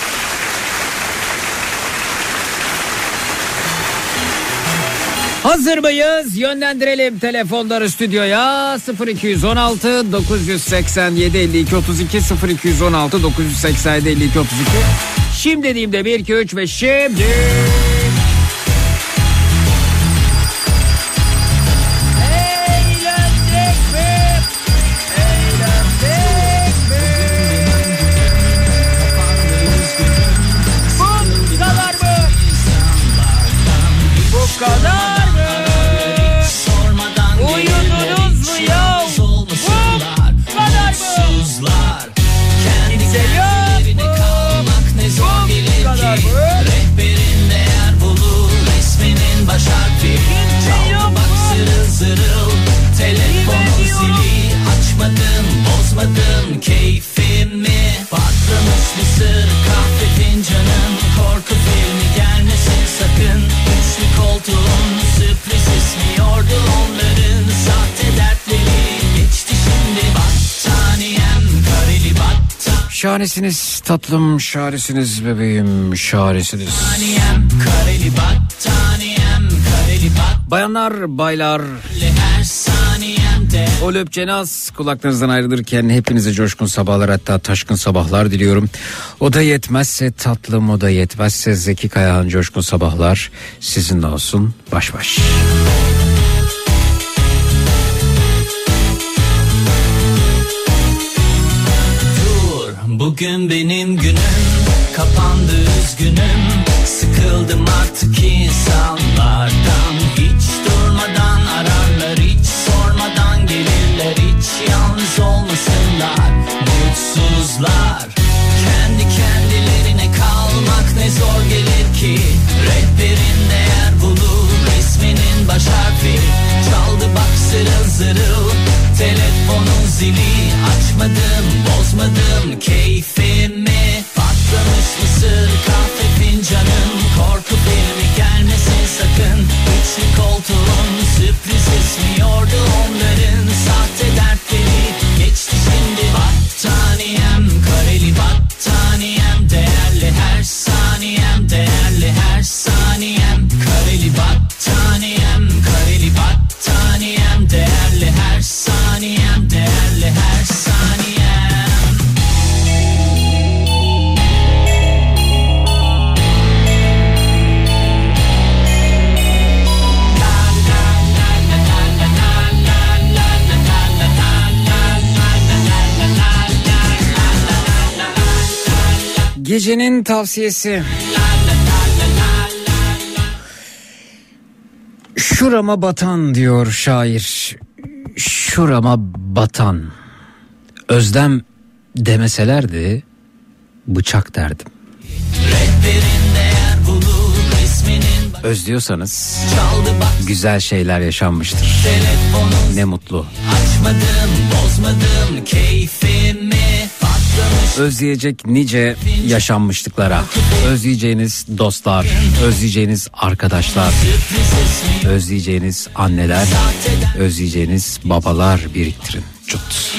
Hazır mıyız? Yönlendirelim telefonları stüdyoya. sıfır iki on altı dokuz seksen yedi elli iki otuz iki sıfır iki on altı dokuz seksen yedi elli iki otuz iki. Şimdi dediğimde bir iki üç ve şimdi... Eğlendik mi? Eğlendik mi? Bu kadar mı? Bu kadar. Rehberin değer bulur, resminin baş harfi. Çaldı bak zırıl zırıl, telefonun zili. Açmadım, bozmadım keyfimi. Patlamış mısır, kahve fincanım, korku filmi gelmesin sakın. Üçlü koltuğun sürpriz ismiyordu onların sahte dertleri. Geçti şimdi battaniyem, kareli battaniyem. Şahanesiniz tatlım, şahanesiniz bebeğim, şahanesiniz. Kareli battaniyem, kareli bat. Bayanlar, baylar, her saniyemde. o löpçenaz kulaklarınızdan ayrılırken hepinize coşkun sabahlar, hatta taşkın sabahlar diliyorum. O da yetmezse tatlım, o da yetmezse Zeki Kayahan coşkun sabahlar sizinle olsun, baş baş. Bugün benim günüm, kapandı üzgünüm, sıkıldım artık insanlardan. Hiç durmadan ararlar, hiç sormadan gelirler, hiç yalnız olmasınlar. Mutsuzlar, kendi kendilerine kalmak ne zor gelir ki. Rehberin değer bulur, resminin baş harfi. Çaldı bak zırıl zırıl, telefonun zili. Açmadım, bozmadım keyfimi. Patlamış mısır, kahve fincanım, korku filmi gelmesin sakın. Üçlü koltuğun sürpriz ismiyordu onların sahte dertleri. Geçti şimdi battaniyem, kareli battaniyem, değerli her saniyem, değerli her saniyem. Kareli battaniyem, kareli battaniyem, değerli her saniyem, değerli her saniyem. Gecenin tavsiyesi. Şurama batan diyor şair. Şurama batan. Özlem demeselerdi bıçak derdim. Özlüyorsanız güzel şeyler yaşanmıştır. Ne mutlu. Açmadım, bozmadım keyfimi. Özleyecek nice yaşanmışlıklara, özleyeceğiniz dostlar, özleyeceğiniz arkadaşlar, özleyeceğiniz anneler, özleyeceğiniz babalar biriktirin. Cut.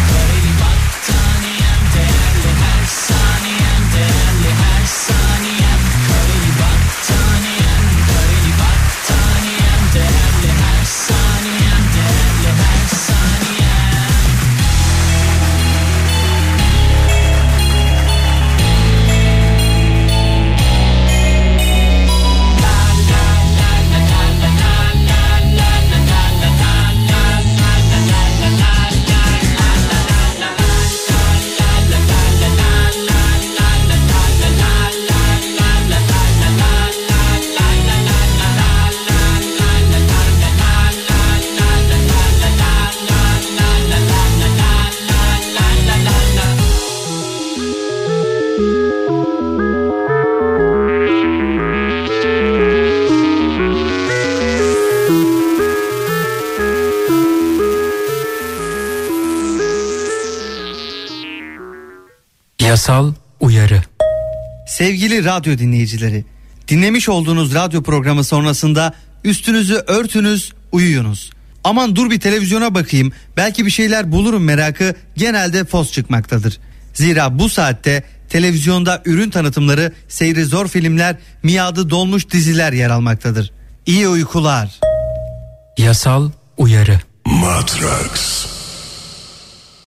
Yasal uyarı. Sevgili radyo dinleyicileri, dinlemiş olduğunuz radyo programı sonrasında üstünüzü örtünüz, uyuyunuz. Aman dur bir televizyona bakayım, belki bir şeyler bulurum merakı genelde fos çıkmaktadır. Zira bu saatte televizyonda ürün tanıtımları, seyri zor filmler, miadı dolmuş diziler yer almaktadır. İyi uykular. Yasal uyarı. Matrax.